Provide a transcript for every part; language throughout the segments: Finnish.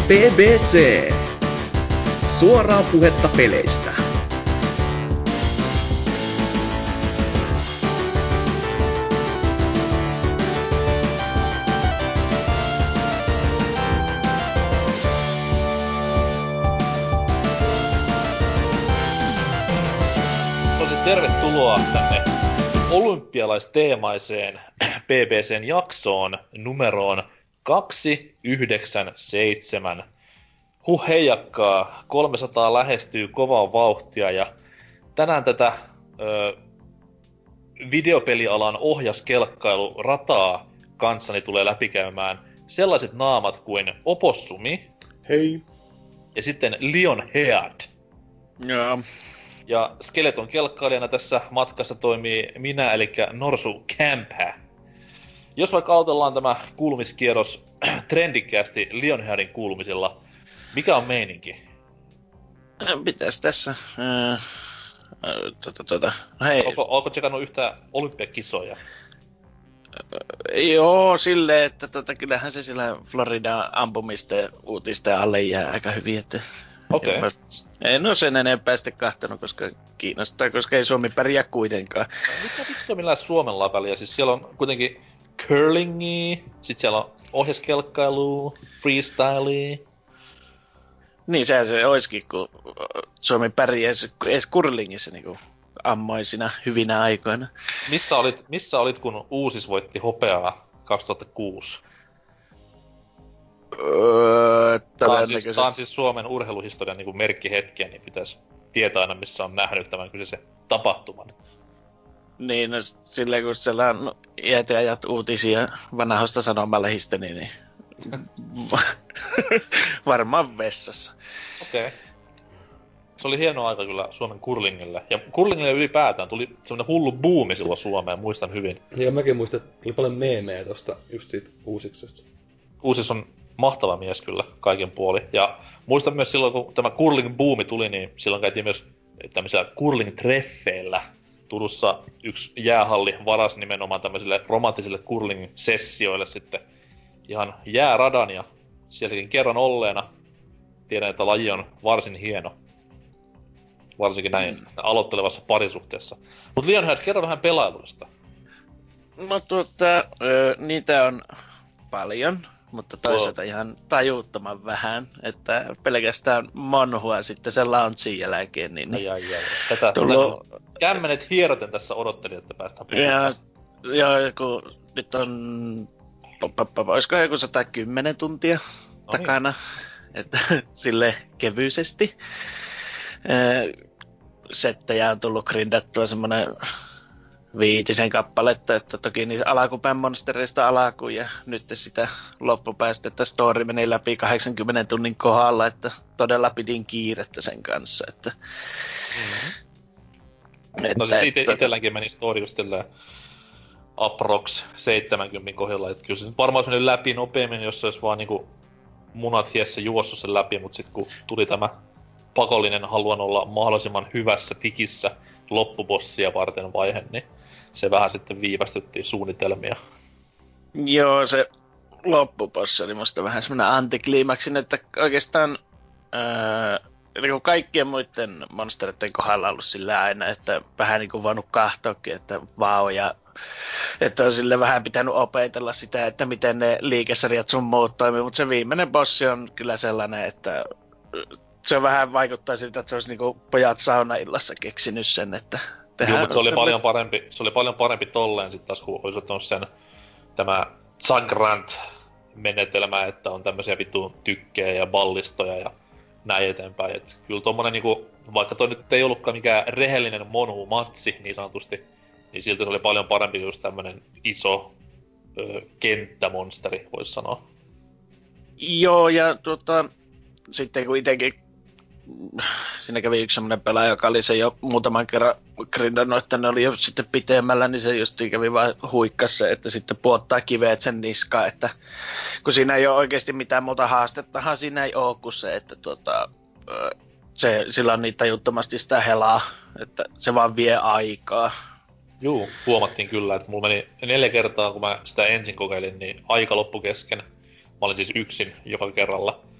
BBC. Suoraa puhetta peleistä. Tervetuloa tänne olympialaisteemaiseen BBCn jaksoon numeroon 297. Heijakkaa, 300 lähestyy kovaa vauhtia ja tänään tätä videopelialan ohjaskelkkailurataa kanssani tulee läpikäymään sellaiset naamat kuin Opossumi. Hei. Ja sitten Lionhead. Joo. Ja Skeleton kelkkailijana tässä matkassa toimii minä, eli Norsu Kämpä. Jos vaikka aloitellaan tämä kuulumiskierros trendikkäästi Lionheadin kuulumisella, mikä on meininki? Mitäs tässä? Hei. Oletko tsekannut yhtään olympiakisoja? Joo, silleen, että kyllähän se sillä Floridan ampumisten uutisten alle jää aika hyvin, että... Okei. Okay. En oo sen enempää sitten kahtanut, koska kiinnostaa, koska ei Suomi pärjää kuitenkaan. Mitä vittua millään Suomella väliä? Siis siellä on kuitenkin curlingia, sit siellä on ohjaskelkkailua, freestylea. Niin sehän se oiskin, kun Suomi pärjäisi edes curlingissa niinku ammoisina hyvinä aikoina. Missä olit kun Uusis voitti hopeaa 2006? Tämä on siis Suomen urheiluhistorian niin merkkihetkiä, niin pitäisi tietää aina, missä on nähnyt tämän kyseisen tapahtuman. Niin, no silleen kun siellä on iät ja ajat uutisia vanhoista sanomalehistä, niin varmaan vessassa. Okei. Se oli hieno aika kyllä Suomen curlingille. Ja curlingille ylipäätään tuli semmonen hullu buumi silloin Suomeen, muistan hyvin. Ja mäkin muistan, että tuli paljon meemejä tosta just siitä Uusiksesta. Uusis on mahtava mies kyllä, kaiken puoli. Ja muistan myös silloin, kun tämä curling-buumi tuli, niin silloin käytiin myös tämmöisillä curling-treffeillä. Turussa yksi jäähalli varas nimenomaan tämmöisille romanttisille curling-sessioille sitten ihan jääradan. Ja sielläkin kerran olleena tiedän, että laji on varsin hieno. Varsinkin näin aloittelevassa parisuhteessa. Mut Lionhead, kerro vähän pelailuista. No niitä on paljon. Mutta toisaalta ihan tajuuttoman vähän, että pelkästään monhua sitten sen launchin jälkeen, niin... Ai. Tätä tullut... Kämmenet hieroten tässä odottelin, että päästään puhumaan. Joo, joku... Nyt on... Olisiko joku 110 tuntia takana, niin. Että sille kevyisesti. Settejä on tullut grindattua semmonen 5 kappaletta, että toki niissä alakupään monstereista alkuun ja nyt sitä loppupäästä, että story meni läpi 80 tunnin kohdalla, että todella pidin kiirettä sen kanssa, että... No siis itselläänkin meni story just approx 70 kohdalla, että kyllä se nyt varmaan meni läpi nopeammin, jos se olisi vaan niinku munat hiessä juossut sen läpi, mutta sit kun tuli tämä pakollinen haluan olla mahdollisimman hyvässä tikissä loppubossia varten vaihe, niin se vähän sitten viivästyttiin suunnitelmia. Joo, se loppubossi oli musta vähän semmonen antikliimaksin, että oikeastaan niin kaikkien muiden monstereiden kohdalla ollut sillä aina, että vähän niinku voinut kahtoakin, että vau, ja että on sille vähän pitänyt opetella sitä, että miten ne liikesarjat sun muut toimii, mutta se viimeinen bossi on kyllä sellainen, että se vähän vaikuttaa siltä, että se olisi niinku pojat saunaillassa keksinyt sen, että... Joo, mutta se oli paljon parempi tolleen sit taas, kun olisi ottanut sen tämä Zagrant-menetelmä, että on tämmösiä vittu tykkejä ja ballistoja ja näin eteenpäin. Et kyllä tommonen niinku, vaikka toi nyt ei ollutkaan mikään rehellinen monhu-matsi niin sanotusti, niin silti se oli paljon parempi kuin just tämmönen iso kenttämonsteri, vois sanoa. Joo, ja sitten kun itekin siinä kävi yksi semmonen pelaaja, joka oli se jo muutaman kerran grindannut, että ne oli jo sitten pitemmällä, niin se justiin kävi vaan huikkas se, että sitten puottaa kiveet sen niskaan, että kun siinä ei ole oikeasti mitään muuta haastettahan siinä ei oo kuin se, että sillä on niin tajuttomasti sitä helaa, että se vaan vie aikaa. Juu, huomattiin kyllä, että mulla meni 4 kertaa, kun mä sitä ensin kokeilin, niin aika loppu kesken. Mä olin siis yksin joka kerralla.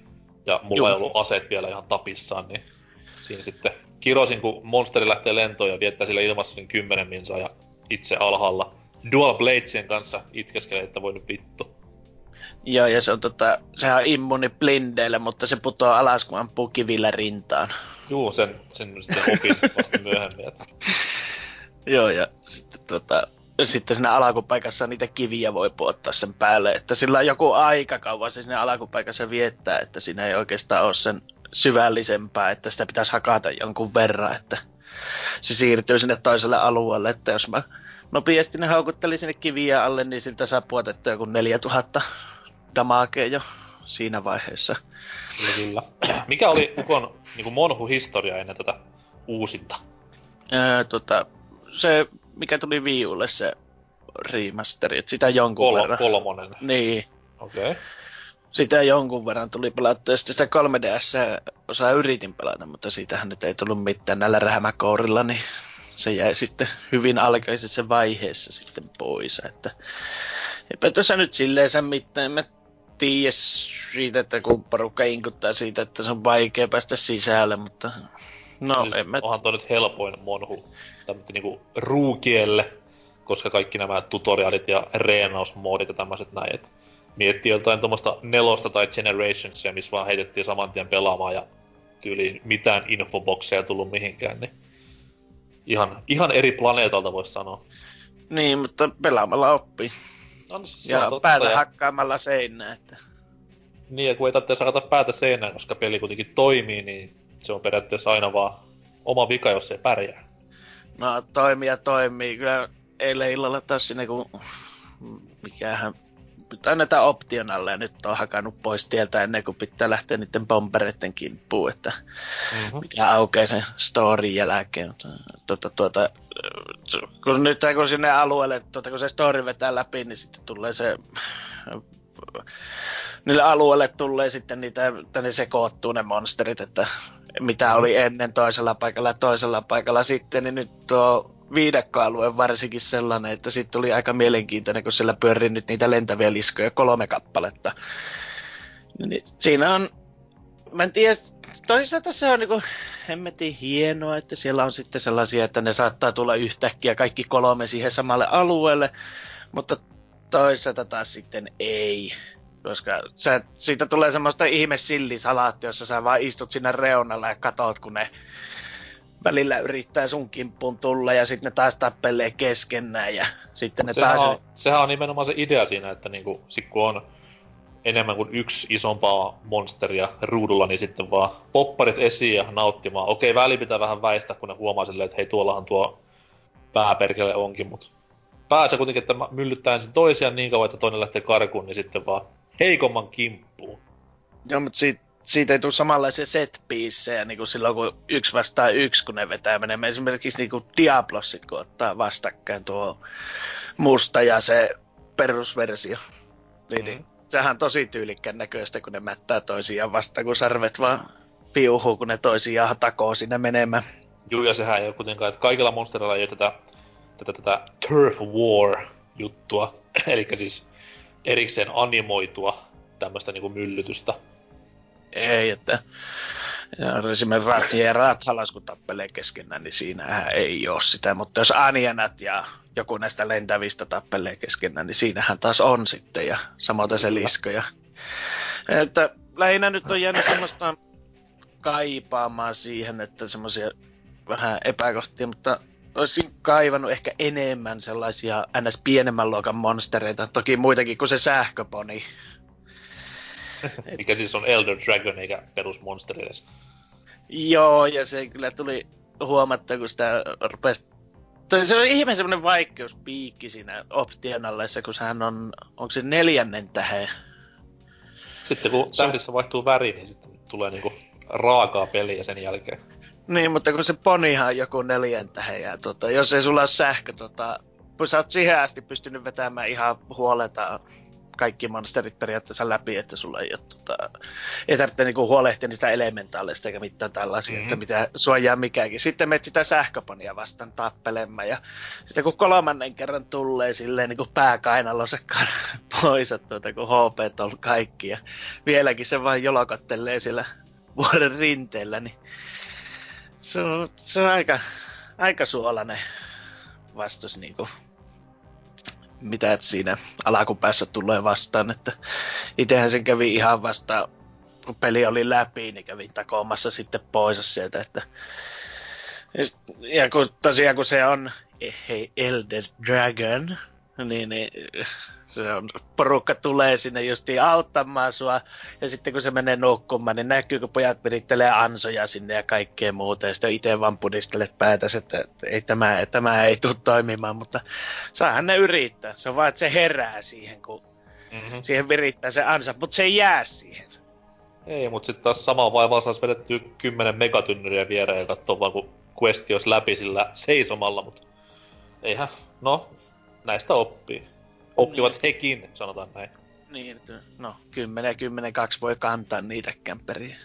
ja mulla ei ollut aseet vielä ihan tapissaan, niin siinä sitten kirosin, kun monsteri lähtee lentoon ja viettää sille ilmassa niin 10 minsaa ja itse alhaalla Dual Bladesien kanssa itkeskelee, että voi nyt vittu. Joo, ja se on sehän on immuuni blindeille, mutta se putoaa alas, kun ampuu kivillä rintaan. Juu, sen sitten opin vasta myöhemmin. Että... Joo, ja sitten siinä alkupaikassa niitä kiviä voi puottaa sen päälle, että sillä on joku aika kauan se siinä alkupaikassa viettää, että siinä ei oikeastaan ole sen syvällisempää, että sitä pitäisi hakata jonkun verran, että se siirtyy sinne toiselle alueelle, että jos mä nopeasti ne haukuttelin sinne kiviä alle, niin siltä saa puotettua joku 4000 damakea jo siinä vaiheessa. Kyllä. Mikä oli Ukon niin Monhu-historia ennen tätä uusinta? Se, mikä tuli Wii Ulle, se remasteri, että sitä jonkun verran. Kolmonen. Niin. Okei. Okay. Sitä jonkun verran tuli pelattua, ja sitten sitä 3DS osaa yritin pelata, mutta siitähän nyt ei tullut mitään näillä rähmäkourilla, niin se jäi sitten hyvin alkaisessa vaiheessa sitten pois, että eipä tuossa nyt silleensä mitään, mä tiedä siitä, että kun porukka inkuttaa siitä, että se on vaikea päästä sisälle, mutta no siis en mä... Onhan toi nyt helpoin Monhu tämmöinen niinku ruukielle, koska kaikki nämä tutorialit ja reenausmoodit ja tämmöiset näin, et miettii jotain tommoista 4 tai Generationsia, missä vaan heitettiin saman tien pelaamaan ja tyyliin mitään infobokseja tullut mihinkään, niin ihan eri planeetalta voisi sanoa. Niin, mutta pelaamalla oppii. No, siis ja päätä hakkaamalla seinää, että... Niin, ja kun ei tarvitse hakata päätä seinään, koska peli kuitenkin toimii, niin se on periaatteessa aina vaan oma vika, jos ei pärjää. No, toimii. Kyllä eilen illalla taas sinne, kun... Mikähän... Nyt annetaan optionalle ja nyt on hakannut pois tieltä ennen kuin pitää lähteä niiden bombereiden kimppuun, että mitä aukeaa sen storyn jälkeen. Kun sinne alueelle, kun se story vetää läpi, niin sitten tulee se... Niille alueelle tulee sitten niitä, että ne sekoottuu ne monsterit, että mitä oli ennen toisella paikalla sitten, niin nyt tuo viidakkoalue varsinkin sellainen, että siitä tuli aika mielenkiintoinen, kun siellä pyörii nyt niitä lentäviä liskoja 3 kappaletta. Niin siinä on, mä en tiedä, toisaalta se on niinku hemmetin hienoa, että siellä on sitten sellaisia, että ne saattaa tulla yhtäkkiä kaikki 3 siihen samalle alueelle, mutta toisaalta taas sitten ei. Koska siitä tulee semmoista ihme sillisalaatti, jossa sä vaan istut siinä reunalla ja katot, kun ne välillä yrittää sun kimppuun tulla ja sitten ne taas tappelee keskenään ja sitten ne Sehän on nimenomaan se idea siinä, että niinku, sit kun on enemmän kuin yksi isompaa monsteria ruudulla, niin sitten vaan popparit esiin ja nauttimaan. Okei, väli pitää vähän väistää, kun ne huomaa silleen, että hei, tuollahan tuo pääperkele onkin, mutta pääsee kuitenkin, että myllyttää ensin toisiaan niin kauan, että toinen lähtee karkuun, niin sitten vaan heikomman kimppuun. Joo, mutta siitä ei tule samanlaisia set-piecejä niin kuin silloin, kun 1 vastaan 1, kun ne vetää menemään. Esimerkiksi niin kuin Diablosit, kun ottaa vastakkain tuo musta ja se perusversio. Niin, sehän on tosi tyylikkään näköistä, kun ne mättää toisiaan vastaan, kun sarvet vaan piuhuu, kun ne toisiaan takoo sinne menemään. Joo, ja sehän ei ole kuitenkaan, että kaikilla monsterilla ei ole tätä Turf War-juttua, eli siis erikseen animoitua tämmöistä niinku myllytystä. Ei, että esimerkiksi Rat ja Rathalas, kun tappelee keskenään, niin siinähän ei ole sitä, mutta jos Anianat ja joku näistä lentävistä tappelee keskenään, niin siinähän taas on sitten, ja samoin se lisko. Että lähinnä nyt on jäänyt semmoista kaipaamaan siihen, että semmoisia vähän epäkohtia, mutta olisin kaivannut ehkä enemmän sellaisia ns. Pienemmän luokan monstereita, toki muitakin kuin se sähköponi. Mikä siis on Elder Dragon eikä perusmonsteri edes. Joo, ja se kyllä tuli huomattua, kun sitä rupesi... Se on ihme semmonen vaikeuspiikki siinä optionalleissa, kun sehän onko se 4. tähden? Sitten kun tähdissä vaihtuu väri, niin sitten tulee niinku raakaa peliä sen jälkeen. Niin, mutta kun se ponihan on joku 4 tähden, ja jos ei sulla ole sähkö, kun sä oot siihen asti pystynyt vetämään ihan huoleta kaikki monsterit periaatteessa läpi, että sulla ei tarvitse niinku huolehtia niistä elementaaleista eikä mitään tällaisia, että mitä suojaa mikäänkin. Sitten menet sitä sähköponia vastaan tappelemaan ja sitten kun 3. kerran tulee silleen niinku pääkainalossa pois, kun HP on kaikki ja vieläkin se vaan jolokottelee siellä vuoden rinteellä, niin se on aika suolainen vastus niinku mitä siinä alakupäässä tulee vastaan, että itsehän sen kävi ihan vastaan, kun peli oli läpi, niin kävin takoamassa sitten pois sieltä, että ja kun tosiaan kun se on Elder Dragon, niin se on, porukka tulee sinne justiin auttamaan sua, ja sitten kun se menee nukkumaan, niin näkyy, kun pojat virittelee ansoja sinne ja kaikkea muuta, ja sitten itse vaan pudistelet päätäs, että ei, tämä ei tule toimimaan, mutta saahan ne yrittää. Se on vaan, että se herää siihen, kun siihen virittää se ansa, mutta se ei jää siihen. Ei, mutta sitten taas samaa vaivaa saisi vedettyä 10 megatynnyriä viereen ja katsoa vaan, kun questi olisi läpi sillä seisomalla, mutta eihän, no, näistä oppii. Oppivat niin. Hekin, sanotaan näin. Niin, no 10-2 voi kantaa niitä kämpäriä.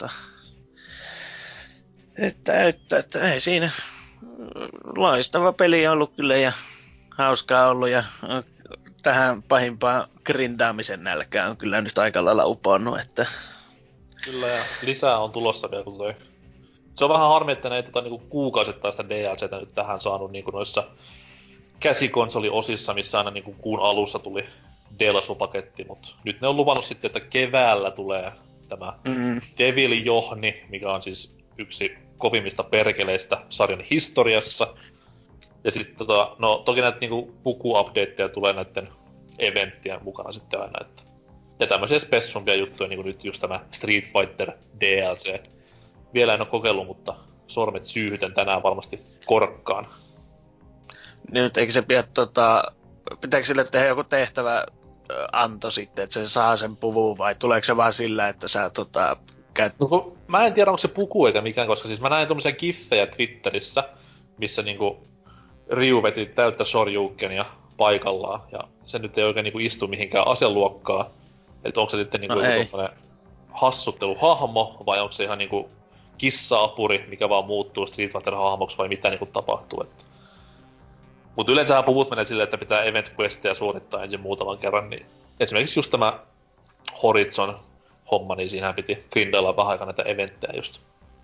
Että ei siinä. Loistava peli on ollut kyllä ja hauskaa ollut ja tähän pahimpaan grindaamisen nälkään on kyllä nyt aika lailla uponnut, että kyllä ja lisää on tulossa vielä kun toi. Se on vähän harmi, että ne ei niinku kuukausittaista DLCtä nyt tähän saanut niinku noissa käsikonsoliosissa, missä aina niinku kuun alussa tuli DLC-paketti, mutta nyt ne on luvannut sitten, että keväällä tulee tämä Devil Johni, mikä on siis yksi kovimmista perkeleistä sarjan historiassa. Ja sitten no toki näitä niinku puku-updateja tulee näiden eventtien mukana sitten aina, että ja tämmöisiä spessumpia juttuja, niinku nyt just tämä Street Fighter DLC. Vielä en oo kokeillut, mutta sormet syyhytän tänään varmasti korkkaan. Nyt eikö se pitääkö sille tehdä joku tehtävä anto sitten, että se saa sen puvun vai tuleeko se vaan sillä, että sä käyt... No, mä en tiedä, onko se puku eikä mikään, koska siis mä näin tommosia giffejä Twitterissä, missä niinku Ryu veti täyttä shoryukenia paikallaan, ja se nyt ei oikein niinku istu mihinkään aseluokkaan. Että onko se sitten niinku tommonen hassutteluhahmo, vai onko se ihan niinku kissa-apuri, mikä vaan muuttuu Street Fighter-hahmoksi, vai mitä niinku tapahtuu, että... Mut yleensähän puvut menee silleen, että pitää event questeja suorittaa ensin muutaman kerran, niin esimerkiksi just tämä Horizon-homma, niin siinähän piti grindailla vähän aikaa näitä eventtejä just.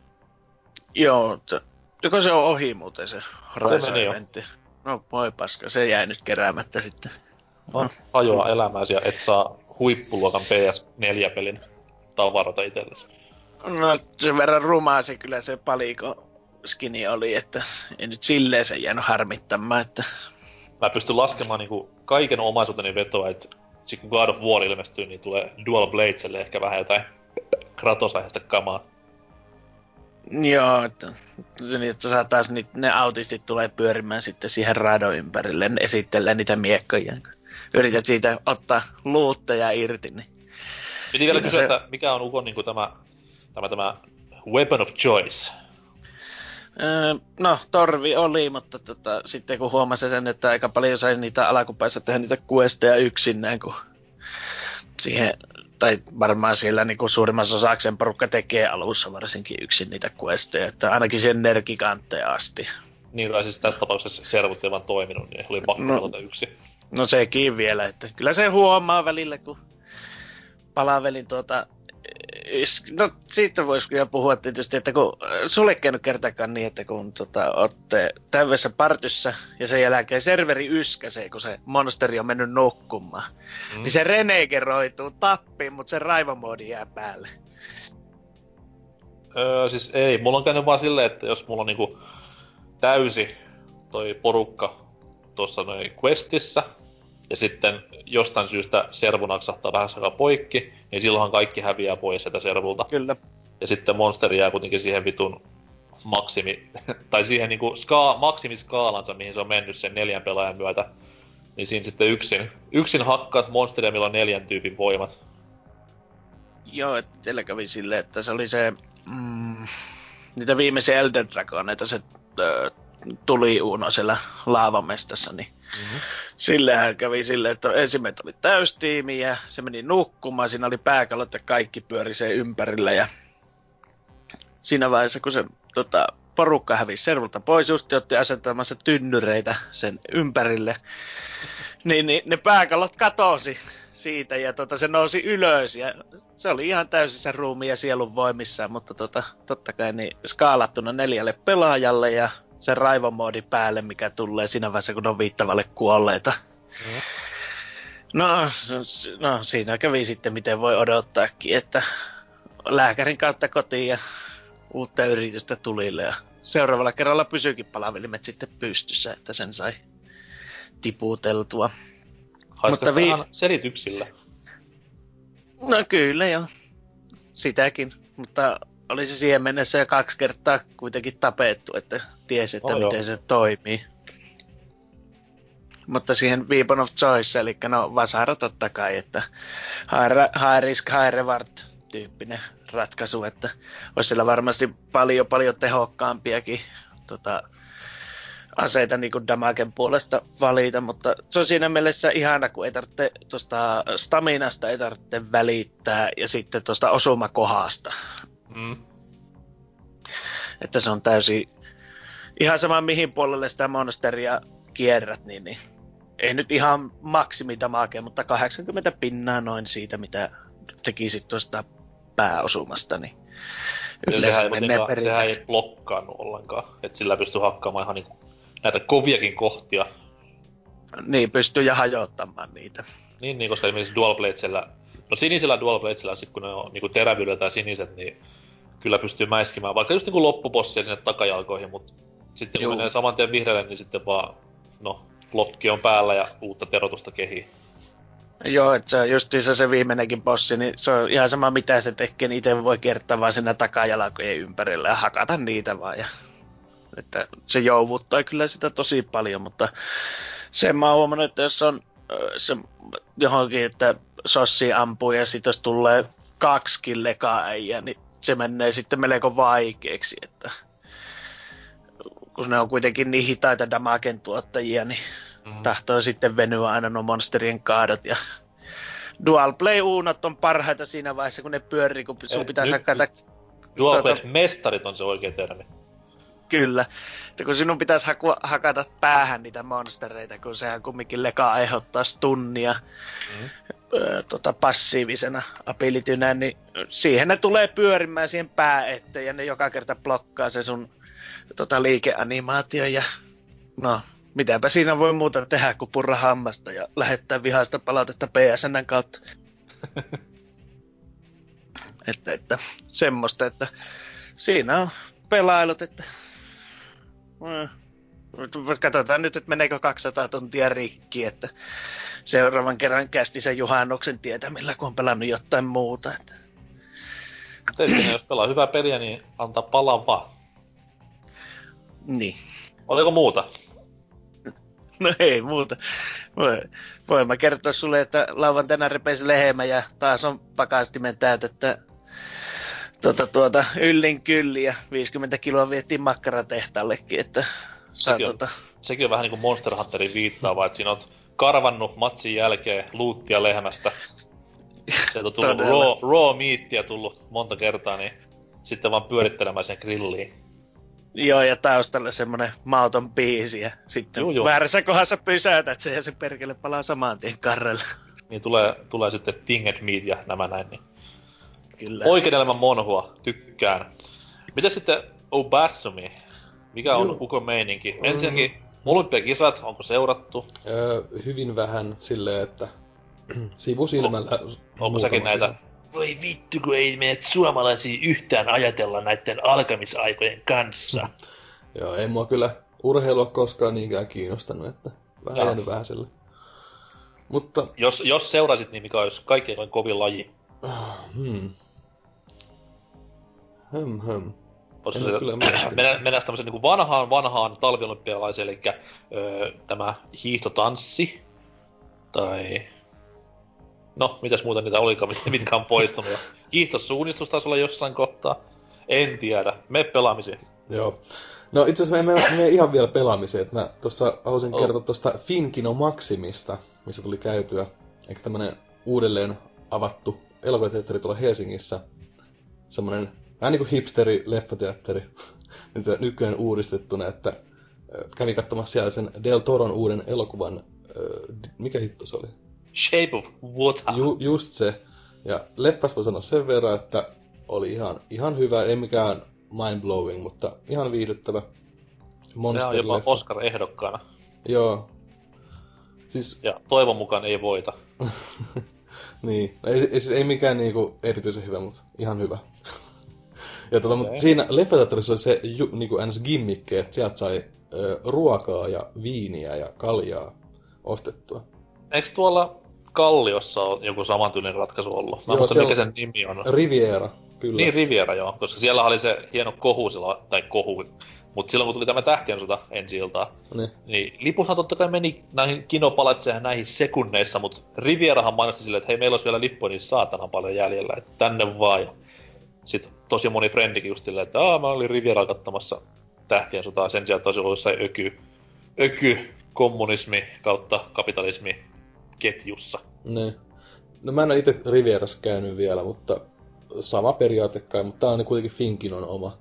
Joo, joko se on ohi muuten se Horizon-eventti? No voi paska, se jäi nyt keräämättä sitten. No, ajoa elämääsi ja et saa huippuluokan PS4-pelin tavaroita itsellesi. No sen verran rumaa se kyllä se paliko skini oli, että ei nyt silleen se jäänyt harmittamaan, että... Mä pystyn laskemaan niinku kaiken omaisuuteni vetoa, että sit kun God of War ilmestyy, niin tulee Dual Bladeselle ehkä vähän jotain Kratos-aiheista kamaa. Joo, että saa taas ne autistit tulee pyörimään sitten siihen radon ympärille, esittelee niitä miekkoja. Yrität siitä ottaa luutteja irti, niin... Piti vielä kysyä, että mikä on Ukon niinku tämä weapon of choice? No, torvi oli, mutta sitten kun huomasin sen, että aika paljon sai niitä alkupäässä tehdä niitä questeja yksinään, kun siihen, tai varmaan siellä niin kuin suurimmassa osaksen porukka tekee alussa varsinkin yksin niitä questeja, että ainakin siihen Nergigantteen asti. Niin, tai siis tässä tapauksessa servut ei vaan toiminut, niin oli pakko pelata yksin. No sekin vielä, että kyllä se huomaa välillä, kun palavelin no siitä voisi kyllä puhua tietysti, että kun sulle ei käynyt kertaakaan niin, että kun ootte täydessä partyssa ja sen jälkeen serveri yskäsee, kun se monsteri on mennyt nukkumaan, niin se renegeroituu tappiin, mutta se raivomoodi jää päälle. Siis ei, mulla on käynyt vaan silleen, että jos mulla on niinku täysi toi porukka tuossa noin questissä, ja sitten jostain syystä servu naksahtaa vähän aikaa poikki, niin silloinhan kaikki häviää pois sieltä servulta. Kyllä. Ja sitten monsteri jää kuitenkin siihen vitun maksimi, tai siihen niinku maksimiskaalansa, mihin se on mennyt sen 4 pelaajan myötä. Niin siinä sitten yksin hakkaat monsteria, millä on 4 tyypin voimat. Joo, että teillä kävi silleen, että se oli se... niitä viimeisiä Elder Dragoneita, se tuli Uno siellä laavamestassa, niin sillehän kävi silleen, että ensimmäinen oli täystiimi ja se meni nukkumaan, siinä oli pääkallot ja kaikki pyöri sen ympärillä ja siinä vaiheessa, kun se porukka hävisi servulta pois, just otti asentamassa tynnyreitä sen ympärille, niin ne pääkallot katosi siitä ja se nousi ylös ja se oli ihan täysissä ruumiin ja sielun voimissaan, mutta totta kai niin skaalattuna 4 pelaajalle ja sen raivomoodi päälle, mikä tulee siinä vaiheessa, kun on viittavalle kuolleita. No, siinä kävi sitten, miten voi odottaakin, että lääkärin kautta kotiin ja uutta yritystä tulille ja seuraavalla kerralla pysyykin palavelimet sitten pystyssä, että sen sai tiputeltua. Haisiko vähän selityksillä? No kyllä joo, sitäkin, mutta oli se siihen mennessä jo 2 kertaa kuitenkin tapettu, että tiesi, että miten se toimii. Mutta siihen Weapon of Choice, eli vasara totta kai, että high risk, high reward tyyppinen ratkaisu, että olisi siellä varmasti paljon tehokkaampiakin aseita niin kuin damagen puolesta valita, mutta se on siinä mielessä ihana, kun ei tarvitse tuosta staminasta ei tarvitse välittää ja sitten tuosta osumakohdasta. Että se on täysin ihan sama mihin puolelle sitä monsteria kierrät, niin ei nyt ihan maksimidamagea, mutta 80 pinnaa noin siitä, mitä tekisit tuosta pääosumasta, niin sehän ei blokkaannut ollenkaan, että sillä pystyy hakkaamaan ihan niinku näitä koviakin kohtia. Niin, pystyy ja hajottamaan niitä. Niin, koska esimerkiksi Dual Bladesillä, sinisellä Dual Bladesillä, sit kun ne on niinku terävyydeltään siniset, niin kyllä pystyy mäiskimään vaikka just niinku loppupossia sinne takajalkoihin, mutta sitten kun menee saman tien vihreälle, niin sitten vaan, blokki on päällä ja uutta terotusta kehiin. Joo, että se on justiinsa se viimeinenkin bossi, niin se on ihan sama mitä se tekee, niin itse voi kertaa vaan siinä takajalkojen ympärillä ja hakata niitä vaan. Että se jouvuttaa kyllä sitä tosi paljon, mutta sen mä oon huomannut, että jos on se johonkin, että sossi ampuu ja sit jos tulee 2 leka-äijää, niin se menee sitten melko vaikeaksi, että kun ne on kuitenkin niin hitaita damagen tuottajia, niin tahtoo sitten venyä aina nuo monsterien kaadot ja Dual Play Unot on parhaita siinä vaiheessa, kun ne pyörii, kun sun pitäisi hakata... Dual Play mestarit on se oikea termi. Kyllä, että kun sinun pitäisi hakata päähän niitä monstereita, kun sehän kumminkin lekaa aiheuttaa stunnia passiivisena abilitynä, niin siihen ne tulee pyörimään siihen pää eteen ja ne joka kerta blokkaa se sun liikeanimaatio ja mitäpä siinä voi muuta tehdä kuin purra hammasta ja lähettää vihaista palautetta PSN:n kautta. että semmoista, että siinä on pelailut, että katsotaan nyt, että meneekö 200 tuntia rikki, että seuraavan kerran kästi sen juhannuksen tietämillä, kun on pelannut jotain muuta. Että. Siinä, jos pelaa hyvää peliä, niin antaa palaa vaan. Niin. Oliko muuta? No ei muuta. Voin mä kertoa sulle, että lauantaina repesi lehmä ja taas on pakastimen täytettä yllin kylli ja 50 kiloa viettiin makkaratehtaallekin, että sekin on vähän niinku Monster Hunterin viittaava, että siinä oot karvannut matsin jälkeen luuttia lehmästä. Sieltä on tullut raw meatia tullut monta kertaa, niin sitten vaan pyörittelemään sen grilliin. Joo, ja taustalla semmonen mauton biisi ja sitten väärässä kohdassa pysäytät sen ja se perkele palaa saman tien karrelle. Niin tulee sitten Tinged Meat ja nämä näin, niin kyllä. Oikein elämän monhua, tykkään. Mitä sitten Obasumi? Mikä on Ukon meininki? Ensinnäkin olympiakisat, onko seurattu? Hyvin vähän silleen, että sivusilmällä... Onko säkin näitä? Voi vittu, kun ei meidät suomalaisia yhtään ajatella näiden alkamisaikojen kanssa. Joo, ei mua kyllä urheilua koskaan niinkään kiinnostanut, että vähän jäänyt vähäiselle. Mutta... Jos seurasit, niin mikä olisi kaikkein kovin laji? Mennään tämmösen niin vanhaan talviolympialaiseen, eli tämä hiihtotanssi, tai... No, mitäs muuta niitä olikaan, mitkä on poistunut. Hiihtosuunnistus taisi olla jossain kohtaa. En tiedä. Me pelaamisiin. Joo. No itse asiassa me ei mene ihan vielä pelaamiseen, että mä tossa halusin kertoa tosta Finkino Maximista, missä tuli käytyä. Eikä tämmönen uudelleen avattu elokuvateatteri tuolla Helsingissä. Semmonen vähän niinku hipsteri-leffateatteri, nykyään uudistettuna, että kävin katsomassa siellä sen Del Toron uuden elokuvan, mikä hitto se oli? Shape of Water. Just se. Ja leffasta voi sanoa sen verran, että oli ihan hyvä, ei mikään mind-blowing, mutta ihan viihdyttävä monster-leffa. Se on jopa Oscar-ehdokkaana. Joo. Siis... Ja toivon mukaan ei voita. Niin. Ei mikään niinku erityisen hyvä, mutta ihan hyvä. Ja mutta siinä leffateatterissa oli se niinku ns. Gimmikki, että sieltä sai ruokaa ja viiniä ja kaljaa ostettua. Eikö tuolla Kalliossa ole joku samantyylinen ratkaisu ollut? Mä muistan, mikä sen nimi on. Riviera, kyllä. Niin, Riviera, joo. Koska siellä oli se hieno kohu, mutta silloin kun tuli tämä Tähtien sota ensi iltaan, niin liputhan totta kai meni näihin kinopalatseja näihin sekunneissa, mutta Rivierahan mainosti silleen, että hei, meillä olisi vielä lippuja niin saatana paljon jäljellä, että tänne vaan. Ja sit tosi moni frendikin just silleen, että mä olin Riviera katsomassa Tähtien sotaa sen sijaan, että olisi ollut jossain kommunismi kautta kapitalismi ketjussa. Ne. No mä en ole itse Rivierassa käynyt vielä, mutta sama periaate kai, mutta tää on kuitenkin Finkinon oma.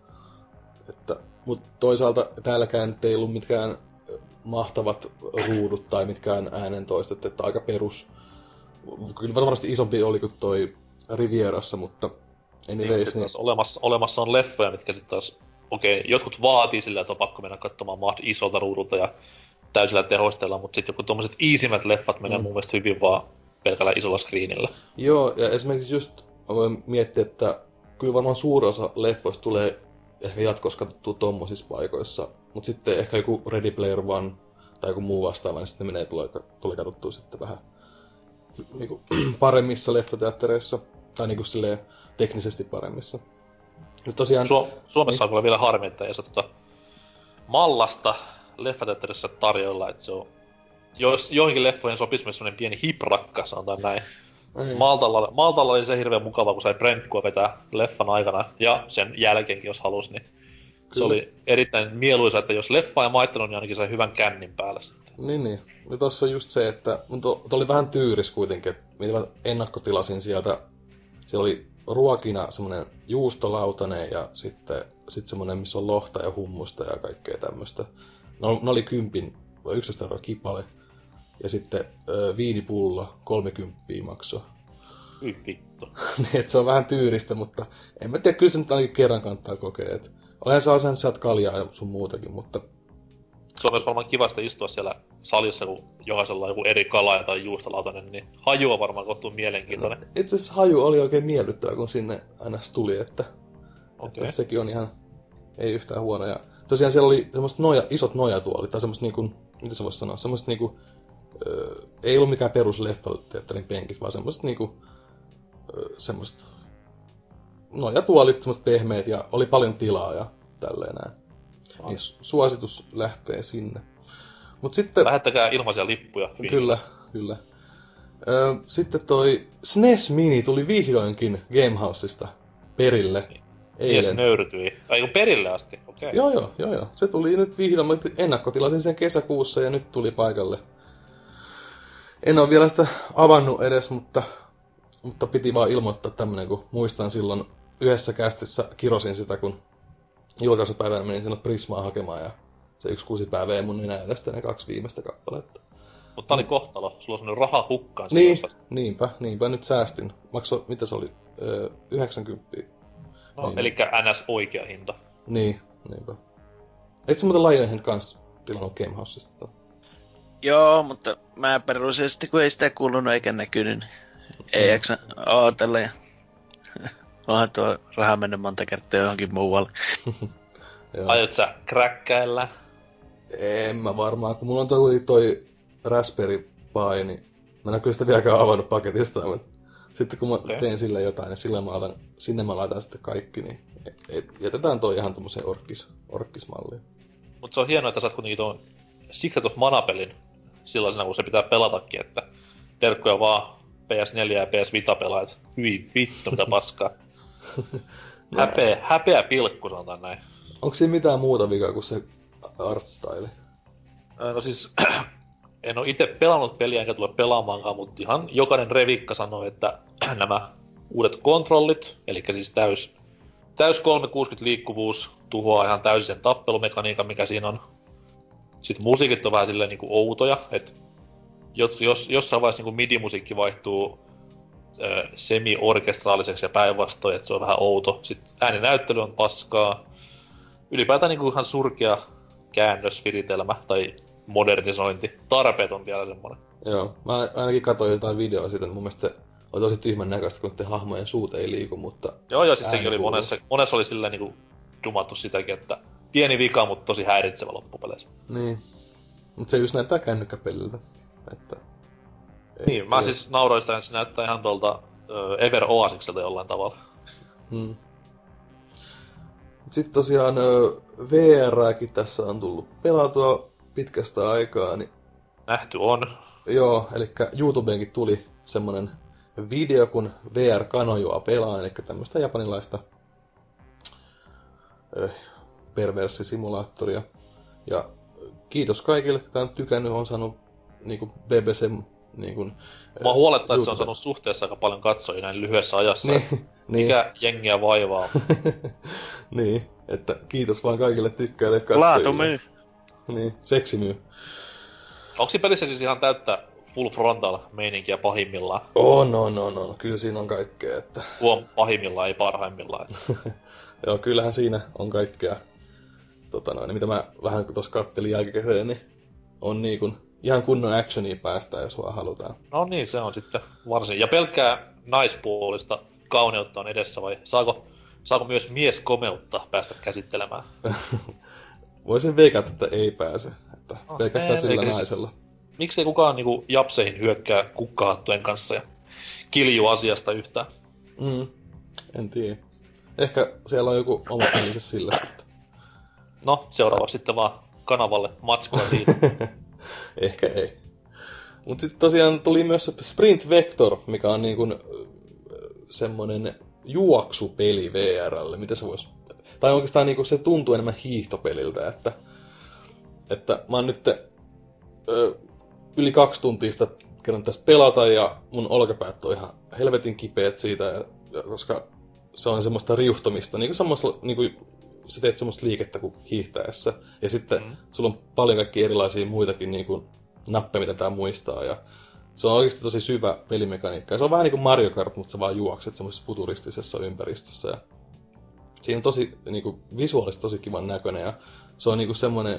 Mutta toisaalta täälläkään nyt ei ollut mitkään mahtavat ruudut tai mitkään äänentoistot, että aika perus. Kyllä varmasti isompi oli kuin toi Rivierassa, mutta anyways. Niin, olemassa on leffoja, mitkä sitten taas, jotkut vaatii sillä, että on pakko mennä katsomaan isolta ruudulta ja täysillä tehosteella, mutta sitten joku tuommoiset easimmät leffat menee mun mielestä hyvin vaan pelkällä isolla screenillä. Joo, ja esimerkiksi just voin miettiä, että kyllä varmaan suurin osa leffoista tulee ehkä jatkossa katsottua tommosissa paikoissa, mutta sitten ehkä joku Ready Player One tai joku muu vastaava, niin sitten tulee katsottua sitten vähän niinku paremmissa leffateattereissa, tai niinku silleen teknisesti paremmissa. Nyt tosiaan... Suomessa on kyllä vielä harmi, että ei saa Mallasta leffateatterissa tarjolla, että se on... Joihinkin leffoihin sopisi myös semmonen pieni hiprakka, sanotaan näin. Maltalla oli se hirveän mukava, kun sai prenkkua vetää leffan aikana, ja sen jälkeenkin, jos halusi, niin kyllä. Se oli erittäin mieluisa, että jos leffa ei maittanut, niin ainakin sai hyvän kännin päällä sitten. Niin. Ja tossa on just se, että mutta oli vähän tyyris kuitenkin, että mitä mä ennakkotilasin sieltä. Siellä oli ruokina semmonen juustolautanen ja sitten semmonen, missä on lohta ja hummusta ja kaikkea tämmöstä. Ne oli 10 vai 11 € kipale. Ja sitten viinipullo 30 maksoi. Vittu. Niin, että se on vähän tyyristä, mutta en mä tiedä, kyllä se nyt ainakin kerran kannattaa kokea. Olen saa sen sieltä kaljaa ja sun muutakin, mutta... Se on myös varmaan kivasti istua siellä salissa, kun jokaisella on joku eri kala tai juustolautanen, niin haju on varmaan kohtuun mielenkiintoinen. No, itse asiassa haju oli oikein miellyttävä, kun sinne ns. Tuli, että sekin on ihan... ei yhtään huono. Ja tosiaan siellä oli semmoset isot nojatuolit, tai semmoset niinku... mitä se voisi sanoa? Semmoset niinku... ei ollut mikään perus leffateatterin penkit, vaan semmoset niinku... semmoset... nojatuolit, semmoset pehmeät, ja oli paljon tilaa ja tälleen näin. Niin suositus lähtee sinne. Mut sitten... Lähettäkää ilmaisia lippuja. Kyllä. Sitten toi SNES Mini tuli vihdoinkin Gamehousesta perille. Eilen. Mies nöyrtyi. Ai perille asti, okei. Joo. Se tuli nyt vihdoin. Mä ennakkotilasin sen kesäkuussa ja nyt tuli paikalle. En ole vielä sitä avannut edes, mutta piti vaan ilmoittaa tämmönen, kun muistan silloin yhdessä kästissä kirosin sitä, kun julkaisupäivänä menin sinne Prismaan hakemaan ja se 1 päivä ei mun enää edestä ne 2 viimeistä kappaletta. Mutta tää oli kohtalo, sulla on raha hukkaan. Niin, niinpä nyt säästin. Maksoi, mitä se oli, 90. No, niin. Elikkä NS oikea hinta. Niin, niinpä. Eikö sä muuten Lionhead kans tilannut Gamehousesta? Joo, mutta mä peruisesti, kun ei sitä kuulunut eikä näkynyt, niin ei jaksa ootella ja... onhan tuo raha mennyt monta kertaa johonkin muualle. Aiot sä kräkkäillä? En mä varmaan, kun mulla on toi Raspberry Pi, niin mä en ole kyllä sitä vieläkään avannut paketista, mutta sitten kun mä teen sillä jotain, niin silloin sinne mä laitan sitten kaikki, niin jätetään toi ihan tommoseen orkkismalliin. Mut se on hienoa, että sä oot kuitenkin tuon Secret of Mana-pelin sellaisena, kun se pitää pelatakin, että terkkuja vaan PS4 ja PS Vita pelaajat. Hyi vittu, mitä paskaa. Häpeä pilkku, sanotaan näin. Onko siinä mitään muuta vikaa kuin se artstyle? No siis, en ole itse pelannut peliä enkä tule pelaamaankaan, mutta ihan jokainen revikka sanoo, että nämä uudet kontrollit, eli siis täys 360 liikkuvuus tuhoaa ihan täysin sen tappelumekaniikan, mikä siinä on. Sitten musiikit on vähän silleen niinku outoja, että jossain vaiheessa niinku midi-musiikki vaihtuu semi-orkestraaliseksi ja päinvastoin, että se on vähän outo. Sitten ääninäyttely on paskaa. Ylipäätään niinku ihan surkea käännösviritelmä tai modernisointi. Tarpeeton vielä semmonen. Joo, mä ainakin katsoin jotain videoa siitä, niin mun mielestä se on tosi tyhmän näköistä, kun niiden hahmojen suut ei liiku, mutta... Joo, siis sekin oli monessa oli silleen niinku dumattu sitäkin, että pieni vika, mutta tosi häiritsevä loppupeleissä. Niin. Mut se just näyttää kännykkäpeliltä, että... Niin, mä siis nauroin sitä, että se näyttää ihan tuolta Ever Oasikselta jollain tavalla. Sitten tosiaan VR-ääkin tässä on tullut pelatua pitkästä aikaa, niin... Nähty on. Joo, eli YouTubeenkin tuli semmonen video, kun VR Kanojoa pelaa, eli tämmöstä japanilaista perversisimulaattoria. Ja kiitos kaikille, että on tykännyt, on saanut niinku BBC niinku... Mua huolettaa, että se on saanut suhteessa aika paljon katsojia näin lyhyessä ajassa. Niin. Mikä jengiä vaivaa. Niin, että kiitos vaan kaikille tykkäille katsojille. Laatu myy. Niin, seksi myy. Onko siinä pelissä siis ihan täyttä full frontal meininkiä pahimmillaan? On. Kyllä siinä on kaikkea, että... Pahimmillaan, ei parhaimmillaan. Joo, kyllähän siinä on kaikkea. Mitä mä vähän tuossa kattelin jälkikäteen, niin on niinku ihan kunnon actionia päästään, jos vaan halutaan. No niin, se on sitten varsin. Ja pelkkää naispuolista kauneutta on edessä, vai saako myös mieskomeutta päästä käsittelemään? Voisin veikata, että ei pääse. Että pelkästään sillä naisella. Miksei kukaan niinku japseihin hyökkää kukkahattujen kanssa ja kilju asiasta yhtään? En tiedä. Ehkä siellä on joku oma pelinsä sillä sitten. No, seuraavaksi sitten vaan kanavalle matskua siitä. Ehkä ei. Mut sitten tosiaan tuli myös Sprint Vector, mikä on niinku semmonen juoksupeli VR:lle. Miten se vois... Tai oikeastaan niinku se tuntuu enemmän hiihtopeliltä, että mä oon nyt yli 2 tuntia sitä kerran tästä pelata ja mun olkapäät on ihan helvetin kipeät siitä, koska se on semmoista riuhtomista, niinku sä teet semmoista liikettä kuin hiihtäessä. Ja sitten sulla on paljon kaikkia erilaisia muitakin niinku nappeja, mitä tää muistaa. Ja se on oikeasti tosi syvä pelimekaniikka. Ja se on vähän niinku Mario Kart, mutta sä vaan juokset semmoisessa futuristisessa ympäristössä. Ja siinä on tosi niinku visuaalisesti tosi kivan näköinen. Ja se on niinku semmoinen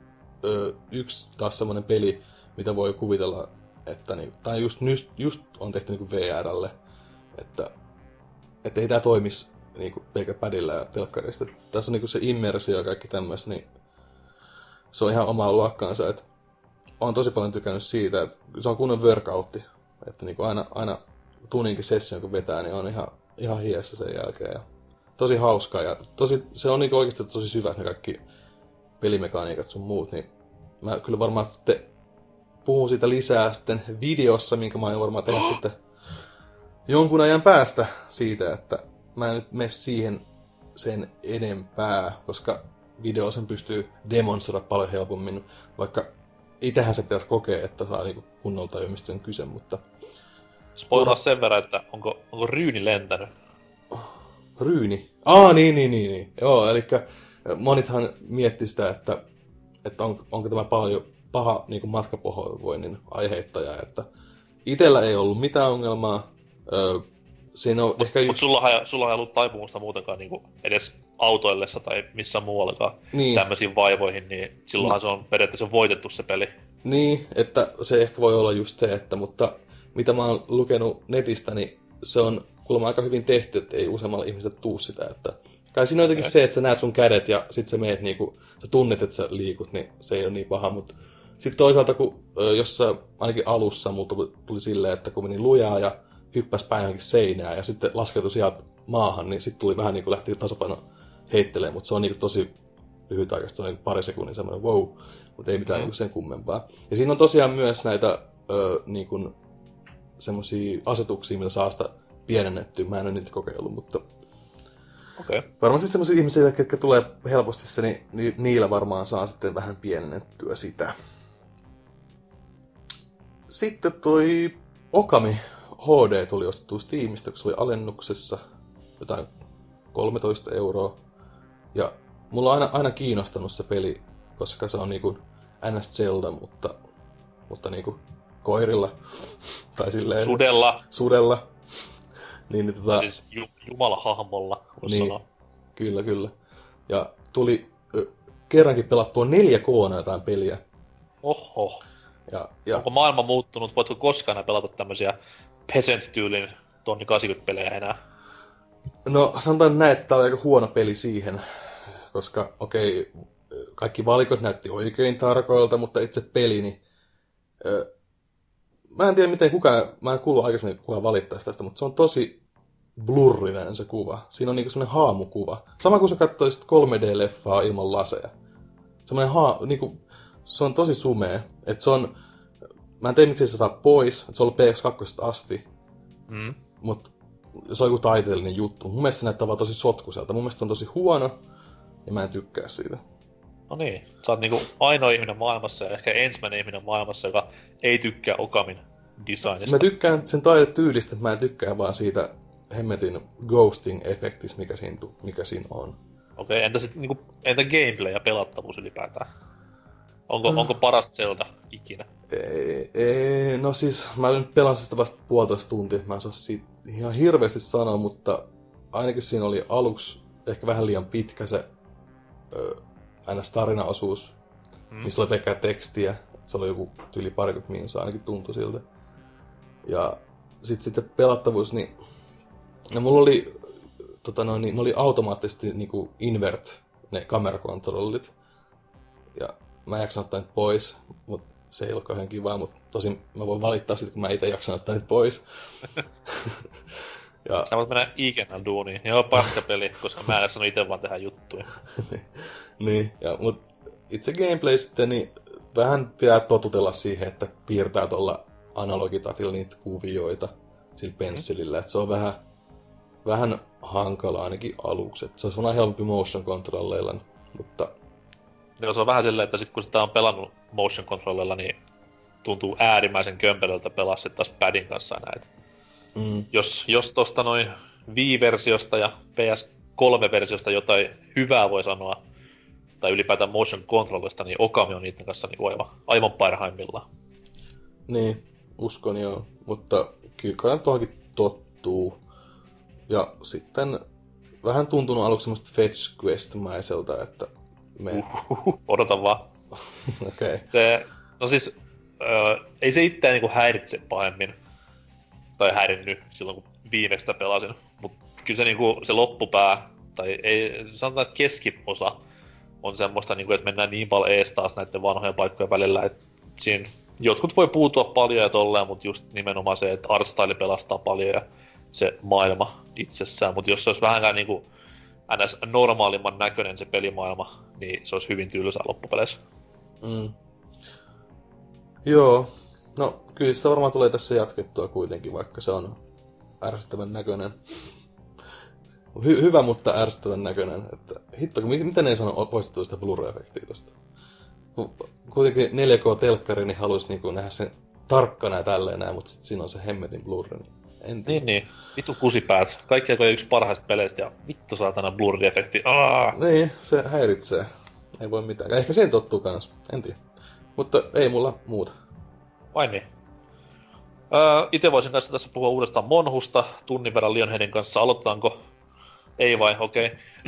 yksi taas semmoinen peli, mitä voi kuvitella, että niinku, tai just on tehty niinku VR:lle, että ei tää toimis niinku pelkä padilla ja telkkarista. Tässä on niinku se immersio ja kaikki tämmöistä, niin se on ihan omaa luokkaansa, että on tosi paljon tykännyt siitä, että se on kunnon workoutti, että niinku aina tunninkin session kun vetää, niin on ihan hiessä sen jälkeen ja tosi hauskaa ja se on niinku oikeasti tosi syvät ne kaikki pelimekaniikat sun muut, niin mä kyllä varmaan sitten puhun siitä lisää sitten videossa, minkä mä aion varmaan tehdä sitten jonkun ajan päästä siitä, että mä en nyt mene siihen sen enempää, koska video sen pystyy demonstroida paljon helpommin, vaikka itähän se pitäisi kokea, että saa niinku kunnolla tajua, mistä on kyse, mutta... Spoilaa sen verran, että onko Ryyni lentänyt? Ryyni? Niin. Joo, eli monithan mietti sitä, että onko tämä paljon paha niin matkapahoinvoinnin aiheuttaja, että itellä ei ollut mitään ongelmaa. Siinä on ehkä Mutta sulla ei ollut taipumusta muutenkaan niinku edes autoillessa tai missään muuallakaan tämmöisiin vaivoihin, niin silloinhan se on periaatteessa voitettu se peli. Niin, että se ehkä voi olla just se, mutta mitä mä oon lukenut netistä, niin se on kuulemma aika hyvin tehty, että ei useammalla ihmisellä tuu sitä, että kai siinä on jotenkin se, että sä näet sun kädet ja sit sä meet niinku, sä tunnet, että sä liikut, niin se ei ole niin paha, mutta sitten toisaalta, kun jossain ainakin alussa multa tuli silleen, että kun meni lujaa ja hyppäsi päin johonkin seinään ja sitten laskeutui sieltä maahan, niin sitten tuli vähän niin kuin lähti tasapaino heittelemään, mutta se on niin kuin tosi lyhytaikaista, se on niin kuin pari sekunnin semmoinen wow, mutta ei mitään niin kuin sen kummempaa. Ja siinä on tosiaan myös näitä niin kuin semmoisia asetuksia, mitä saa sitä pienennettyä, mä en ole niitä kokeillut, mutta Okei. Okay. Varmasti semmoisia ihmisiä, jotka tulee helposti se, niin niillä varmaan saa sitten vähän pienennettyä sitä. Sitten toi Okami HD tuli ostettua Steamista, kun se oli alennuksessa jotain 13 €. Ja mulla on aina kiinnostanut se peli, koska se on niinku NS Zelda, mutta niinku koirilla. Tai silleen... Sudella. Niin, siis Jumala-hahmolla, voisi niin, sanoa. Kyllä. Ja tuli kerrankin pelattua 4K:na jotain peliä. Oho. Ja... Onko maailma muuttunut? Voitko koskaan enää pelata tämmösiä Peasant-tyylin tonni 80-pelejä enää? No, sanotaan näin, että tää oli aika huono peli siihen. Koska, okei, kaikki valikot näytti oikein tarkoilta, mutta itse peli, niin... Mä en tiedä, miten mä en kuullut aikaisemmin, kukaan valittaisi tästä, mutta se on tosi blurrinen se kuva. Siinä on niinku semmoinen haamukuva. Sama kuin sä katsoisit 3D-leffaa ilman laseja. Semmoinen niinku, se on tosi sumea. Että se on... Mä en tiedä, miksi se saa pois. Että se on ollut PS2 asti. Mutta se on joku taiteellinen juttu. Mun mielestä se näyttää vaan tosi sotkuselta. Mun mielestä se on tosi huono. Ja mä en tykkää siitä. No niin. Sä oot niinku ainoa ihminen maailmassa ja ehkä ensimmäinen ihminen maailmassa, joka ei tykkää Okamin designista. Mä tykkään sen taidetyylistä, mä en tykkää vaan siitä hemmetin ghosting-efektistä, mikä siinä on. Okei, entä sitten niinku, entä gameplay ja pelattavuus ylipäätään? Onko paras Zelda ikinä? No siis, mä nyt pelasin sitä vasta 1,5 tuntia, mä en saa siitä ihan hirveästi sanoa, mutta ainakin siinä oli aluksi ehkä vähän liian pitkä se NS-tarinaosuus, missä oli pelkkää tekstiä. Se oli joku yli 20 minsaa, ainakin tuntui siltä. Ja sitten pelattavuus, niin... No mulla oli... ne oli automaattisesti niinku invert, ne kamerakontrollit. Ja mä jaksan ottaa niitä pois, mutta se ei ollut kauhean kivaa, mutta tosin mä voin valittaa sit, kun mä itse jaksan ottaa niitä pois. Ja... Sä voit mennä ikinä duuniin. Joo, paskapeli, koska mä en jaksanut itse vaan tehdä juttuja. Niin, mut itse gameplay sitten, niin vähän pitää totutella siihen, että piirtää tuolla analogitatilla niitä kuvioita sillä pensselillä. Että se on vähän hankala ainakin aluksi. Et se olisi vähän helpompi motion controlleilla, mutta... Joo, se on vähän silleen, että sit kun sitä on pelannut motion controlleilla, niin tuntuu äärimmäisen kömpelöltä pelaa sit taas padin kanssa näitä. Jos tosta noin Wii-versiosta ja PS3-versiosta jotain hyvää voi sanoa, tai ylipäätään motion controllista, niin Okami on niiden kanssa niin aivan parhaimmillaan. Niin, uskon joo. Mutta kyllä kai tuohonkin tottuu. Ja sitten vähän tuntunut aluksi semmoista Fetch Quest-mäiseltä, että Odotan vaan. Okei. No siis, ei se itseään niinku häiritse pahemmin. Tai häirinnyt silloin, kun viimeksi sitä pelasin. Mut kyllä se niinku, se loppupää, tai ei, sanotaan, että keskiosa on semmoista, niinku, että mennään niin paljon ees taas näiden vanhojen paikkojen välillä, että siinä jotkut voi puutua paljon ja tolleen, mutta just nimenomaan se, että artstyle pelastaa paljon ja se maailma itsessään. Mutta jos se olisi vähänkään niinku ns. Normaalimman näköinen se pelimaailma, niin se olisi hyvin tylsää loppupeleissä. Joo. No, kyllä se varmaan tulee tässä jatkettua kuitenkin, vaikka se on ärsyttävän näköinen. Hyvä, mutta ärsyttävän näköinen. Että, hitto, miten ei sano poistettua sitä blur-efektiä tosta? Kuitenkin 4K-telkkari, niin haluaisi niinku nähdä sen tarkkana ja tälleen näin, mutta sit siinä on se hemmetin blurri. Niin. Vittu kusipäät. Kaikki on yksi parhaista peleistä ja vittu saatana blurri-efekti. Niin, se häiritsee. Ei voi mitään. Ehkä siihen tottuu kans. En tiedä. Mutta ei mulla muuta. Vai niin? Itse voisin kanssa tässä puhua uudestaan Monhusta tunnin verran Lionheadin kanssa. Aloitetaanko? Ei vai? Okei.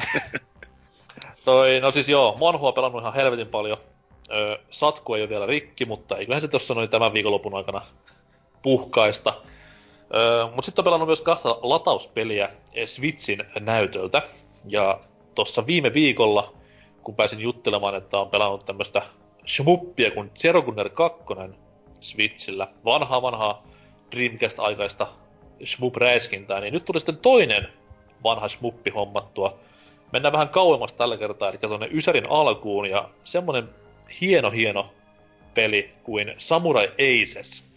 No siis joo, Monhua pelannut ihan helvetin paljon. Satku ei ole vielä rikki, mutta eiköhän se tossa noin tämän viikonlopun aikana puhkaista. Mut sit on pelannut myös 2 latauspeliä Switchin näytöltä. Ja tossa viime viikolla, kun pääsin juttelemaan, että on pelannut tämmöstä shmuppia kuin Zero Gunner 2 Switchillä. Vanhaa Dreamcast-aikaista shmup-räiskintää, niin nyt tuli sitten toinen vanha shmuppi hommattua. Mennään vähän kauemmas tällä kertaa, eli tuonne Ysärin alkuun, ja semmonen hieno peli kuin Samurai Aces.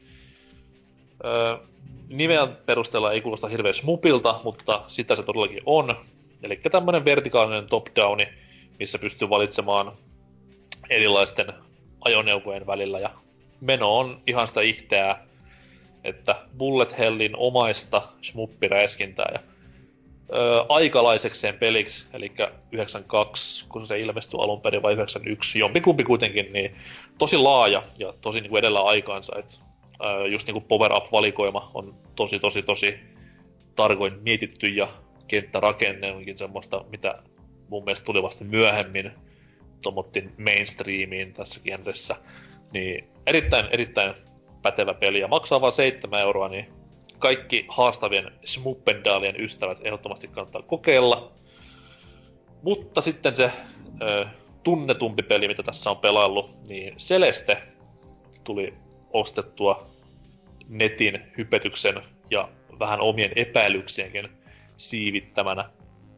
Nimen perusteella ei kuulosta hirveän smupilta, mutta sitä se todellakin on. Eli tämmönen vertikaalinen top-downi, missä pystyy valitsemaan erilaisten ajoneuvojen välillä. Ja meno on ihan sitä ihteää, että bullet hellin omaista shmuppiräiskintää. Ja aikalaisekseen peliksi, eli 92, kun se ilmestyi alun perin, vai 91, jompikumpi kuitenkin, niin tosi laaja ja tosi niin kuin edellä aikaansa. Et, just niin kuin power-up-valikoima on tosi tarkoin mietitty ja kenttärakenne onkin semmoista, mitä mun mielestä tuli vasta myöhemmin tomottiin mainstreamiin tässä genressä. Niin erittäin pätevä peli ja maksaa vain 7 €, niin kaikki haastavien Smuppendaalien ystävät ehdottomasti kannattaa kokeilla. Mutta sitten se tunnetumpi peli, mitä tässä on pelaillut, niin Celeste tuli ostettua netin hypetyksen ja vähän omien epäilyksienkin siivittämänä.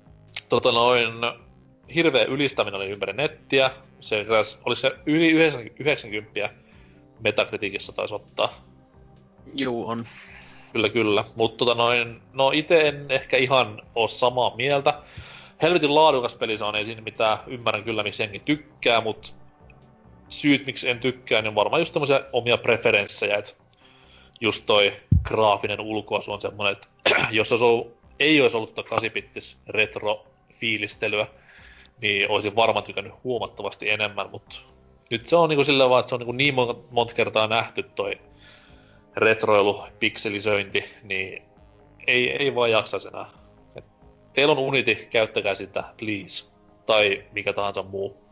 Hirveä ylistäminen oli ympäri nettiä. Oli se yli 90 Metacriticissa taisi ottaa. Juu, on. Kyllä. Mutta no ite en ehkä ihan oo samaa mieltä. Helvetin laadukas peli se on, ei siinä mitään. Ymmärrän kyllä, miksi jengi tykkää, mut syyt, miksi en tykkää, niin on varmaan just tämmösiä omia preferenssejä, et just toi graafinen ulkoasu on semmonen, että jos ei olisi ollut 8-bittis retro-fiilistelyä, niin olisin varmaan tykännyt huomattavasti enemmän, mut nyt se on niinku silleen vaan, että se on niin monta kertaa nähty toi retroilu, pikselisöinti, niin ei vaan jaksaisi enää. Et teillä on Unity, käyttäkää sitä, please. Tai mikä tahansa muu.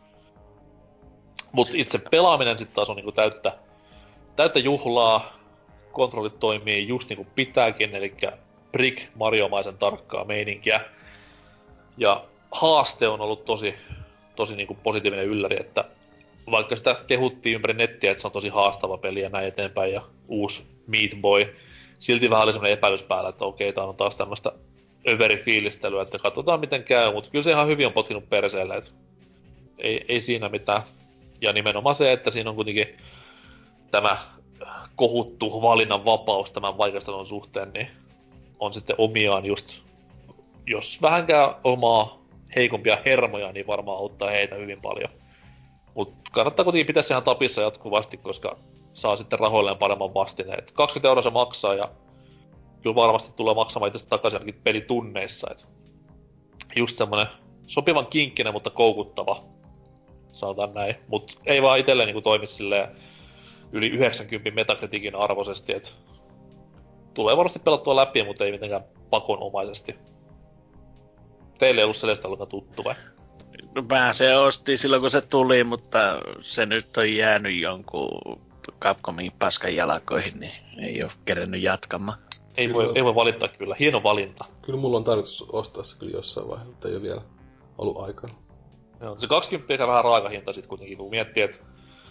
Mut itse pelaaminen sitten taas on niinku täyttä juhlaa. Kontrollit toimii just niinku pitääkin, eli Brick Mario-maisen tarkkaa meininkiä. Ja haaste on ollut tosi niinku positiivinen ylläri, että vaikka sitä kehuttiin ympäri nettiä, että se on tosi haastava peli ja näin eteenpäin, ja uusi Meat Boy, silti vähän oli semmoinen epäilys päällä, että okei, tää on taas tämmöistä överi-fiilistelyä, että katsotaan miten käy, mutta kyllä se ihan hyvin on potkinut perseelle, että ei siinä mitään. Ja nimenomaan se, että siinä on kuitenkin tämä kohuttu valinnan vapaus tämän vaikeustelun suhteen, niin on sitten omiaan just, jos vähänkään omaa heikompia hermoja, niin varmaan auttaa heitä hyvin paljon. Mut kannattaa kuitenkin pitää se ihan tapissa jatkuvasti, koska saa sitten rahoilleen paremman vastineen. 20 € se maksaa ja kyllä varmasti tulee maksamaan itse takaisin ainakin pelitunneissa. Et just semmonen sopivan kinkkinen, mutta koukuttava, sanotaan näin. Mut ei vaan itselleen niinku toimi silleen yli 90 Metacriticin arvoisesti, et tulee varmasti pelattua läpi, mutta ei mitenkään pakonomaisesti. Teille ei ollut Celeste ollenkaan tuttu vai? No mä se ostin silloin kun se tuli, mutta se nyt on jäänyt jonkun Capcomin paskan jalkoihin, niin ei oo kerennyt jatkamaan. Ei voi valittaa kyllä, hieno valinta. Kyllä mulla on tarkoitus ostaa se kyllä jossain vaiheessa, mutta ei oo vielä ollut aikaa. Joo, se 20 on vähän raaka hinta sit kuitenkin, kun miettii, että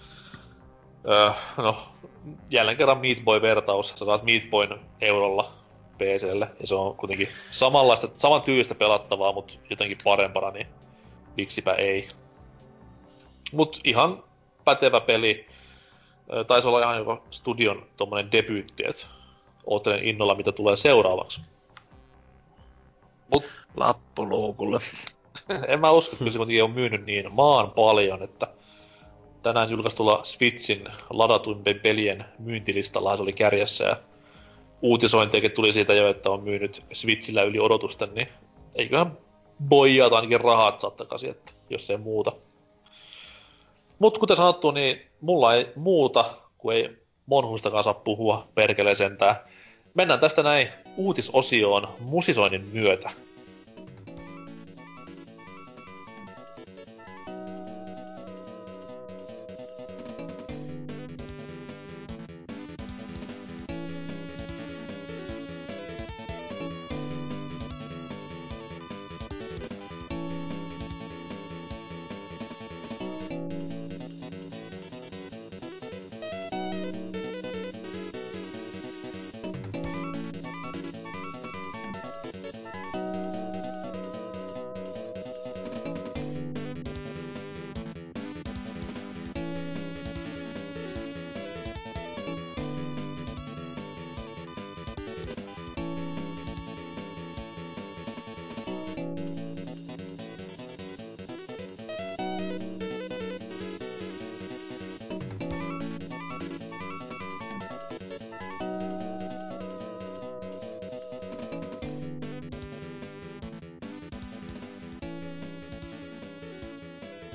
jälleen kerran Meat Boy-vertaus, sä saat Meat Boyn eurolla PC:lle, ja se on kuitenkin saman tyylistä pelattavaa, mut jotenkin parempana, niin miksipä ei. Mut ihan pätevä peli. Taisi olla ihan jopa studion tommonen debyytti, et oottelen innolla mitä tulee seuraavaksi. Mut Lappuluukulle. en mä usko, kyllä se kuitenkin on myynyt niin maan paljon, että tänään julkaistulla Switchin ladatuimpien pelien myyntilistalla se oli kärjessä ja uutisointiakin tuli siitä jo, että on myynyt Switchillä yli odotusten, niin eiköhän boijaa ainakin rahat saa takaisin, että jos ei muuta. Mut kuten sanottu, niin mulla ei muuta, kun ei Monhustakaan saa puhua perkeleen sentään. Mennään tästä näin uutisosioon musisoinnin myötä.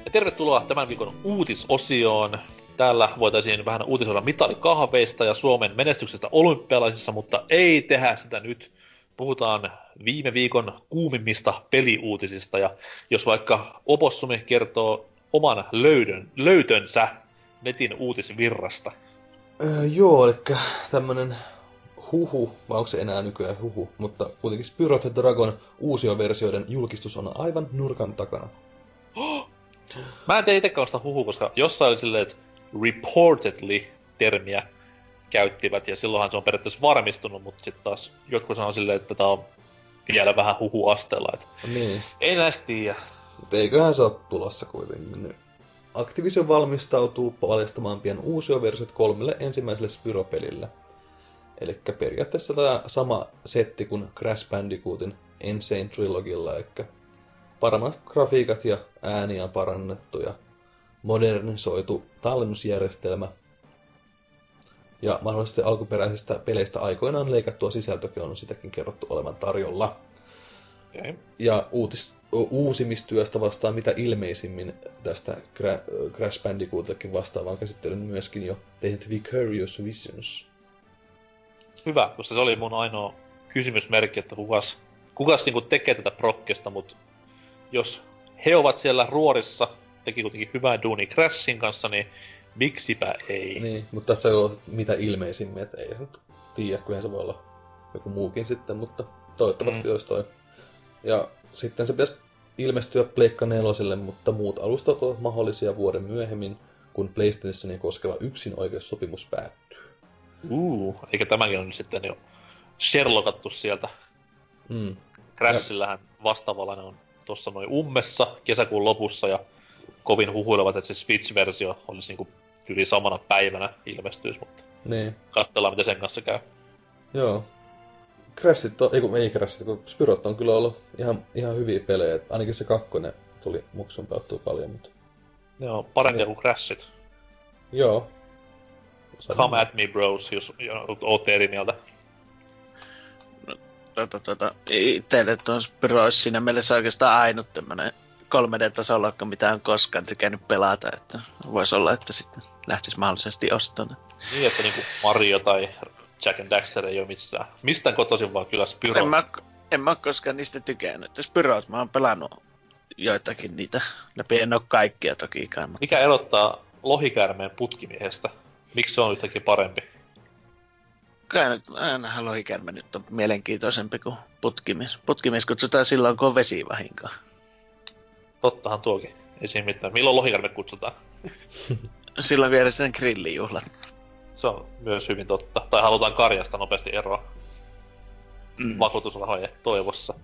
Ja tervetuloa tämän viikon uutisosioon. Täällä voitaisiin vähän uutisoida mitalikahveista ja Suomen menestyksestä olympialaisissa, mutta ei tehdä sitä nyt. Puhutaan viime viikon kuumimmista peliuutisista, ja jos vaikka Opossumi kertoo oman löytönsä netin uutisvirrasta. Joo, eli tämmönen huhu, vai onko se enää nykyään huhu, mutta kuitenkin Spyro the Dragon uusioversioiden julkistus on aivan nurkan takana. Mä en tee itekään sitä huhu, koska jossain oli silleen, että reportedly-termiä käyttivät, ja silloinhan se on periaatteessa varmistunut, mutta sitten taas jotkut sanoo silleen, että tää on vielä vähän huhuasteella, että Niin. ei näistä tiedä. Mutta eiköhän se ole tulossa kuitenkin. Activision valmistautuu paljastamaan pian uusioversiot 3 ensimmäiselle Spyro-pelille. Eli periaatteessa tämä sama setti kuin Crash Bandicootin Insane Trilogilla, eli paremmat grafiikat ja ääniä on parannettu ja modernisoitu tallennusjärjestelmä. Ja mahdollisesti alkuperäisistä peleistä aikoinaan leikattua sisältökin on sitäkin kerrottu olevan tarjolla. Okay. Ja uusimistyöstä vastaa mitä ilmeisimmin tästä Crash Bandicootillekin vastaavaan käsittelyyn myöskin jo tehnyt Vicarious Visions. Hyvä, koska se oli mun ainoa kysymysmerkki, että kukas niinku tekee tätä prokkesta, mutta jos he ovat siellä ruorissa, teki kuitenkin hyvää duunia Crashin kanssa, niin miksipä ei. Niin, mutta tässä on mitä ilmeisimmin, että ei se nyt tiedä, kyllähän se voi olla joku muukin sitten, mutta toivottavasti olisi toi. Ja sitten se pitäisi ilmestyä Pleikka 4, mutta muut alustat ovat mahdollisia vuoden myöhemmin, kun PlayStationia koskeva yksinoikeussopimus päättyy. Eikä tämäkin on nyt sitten jo Sherlockattu sieltä. Crashillähän vastaavallainen on tuossa noin ummessa kesäkuun lopussa, ja kovin huhuilevat, että se Switch-versio olisi niinku yli samana päivänä ilmestyisi, mutta niin. Katsellaan, mitä sen kanssa käy. Joo. Kun Spyrot on kyllä ollut ihan hyviä pelejä. Ainakin se 2 tuli muksun peuttua paljon, mutta... Joo, parempia kuin Crashit. Joo. Come at me, bros, jos ootte eri mieltä. Itelle tuon Spyro olisi siinä mielessä oikeastaan ainut tämmönen 3D-tasolokka, mitä on koskaan tykännyt pelata, että voisi olla, että sitten lähtisi mahdollisesti ostamaan. Niin, että niinku Mario tai Jack and Daxter ei oo mistään kotoisin, vaan kyllä Spyro. En mä oo koskaan niistä tykännyt. Spyrot mä oon pelannut joitakin niitä läpi, en oo kaikkia tokikaan. Mutta... Mikä erottaa lohikäärmeen putkimiehestä? Miksi se on yhtäkin parempi? Kai nyt ainahan lohikäärme nyt on mielenkiintoisempi kuin putkimies. Putkimies kutsutaan silloin, kun on vesivahinko. Tottahan tuokin. Ei siinä mitään. Milloin lohikäärme kutsutaan? Silloin vielä sitten grillijuhlat. Se on myös hyvin totta. Tai halutaan karjasta nopeasti eroa. Vakuutusrahojen toivossa.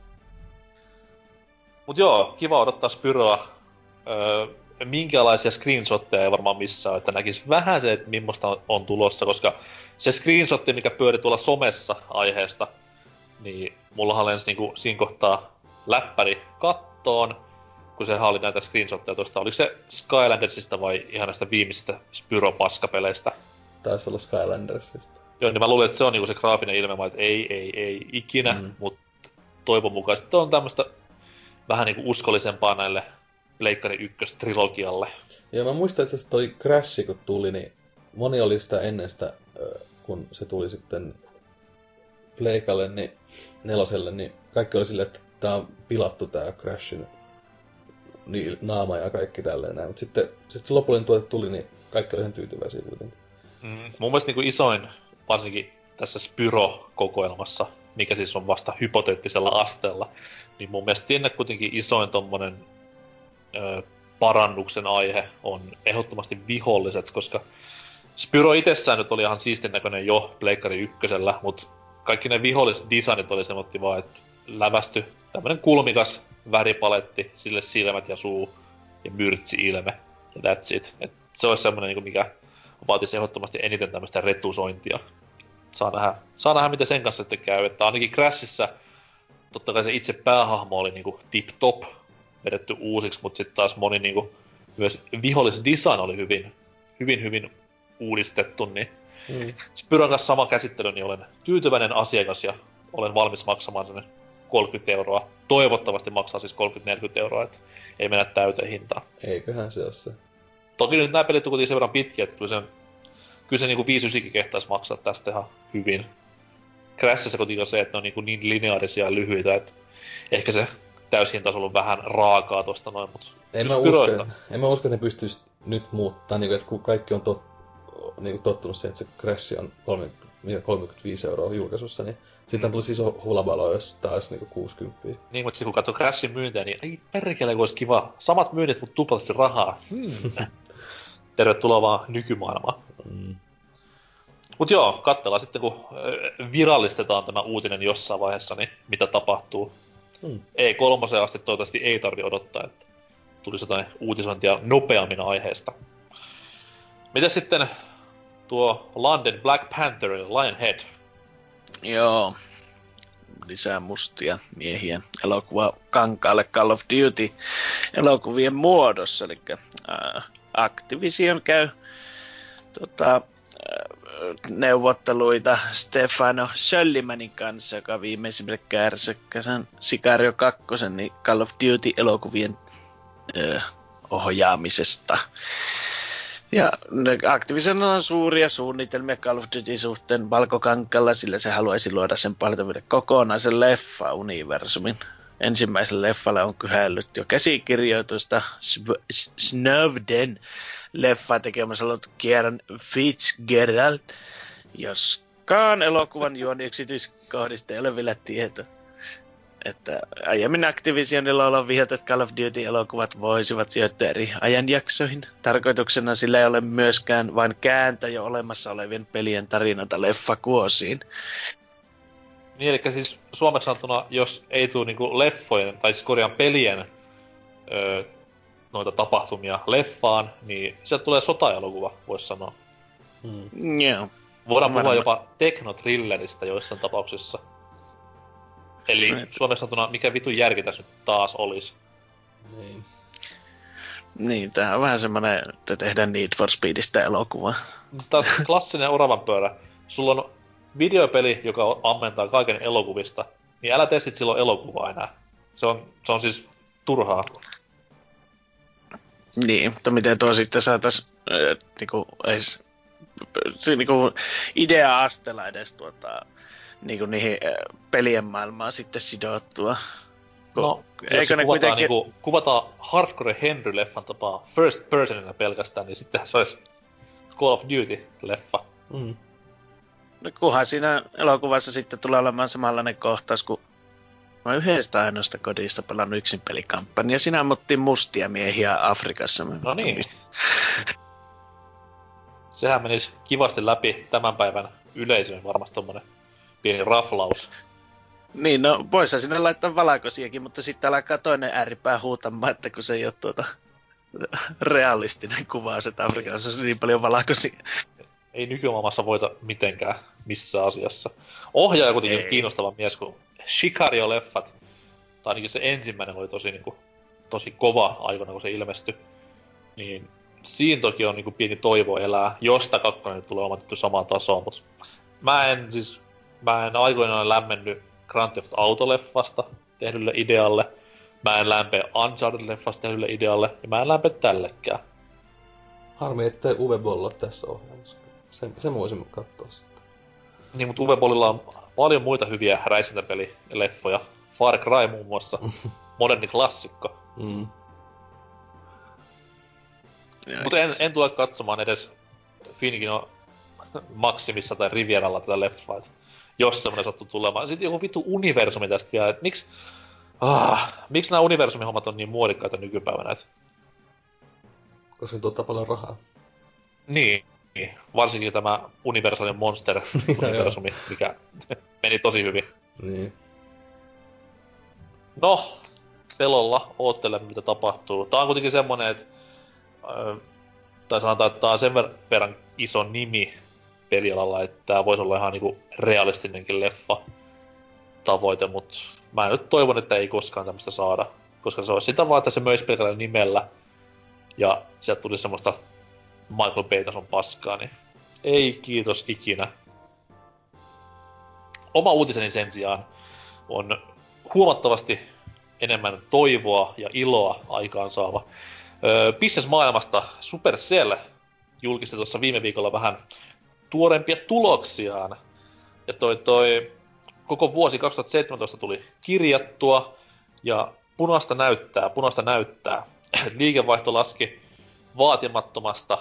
Mut joo, kiva odottaa Spyroa. Minkälaisia screenshotteja ei varmaan missään, että näkis vähän se, että millaista on tulossa, koska se screenshotti, mikä pyöri tuolla somessa aiheesta, niin mullahan lensi niinku siinä kohtaa läppäri kattoon, kun se oli näitä screenshotteja tuosta. Oliko se Skylandersista vai ihan näistä viimeisistä Spyro-paskapeleistä? Taisi olla Skylandersista. Joo, niin mä luulin, että se on niinku se graafinen ilme, että ei ikinä, mutta toivon mukaan sitten on tämmöstä vähän niinku uskollisempaa näille Pleikkari 1-trilogialle. Joo, mä muistan, että se toi Crash, kun tuli, niin moni oli sitä ennen sitä, kun se tuli sitten Pleikalle, niin 4, niin kaikki oli silleen, että tää on pilattu tää Crashin naama ja kaikki tälleen näin. Mutta sitten se lopullinen tuote tuli, niin kaikki oli ihan tyytyväisiä kuitenkin. Mun mielestä niinku isoin, varsinkin tässä Spyro-kokoelmassa, mikä siis on vasta hypoteettisella asteella, niin mun mielestä sinne kuitenkin isoin tommonen parannuksen aihe on ehdottomasti viholliset, koska Spyro itsessään nyt oli ihan siistin näköinen jo Pleikkari 1, mutta kaikki ne viholliset designit oli semmoitti vaan, että lävästy tämmönen kulmikas väripaletti, sille silmät ja suu ja myrtsi-ilme ja that's it. Et se olisi semmonen, mikä vaatisi ehdottomasti eniten tämmöistä retusointia. Saa nähdä miten sen kanssa sitten käy, että ainakin Crashissa totta kai se itse päähahmo oli niinku tip-top vedetty uusiksi, mutta sitten taas moni niinku, myös vihollisdesign oli hyvin uudistettu, niin Spyron kanssa sama käsittely, niin olen tyytyväinen asiakas ja olen valmis maksamaan sen 30 euroa. Toivottavasti maksaa siis 30-40 €, että ei mennä täyteen hintaan. Eiköhän se ole se. Toki nyt nämä pelit on kuitenkin sen verran pitkiä, että kyllä se niinku 5-9 kehtaisi maksaa tästä ihan hyvin. Crashissa kuitenkin on se, että ne on niin lineaarisia ja lyhyitä, että ehkä se täyshinta olisi ollut vähän raakaa tosta noin, mutta En mä usko, että ne pystyis nyt muuttaa, niin kuin, että kun kaikki on tottunut siihen, että se Crash on 35 € julkaisussa, niin sitten tulisi iso hulabalo, jos taas niinku 60. Niin, mutta kun katsoo Crashin myyntiä, niin ei perkele, kun olisi kiva. Samat myynnit, mutta tuplatti rahaa. Tervetuloa vaan nykymaailmaan. Mut joo, katsellaan sitten, kun virallistetaan tämä uutinen jossain vaiheessa, niin mitä tapahtuu. E3 asti toivottavasti ei tarvi odottaa, että tulisi jotain uutisointia nopeammin aiheesta. Mitäs sitten tuo London Black Panther ja Lionhead? Joo. Lisää mustia miehiä elokuva kankaalle Call of Duty elokuvien muodossa. Eli Activision käy neuvotteluita Stefano Söllimänin kanssa, joka viimeisimmille kärsäkkäsen Sicario 2, niin Call of Duty-elokuvien ohjaamisesta. Ja Activision on suuria suunnitelmia Call of Duty suhteen Valkokankalla, sillä se haluaisi luoda sen palveluville kokonaisen leffa-universumin. Ensimmäiselle leffalle on kyhällyt jo käsikirjoitusta Snowden leffa tekemässä ollut Kieran Fitzgerald, joskaan elokuvan juoni yksityiskohdista ei ole vielä tieto. Että aiemmin Activisionilla on vihjat, että Call of Duty-elokuvat voisivat sijoittua eri ajanjaksoihin. Tarkoituksena sillä ei ole myöskään vain kääntää jo olemassa olevien pelien tarinoita leffakuosiin. Niin, eli siis suomeksi sanottuna, jos ei tule niinku leffojen, tai siis korjaan pelien noita tapahtumia leffaan, niin sieltä tulee sotaelokuva, voisi sanoa. Joo. Voidaan puhua jopa teknotrilleristä joissain tapauksissa. Eli suomeksi sanottuna, mikä vitun järki tässä nyt taas olisi. Niin, tää on vähän semmonen, että tehdään Need for Speedistä elokuvaa. Taas klassinen oravan pyörä. Sulla on videopeli, joka ammentaa kaiken elokuvista, niin älä tee sit silloin elokuvaa enää. Se on siis turhaa. Niin, mutta miten tuo sitten saatais niinku idea-asteella edes niinku niihin pelien maailmaan sitten sidottua. No, jos se kuvataan, kuvataan Hardcore Henry-leffan tapaa first personina pelkästään, niin sitten se olisi Call of Duty-leffa. No kunhan siinä elokuvassa sitten tulee olemaan samanlainen kohtaus, kun mä yhdestä ainoasta kodista pelannut yksin pelikampanja. Siinä ammuttiin mustia miehiä Afrikassa. No niin. Sehän menisi kivasti läpi tämän päivän yleisöön varmasti tommonen pieni raflaus. Niin, no voisihan sinne laittaa valakosiakin, mutta sitten alkaa toinen ääripää huutamaan, että kun se ei ole realistinen kuva, että Afrikassa on niin paljon valakosia. Ei nykymaailmassa voita mitenkään missään asiassa. Ohjaaja kuitenkin kiinnostava mies, kun Sicario-leffat, tai ainakin se ensimmäinen oli tosi kova aikana, kun se ilmestyi. Niin siinä toki on pieni toivo elää, jos tää kakkonen tulee omatettu samaan tasoon, mutta mä en aikoinaan lämmennyt Grand Theft Auto-leffasta tehdylle idealle, mä en lämpeä Uncharted-leffasta tehdylle idealle, ja mä en lämpeä tällekään. Harmi, ettei Uwe Boll ole tässä ohjelmassa. Sen voisimme katsoa sitten. Niin, mutta Uwe Bollilla on paljon muita hyviä räiskintäpelileffoja. Far Cry muun muassa. Moderni klassikko. Mutta en tule katsomaan edes Finkin on Maximissa tai Rivieralla tätä leffaa. Jos semmonen sattuu tulemaan. Sitten joku vittu universumi tästä vielä. Miksi nämä universumihommat on niin muodikkaita nykypäivänä? Koska se tuottaa paljon rahaa. Niin. Varsinkin tämä Universalin Monster-universumi, mikä meni tosi hyvin. Niin. No, pelolla oottelemme, mitä tapahtuu. Tää on kuitenkin semmonen, että tai sanotaan, että tää on sen verran iso nimi pelialalla, että tää voisi olla ihan niinku realistinenkin leffa tavoite, mut mä nyt toivon, että ei koskaan tämmöstä saada. Koska se olisi sitä vaan, että se möisi pelkällä nimellä ja sieltä tuli semmoista Michael Bay-tason paskaa, niin ei kiitos ikinä. Oma uutiseni sen sijaan on huomattavasti enemmän toivoa ja iloa aikaansaava. Business-maailmasta Supercell julkisti tuossa viime viikolla vähän tuorempia tuloksiaan. Ja toi koko vuosi 2017 tuli kirjattua ja punaista näyttää. Liikevaihto laski vaatimattomasta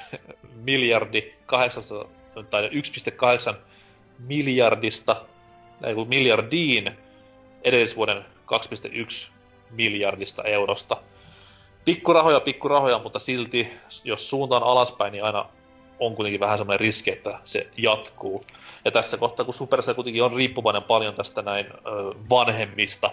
1,8 miljardista miljardiin edellisvuoden 2,1 miljardista eurosta. Pikkurahoja, mutta silti, jos suuntaan alaspäin, niin aina on kuitenkin vähän semmoinen riski, että se jatkuu. Ja tässä kohtaa, kun Supercell kuitenkin on riippuvainen paljon tästä näin vanhemmista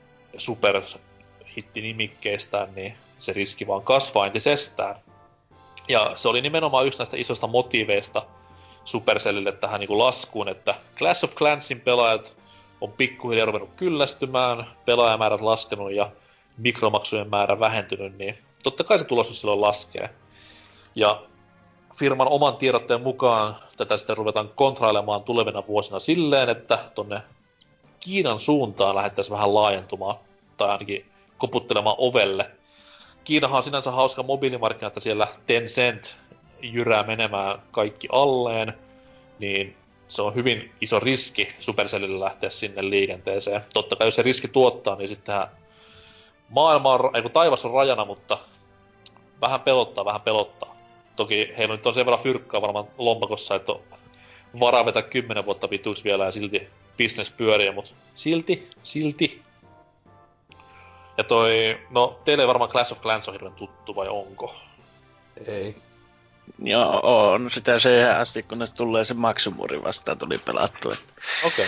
superhittinimikkeistään, niin se riski vaan kasvaa entisestään. Ja se oli nimenomaan yksi näistä isoista motiiveista Supercellille tähän niin kuin laskuun, että Clash of Clansin pelaajat on pikkuhiljaa ruvennut kyllästymään, pelaajamäärät laskenut ja mikromaksujen määrä vähentynyt, niin totta kai se tulos silloin laskee. Ja firman oman tiedotteen mukaan tätä sitten ruvetaan kontrailemaan tulevina vuosina silleen, että tonne Kiinan suuntaan lähdettäisiin vähän laajentumaan, tai ainakin koputtelemaan ovelle. Kiinahan on sinänsä hauska mobiilimarkkina, että siellä Tencent jyrää menemään kaikki alleen, niin se on hyvin iso riski Supercellille lähteä sinne liikenteeseen. Totta kai jos se riski tuottaa, niin sittenhän taivas on rajana, mutta vähän pelottaa. Toki heillä nyt on sen verran fyrkkaa varmaan lompakossa, että on varaa vetää 10 vuotta vituiksi vielä ja silti business pyörii, mutta silti. Ja teille ei varmaan Clash of Clans on hirveän tuttu, vai onko? Ei. Joo, on sitä siihen asti, kunnes tulee se maksumuuri vastaan, tuli pelattua. Okei.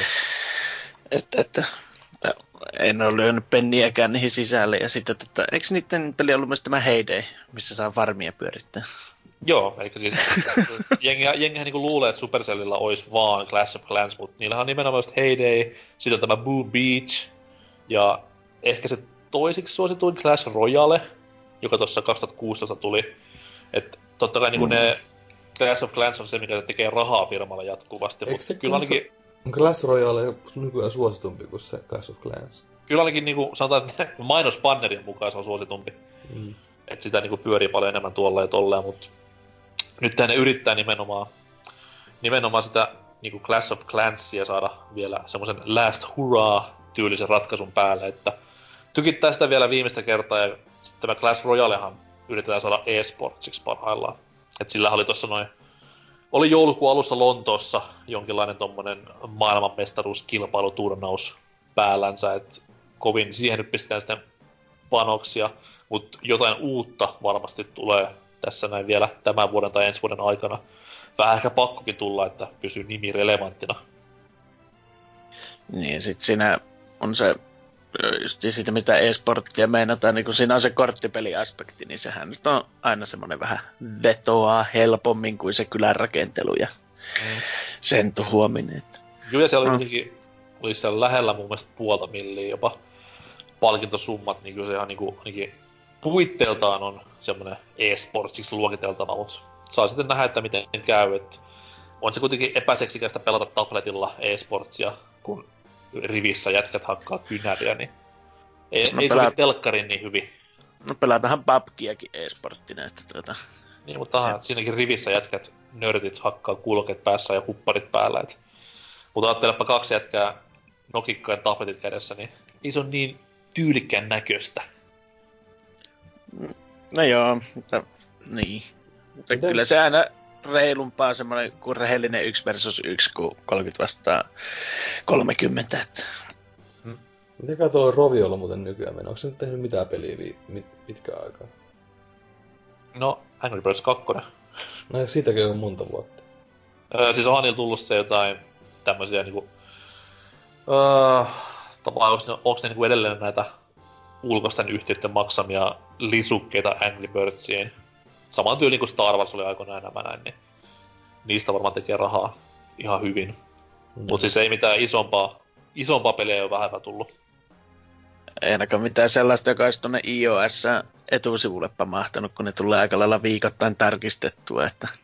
Että en ole lyönyt penniäkään niihin sisälle. Ja sitten, eikö niiden peli ollut myös tämä Heyday, missä saa farmia pyörittää? Joo, eli siis jengihän niinku luulee, että Supercellilla olisi vaan Clash of Clans, mutta niillähän on nimenomaan just Heyday, sitten on tämä Boom Beach, ja ehkä se toisiksi suosituin Clash Royale, joka tuossa 2016 tuli. Että totta kai niinku ne Clash of Clans on se, mikä tekee rahaa firmalle jatkuvasti, mutta kyllä ainakin... On Clash Royale nykyään suositumpi kuin se Clash of Clans? Kyllä ainakin niinku sanotaan, että mainosbannerin mukaan se on suositumpi. Että sitä niinku pyörii paljon enemmän tuolla ja tolleen, mutta nyt ne yrittää nimenomaan sitä niinku Clash of Clansia saada vielä semmoisen last hurrah-tyylisen ratkaisun päälle, että tykittää sitä vielä viimeistä kertaa, ja sitten tämä Clash Royalehan yritetään saada e-sportsiksi parhaillaan. Että sillä oli tossa oli joulukuun alussa Lontoossa jonkinlainen tommonen maailmanmestaruuskilpailuturnaus päällänsä, että kovin siihen nyt pistetään sitten panoksia, mutta jotain uutta varmasti tulee tässä näin vielä tämän vuoden tai ensi vuoden aikana. Vähän ehkä pakkokin tulla, että pysyy nimi relevanttina. Niin, sit siinä on se, just siitä mitä e-sporttia meinataan, niin kun siinä on se korttipeliaspekti, niin sehän nyt on aina semmoinen vähän vetoaa helpommin kuin se kylänrakentelu ja sen tuhoaminen. Joo, ja siellä oli siellä lähellä mun mielestä 0,5 milliä jopa palkintosummat, niin kyllä se ihan niinku puitteeltaan on semmoinen e-sportsiksi luokiteltava, mutta saa sitten nähdä, että miten käy. Et on se kuitenkin epäseksikästä pelata tabletilla e-sportsia, kun rivissä jätkät hakkaa kynäriä, niin ei sovi telkkarin niin hyvin. No pelatahan PUBGiakin e-sporttina, että Niin, mutta siinäkin rivissä jätkät nörtit hakkaa kulkeet päässä ja hupparit päällä. Mutta ajattelepa 2 jätkää nokikkain tabletit kädessä, niin ei se on niin tyylikkään näköistä. No joo, mutta niin. Mutta kyllä se aina reilumpaa semmoinen kuin rehellinen 1 versus 1 kuin 30 vastaan 30. Että. Mitenkä tuolla Roviolla muuten nykyään mennä? Onko se nyt tehnyt mitään peliä pitkään aikaa? No, Angry Birds 2. No siitäkin on monta vuotta. Siis onhan niillä tullut se jotain tämmösiä niinku... onks ne niinku edelleen näitä ulkoisten yhtiöiden maksamia lisukkeita Angry Birdsiin? Saman tyyliin kuin Star Wars oli aikoinaan nämä näin, niin niistä varmaan tekee rahaa ihan hyvin. Mut siis ei mitään isompaa peliä ei ole vähän tullut. Ei ainakaan mitään sellaista, joka olisi tuonne iOS etusivulle pamahtanut, kun ne tulee aika lailla viikoittain tarkistettua, että – 'Jotain tekemistä lypsyjen välissä. Niin. Niin, mutta tahan, siinäkin rivissä jätkät nörtit hakkaa kulkeet päässä ja hupparit päällä. Mutta ajattelepa 2 jätkää nokikkain tabletit kädessä, niin ei se on niin tyylikkään näköistä. No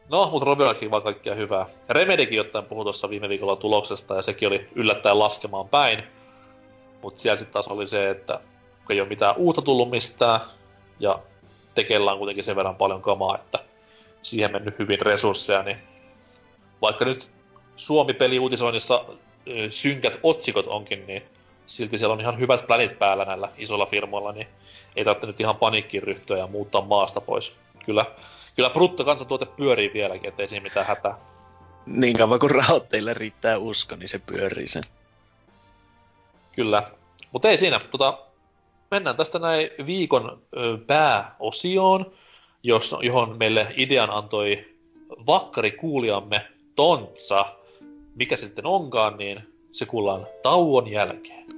No, mutta Robillakin vaan kaikkea hyvää. Remedykin jotain puhui tuossa viime viikolla tuloksesta, ja sekin oli yllättäen laskemaan päin. Mutta siellä sitten taas oli se, että ei ole mitään uutta tullut mistään, ja tekellä on kuitenkin sen verran paljon kamaa, että siihen mennyt hyvin resursseja, niin vaikka nyt Suomi-peli uutisoinnissa synkät otsikot onkin, niin silti siellä on ihan hyvät plänit päällä näillä isoilla firmoilla, niin ei tarvitse nyt ihan paniikkiin ryhtyä ja muuttaa maasta pois. Kyllä bruttokansantuote pyörii vieläkin, ettei siinä mitään hätää. Niin kauan kun rahoitteille riittää usko, niin se pyörii sen. Kyllä. Mutta ei siinä. Mennään tästä näin viikon pääosioon, johon meille idean antoi vakkari kuulijamme Tontsa. Mikä sitten onkaan, niin se kuullaan tauon jälkeen.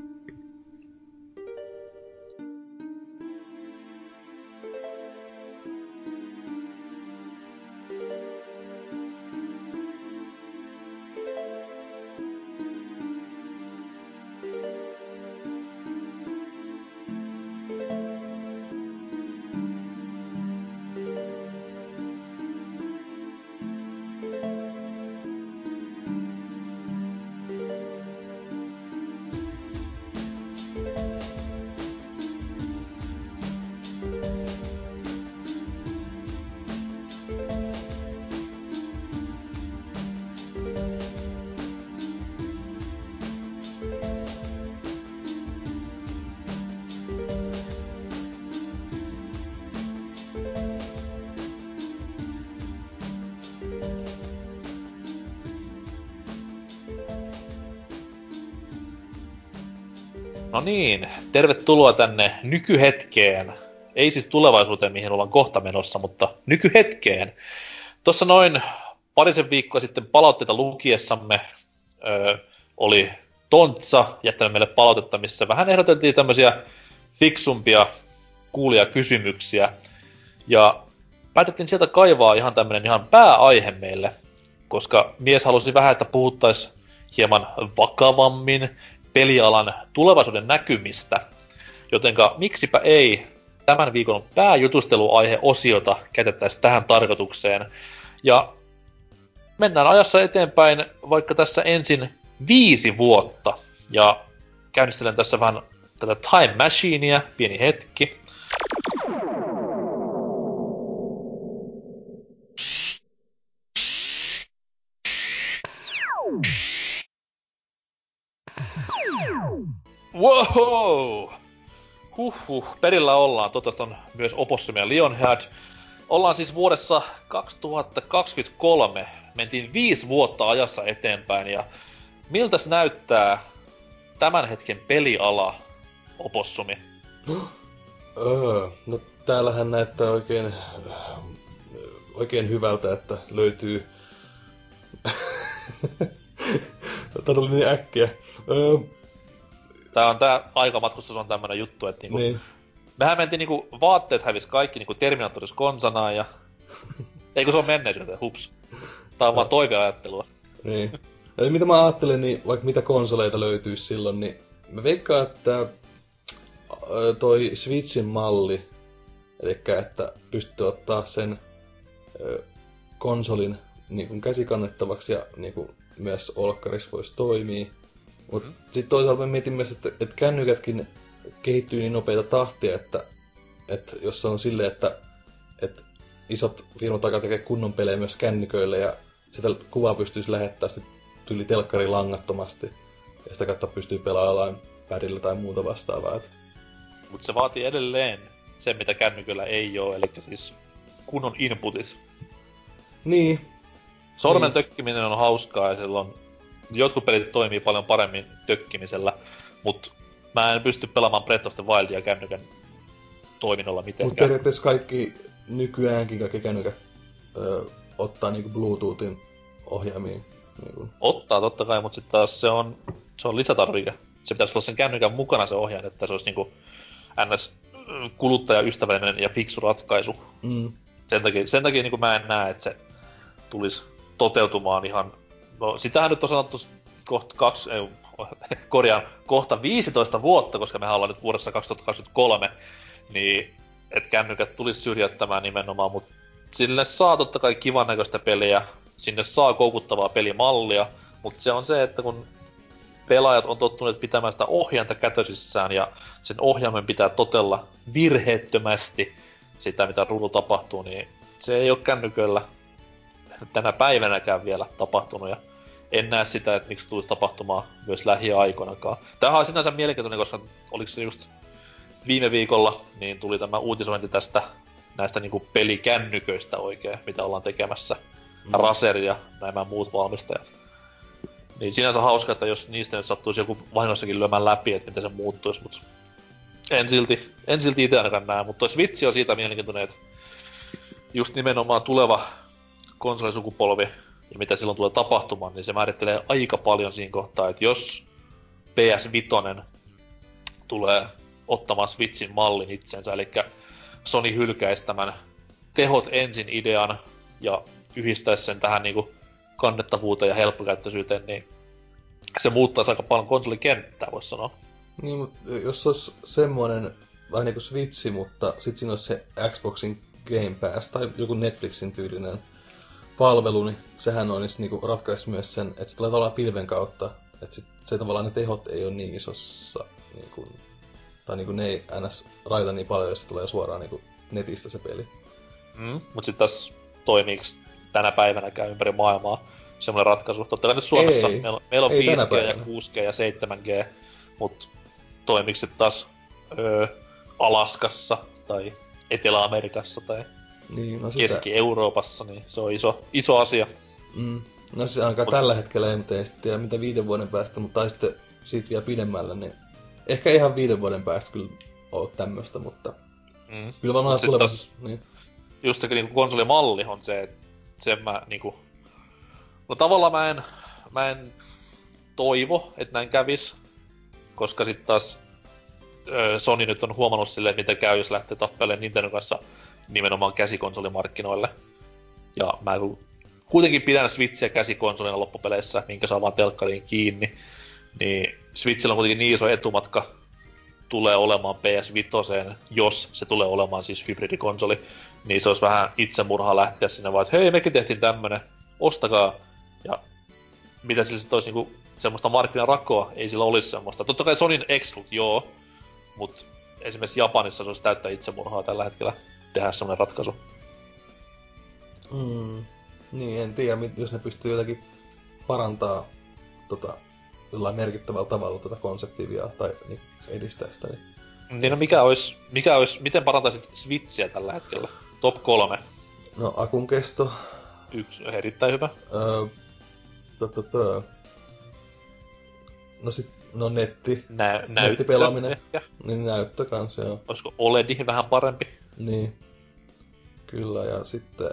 No niin, tervetuloa tänne nykyhetkeen. Ei siis tulevaisuuteen, mihin ollaan kohta menossa, mutta nykyhetkeen. Tuossa noin parisen viikkoa sitten palautteita lukiessamme oli Tontsa jättänyt meille palautetta, missä vähän ehdoteltiin tämmöisiä fiksumpia kuulijakysymyksiä. Ja päätettiin sieltä kaivaa ihan tämmönen ihan pääaihe meille, koska mies halusi vähän, että puhuttaisiin hieman vakavammin pelialan tulevaisuuden näkymistä, jotenka miksipä ei tämän viikon pääjutusteluaihe-osiota käytettäisiin tähän tarkoitukseen. Ja mennään ajassa eteenpäin vaikka tässä ensin 5 vuotta, ja käynnistelen tässä vähän tätä Time Machinea, pieni hetki. Wow! Perillä ollaan. Toivottavasti on myös Opossum ja Lionhead. Ollaan siis vuodessa 2023. Mentiin 5 vuotta ajassa eteenpäin. Ja miltäs näyttää tämän hetken peliala, Opossumi? No täällähän näyttää oikein hyvältä, että löytyy... Tää tuli niin äkkiä. Tää aikamatkustus on tämmönen juttu, että niinku... Niin. Mehän mentiin niinku, vaatteet hävis kaikki niinku Terminatorissa konsanaan ja... Eikö se on menneisyyteen, hups. Tää on vaan toiveajattelua. Niin. Ja mitä mä ajattelen, niin vaikka mitä konsoleita löytyisi silloin, niin mä veikkaan, että toi Switchin malli, eli että pystyy ottaa sen konsolin niin kuin käsikannettavaksi ja niin kuin myös olkkarissa voisi toimia. Mutta sitten toisaalta mä mietin myös, että kännykätkin kehittyy niin nopeita tahtia, että jos se on silleen, että isot firmat alkaa tekee kunnon pelejä myös kännyköille ja sitä kuvaa pystyisi lähettämään sitten tyyli telkkari langattomasti ja sitä kautta pystyy pelaamaan padilla tai muuta vastaavaa. Mutta se vaatii edelleen sen, mitä kännyköllä ei oo, eli siis kunnon inputit. Niin. Sormen tökkiminen on hauskaa ja silloin jotkut pelit toimii paljon paremmin tökkimisellä, mut mä en pysty pelaamaan Breath of the Wildia kännykän toiminnolla mitenkään. Mut periaatteessa kaikki nykyäänkin kaikki kännykät ottaa niinku Bluetoothin ohjaimiin. Niinku. Ottaa totta kai, mut sit taas se on lisätarvike. Se pitäisi olla sen kännykän mukana se ohjaaja, että se olisi niinku ns. Kuluttajaystävällinen ja fiksu ratkaisu. Mm. Sen takia niinku mä en näe, että se tulisi toteutumaan ihan... No, sitähän nyt on sanottu kohta 15 vuotta, koska mehän ollaan nyt vuodessa 2023, niin että kännykät tulisi syrjäyttämään nimenomaan, mutta Sille saa totta kai kivan näköistä peliä, sinne saa koukuttavaa pelimallia, mutta se on se, että kun pelaajat on tottuneet pitämään sitä ohjainta kätösissään ja sen ohjaimen pitää totella virheettömästi sitä, mitä ruudulla tapahtuu, niin se ei ole kännyköllä tänä päivänäkään vielä tapahtunut ja en näe sitä, että miksi tulisi tapahtumaan myös lähiaikoinakaan. Tämähän on sinänsä mielenkiintoinen, koska oliko se just viime viikolla, niin tuli tämä uutisointi tästä näistä niinku pelikännyköistä oikein, mitä ollaan tekemässä. Razer ja nämä muut valmistajat. Niin sinänsä hauska, että jos niistä nyt sattuisi joku vahingossakin lyömään läpi, että miten se muuttuisi, mutta en silti itse ainakaan näe. Mutta toi Switch on siitä mielenkiintoinen, että just nimenomaan tuleva konsolisukupolvi ja mitä silloin tulee tapahtumaan, niin se määrittelee aika paljon siinä kohtaa, että jos PS5 tulee ottamaan Switchin mallin itsensä, eli Sony hylkäisi tämän tehot ensin idean ja yhdistäisi sen tähän niinku kannettavuuteen ja helppokäyttöisyyteen, niin se muuttaisi aika paljon konsolikenttää, voisi sanoa. Niin, mutta jos olisi semmoinen, vähän niin kuin Switchi, mutta sitten siinä olisi se Xboxin Game Pass tai joku Netflixin tyylinen palvelu, niin sehän on niinku ratkaisi myös sen, että se tulee tavallaan pilven kautta, että se tavallaan ne tehot ei ole niin isossa, niinku, tai niinku ne ei ns. Raita niin paljon, jos se tulee suoraan niinku netistä se peli. Mutta sitten taas toimiiks tänä päivänäkään ympäri maailmaa semmoinen ratkaisu. Totta kai nyt Suomessa meillä on 5G ja 6G ja 7G, mutta toimiks sitten taas Alaskassa tai Etelä-Amerikassa tai niin, no Keski-Euroopassa, niin se on iso asia. No siis ainakaan tällä hetkellä en tiedä mitä 5 vuoden päästä, mutta tai sitten siitä vielä pidemmällä, niin ehkä ihan 5 vuoden päästä kyllä ole tämmöstä, mutta kyllä varmaan tulevaisuus. Niin. Just se niinku konsolimalli on se, että sen mä niinku... No tavallaan mä en toivo, että näin kävis, koska sit taas Sony nyt on huomannut silleen, miten käy, jos lähtee tappelemaan Nintendo kanssa nimenomaan käsikonsolimarkkinoille. Ja mä kuitenkin pidän Switchiä käsikonsolina loppupeleissä, minkä saa vaan telkkariin kiinni. Niin Switchillä on kuitenkin niin iso etumatka tulee olemaan PS5, jos se tulee olemaan siis hybridikonsoli. Niin se olisi vähän itsemurhaa lähteä sinne vaan, että hei, mekin tehtiin tämmönen, ostakaa. Ja mitä sillä sitten olisi niinku semmoista markkinarakoa, ei sillä olisi semmoista. Totta kai Sonyn exclut, joo, mut esimerkiksi Japanissa se olisi täyttä itsemurhaa tällä hetkellä tehdä semmonen ratkaisu. Niin, en tiedä, jos ne pystyy jotenkin parantaa jollain merkittävällä tavalla konseptia vielä, tai niin, edistää sitä. Niin no miten parantaisit Switchiä tällä hetkellä? Top 3. No, akun kesto. 1, erittäin hyvä. No nettipelaaminen. Niin näyttö kans, joo. Olisiko OLED vähän parempi? Niin. Kyllä, ja sitten...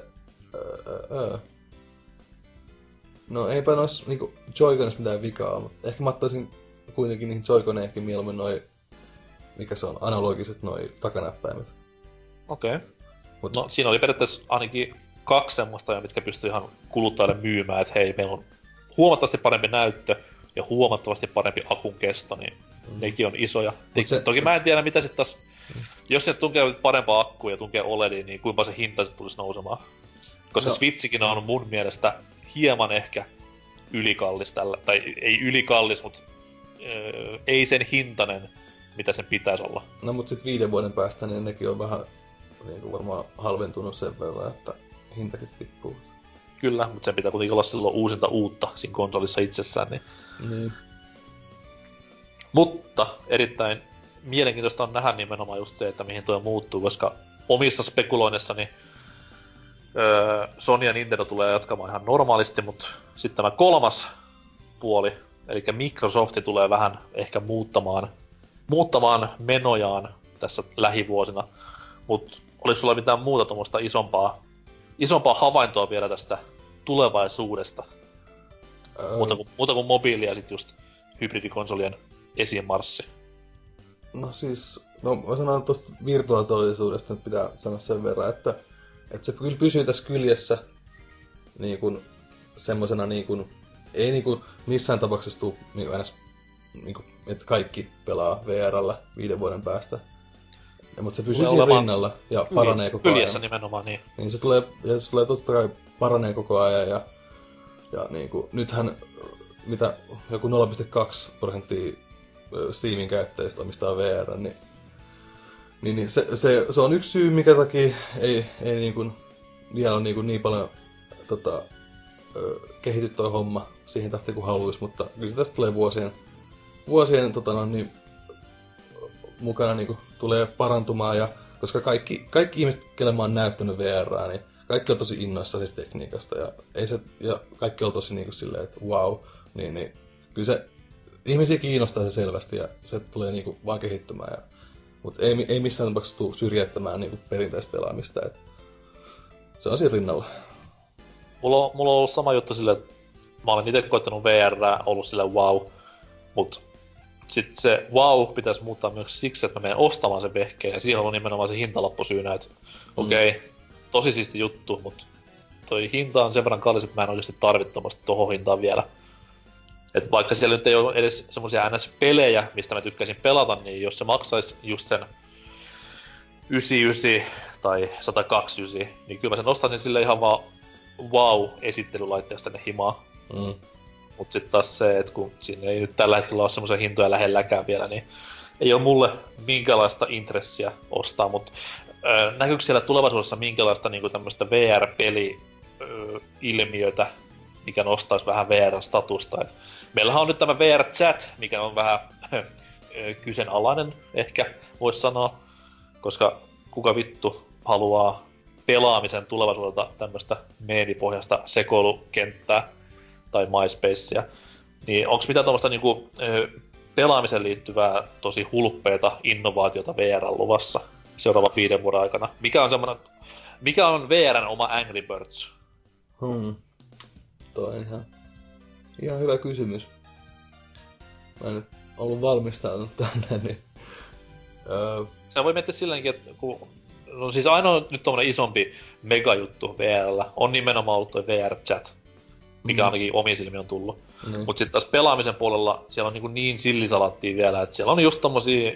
No eipä nois niinku Joy-Conissa mitään vikaa, mutta ehkä mä ottaisin kuitenkin niihin Joy-Coneihin mieluummin noi... Mikä se on? Analogiset noi takanäppäimet. Okei. No siinä oli periaatteessa ainakin 2 semmoista, mitkä pystyy ihan kuluttajille myymään, että hei, meillä on huomattavasti parempi näyttö ja huomattavasti parempi akun kesto, niin nekin on isoja. Toki mä en tiedä, mitä sitten taas, jos ne tunkee parempaa akkua ja tunkee OLEDiin, niin kuinka se hinta sitten tulisi nousemaan. Koska Switchikin on mun mielestä hieman ehkä ylikallis tällä, tai ei ylikallis, mutta ei sen hintainen, mitä sen pitäisi olla. No mut sit 5 vuoden päästä, niin nekin on vähän niin varmaan halventunut sen verran, että hintakin tippuu. Kyllä, mutta sen pitää kuitenkin olla silloin uusinta uutta siinä konsolissa itsessään. Niin. Mutta erittäin mielenkiintoista on nähdä nimenomaan just se, että mihin tuo muuttuu, koska omissa spekuloinnissani Sony ja Nintendo tulee jatkamaan ihan normaalisti, mutta sitten tämä 3. puoli, eli Microsoft tulee vähän ehkä muuttamaan menojaan tässä lähivuosina. Mutta oliko sulla mitään muuta tuommoista isompaa havaintoa vielä tästä tulevaisuudesta? Muuta kuin mobiili ja sitten just hybridikonsolien esiinmarssi. No siis, mä sanon tuosta virtuaalitodellisuudesta, nyt pitää sanoa sen verran, että se kyllä pysyy tässä kyljessä niin kuin semmosena niin kuin, ei niin kuin missään tapauksessa tule niin kuin, että kaikki pelaa VR:llä 5 vuoden päästä. mutta se pysyy siinä rinnalla ja paranee koko ajan. Kyljessä nimenomaan, niin. Niin se tulee totta kai paranee koko ajan ja niinku, nythän mitä joku 0,2% Steamin käyttäjistä omistaa VR, niin se on yksi syy, mikä takia ei niinku vielä on niin paljon kehity toi homma siihen tahtiin kuin haluaisi, mutta kyllä se tästä tulee vuosien mukana niinku tulee parantumaan, ja koska kaikki ihmiset, kelle mä oon näyttänyt VR:ää, niin kaikki on tosi innoissaan siis tekniikasta, ja kaikki on tosi niinku silleen, että wow, niin kyllä se ihmisiä kiinnostaa se selvästi, ja se tulee niinku vaan kehittymään, mutta ei missään tapauksessa tule syrjäyttämään niinku perinteistä pelaamista, että se on siinä rinnalla. Mulla on ollut sama juttu silleen, että mä olen itse koittanut VR:ää, ollut silleen wow, mut sit se wow pitäisi muuttaa myös siksi, että mä menen ostamaan sen vehkeen, ja siihen on nimenomaan se hintalappu syynä, että okei, tosi siisti juttu, mut toi hinta on sen verran kallis, että mä en oikeesti tarvittomasti tohon hintaan vielä. Et vaikka siellä nyt ei ole edes semmosia NS-pelejä, mistä mä tykkäisin pelata, niin jos se maksaisi just sen 99 tai 129, niin kyllä mä sen ostaisin sille ihan vaan wow-esittelylaitteesta tänne himaa. Mut sit taas se, että kun siinä ei nyt tällä hetkellä ole semmosia hintoja lähelläkään vielä, niin ei oo mulle minkälaista intressiä ostaa, mut näkyykö siellä tulevaisuudessa minkälaista niinku tämmöstä VR-peli-ilmiötä, mikä nostaisi vähän VR-statusta? Et meillähän on nyt tämä VR-chat, mikä on vähän kyseenalainen, ehkä vois sanoa, koska kuka vittu haluaa pelaamisen tulevaisuudelta tämmöstä meemipohjasta sekoilukenttää tai MySpacea, niin onks mitään tommoista niinku pelaamiseen liittyvää tosi hulppeeta innovaatiota VR:n luvassa seuraavan 5 vuoden aikana? Mikä on VR:n oma Angry Birds? Toi on ihan hyvä kysymys. Mä en nyt ollut valmistautunut tänne, niin Sä voi miettiä silleenkin, että no siis ainoa nyt tommonen isompi megajuttu VR:llä on nimenomaan ollut toi VR-chat, mikä ainakin omiin silmiin on tullut. Mut sit taas pelaamisen puolella siellä on niin sillisalattia vielä, että siellä on just tommosia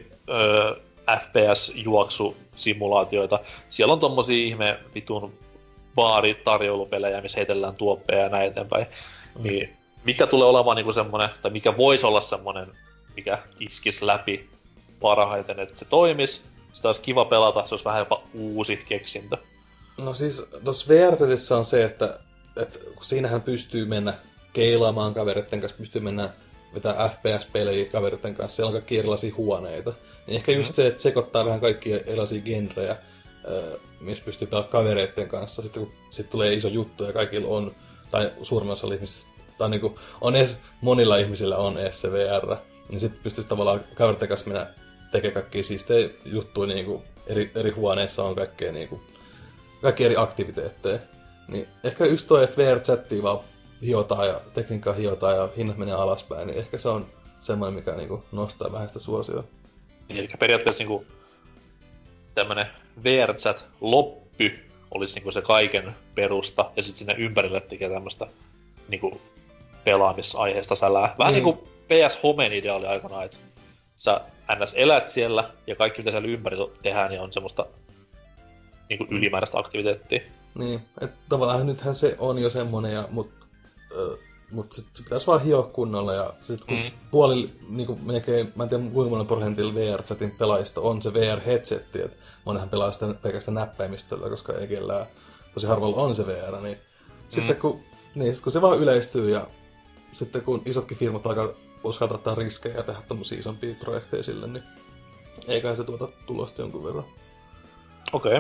FPS-juoksusimulaatioita. Siellä on tommosia ihme vitun baaritarjoulupelejä, missä heitellään tuoppeja ja näin eteenpäin. Niin mikä tulee olemaan niinku semmonen, tai mikä voisi olla semmonen, mikä iskis läpi parhaiten, että se toimis, sitä olisi kiva pelata, se olisi vähän jopa uusi keksintö. No siis tossa VR-tetissä on se, että siinähän pystyy mennä keilaamaan kavereiden kanssa, pystyy mennä vetää FPS-pelejä kavereiden kanssa, siellä on kaikki erilaisia huoneita. Niin ehkä just se, että sekoittaa vähän kaikkia erilaisia genrejä, missä pystyy pelaamaan kavereiden kanssa. Sitten kun tulee iso juttu ja kaikilla on, tai suurimmassa osalla ihmisistä, tai niinku, on edes, monilla ihmisillä on edes se VR, niin sitten pystyy tavallaan kavereiden kanssa mennä tekemään kaikkia siistejä juttuja, niinku, eri huoneissa on kaikkea niinku, kaikki eri aktiviteetteja. Niin ehkä just toi, että VR-chattia vaan hiotaan ja tekniikkaa hiotaan ja hinnat menee alaspäin, niin ehkä se on semmoinen, mikä niinku nostaa vähän sitä suosioa. Eli periaatteessa niinku tämmönen VR-chat-loppy olisi niinku se kaiken perusta, ja sit sinne ympärille tekee tämmöstä niinku pelaamisaiheesta sälää. Vähän niinku PS Homen ideaali aikanaan, että sä ns. Elät siellä, ja kaikki mitä siellä ympärillä tehdään, niin on semmoista niinku ylimääräistä aktiviteettia. Niin, että tavallaan nythän se on jo semmonen, mutta sit se pitäisi vaan hioa kunnolla, ja sit kun puoli, niinku melkein, mä en tiedä kuinka monen prosentilla VR-chatin pelaajista on se VR-headsetti, että monenhan pelaa sitä pelkästään näppäimistöllä, koska ei kellään, tosi harvalla on se VR, niin sitten kun se vaan yleistyy, ja sitten kun isotkin firmat alkaa uskaltaa ottaa riskejä ja tehdä tommosia isompia projekteja sille, niin eiköhän se tuota tulosta jonkun verran. Okei.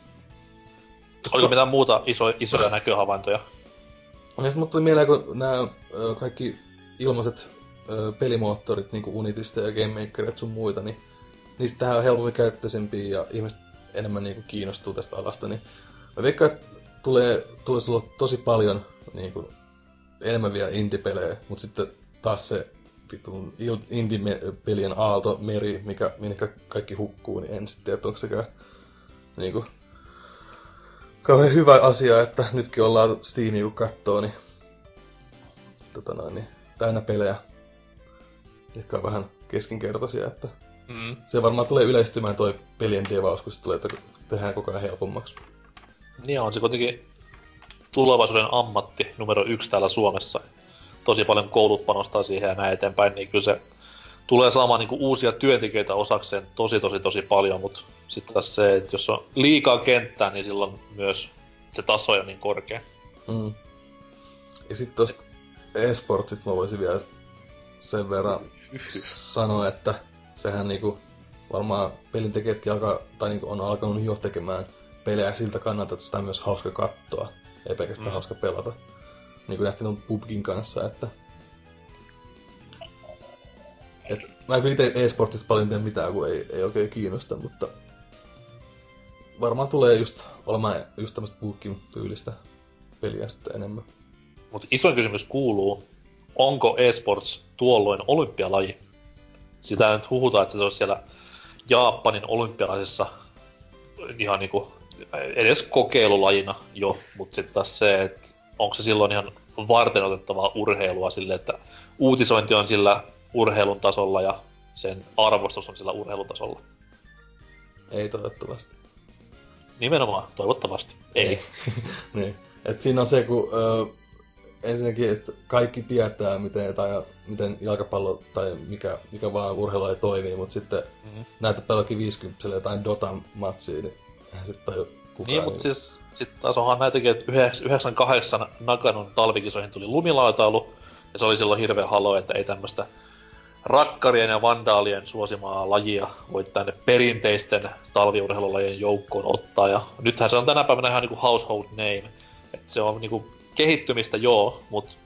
Oliko mitään muuta isoja näköhavaintoja? Ja sitten mut tuli mieleen, kun nämä kaikki ilmaiset pelimoottorit, niinku Unitista ja Game Makerit sun muita, niin niistähän on helpommin käyttöisempiä ja ihmiset enemmän niinku kiinnostuu tästä alasta, niin mä veikkaan, että tulee sulla tosi paljon niinku enemmän vielä indie-pelejä, mutta sitten taas se vitun indie-pelien aalto, meri, minkä kaikki hukkuu, niin en sitten tiedä, onko sekään niinku kauhean hyvä asia, että nytkin ollaan Steamia kun kattoo, niin täynnä pelejä, jotka on vähän keskinkertaisia, että Se varmaan tulee yleistymään toi pelien devaus, kun se tulee tehdään koko ajan helpommaksi. Niin on se kuitenkin tulevaisuuden ammatti numero 1 täällä Suomessa. Tosi paljon koulut panostaa siihen ja näin eteenpäin, niin kyllä se tulee saamaan niinku uusia työntekijöitä osakseen tosi paljon, mutta sitten taas se, että jos on liikaa kenttää, niin silloin myös se taso on niin korkea. Ja sitten tosta eSportsista mä voisin vielä sen verran sanoa, että sehän niinku varmaan pelintekijätkin niinku on alkanut jo tekemään pelejä siltä kannalta, että sitä on myös hauska katsoa, ei pelkästään hauska pelata. Niin kuin nähtiin PUBGin kanssa, että mä en itse eSportsista paljon tiedä mitään, kun ei oikein kiinnosta, mutta varmaan tulee just olemaan just tämmöstä PUBGin tyylistä peliä sitten enemmän. Mutta isoin kysymys kuuluu, onko eSports tuolloin olympialaji? Sitä nyt huhutaan, että se olisi siellä Japanin olympialaisissa ihan niinku edes kokeilulajina jo, mutta sitten taas se, että onko se silloin ihan varteenotettavaa urheilua sille, että uutisointi on sillä urheilun tasolla ja sen arvostus on sillä urheilutasolla. Ei toivottavasti. Nimenomaan, toivottavasti. Ei. Niin. Et siinä on se, kun ensinnäkin, että kaikki tietää, miten jalkapallo tai mikä vaan urheilu toimii, mutta sitten näitä pelaakin 50 jotain Dota-matsia, niin eihän sitten tajua kukaan. Niin, mutta siis sitten taas onhan näitäkin, että 98 Naganon talvikisoihin tuli lumilautailu, ja se oli silloin hirveä halo, että ei tämmöistä rakkarien ja vandaalien suosimaa lajia voi tänne perinteisten talviurheilulajien joukkoon ottaa, ja nythän se on tänä päivänä ihan niinku household name, että se on niinku kehittymistä joo, mut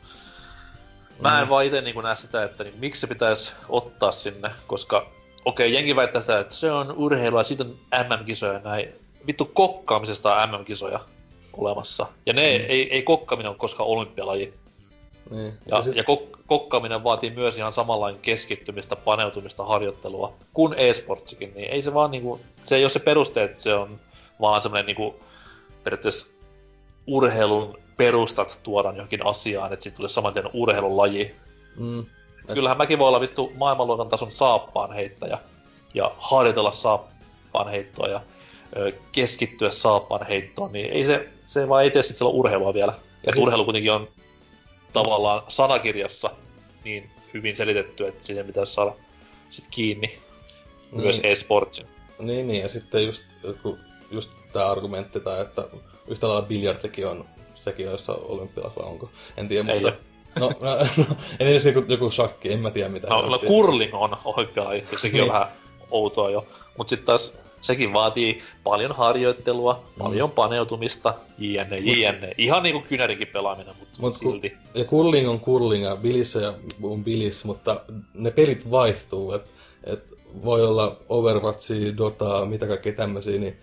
mä en vaan ite niinku näe sitä, että niinku, miksi se pitäisi ottaa sinne, koska okei, jengi väittää sitä, että se on urheilua, siitä on MM-kisoja ja näin. Vittu kokkaamisesta on MM-kisoja olemassa. Ja ne ei kokkaaminen ole koskaan olympialaji. Niin. Ja kokkaaminen vaatii myös ihan samanlainen keskittymistä, paneutumista, harjoittelua kuin e-sportsikin, niin ei se vaan niinku, se ei ole se peruste, että se on vaan semmoinen niinku periaatteessa urheilun perustat tuodaan johonkin asiaan, että siitä tulee saman tien urheilulaji. Kyllähän mäkin voi olla vittu maailmanluokan tason saappaan heittäjä ja harjoitella saappaan heittoa ja keskittyä saappaan heittoon, niin ei se vaan ei tee sit sillä urheilua vielä. Ja urheilu kuitenkin on tavallaan sanakirjassa niin hyvin selitetty, että siihen pitäisi saada sit kiinni myös e-sportsin. Niin, ja sitten just tää argumentti, tai että yhtä lailla biljardikin on sekin jossain olympialais vai onko? En tiedä, mutta No, en edes joku shakki, en mä tiedä mitä. No curling on olympialaji, ja sekin on vähän outoa jo. Mut sit taas sekin vaatii paljon harjoittelua, paljon paneutumista, jne. Ihan niinku kynärinkin pelaaminen, mutta silti. Ja curling on curling ja bilissä on bilis, mutta ne pelit vaihtuu. Et voi olla Overwatchia, Dotaa, mitä kaikkea tämmösiä, niin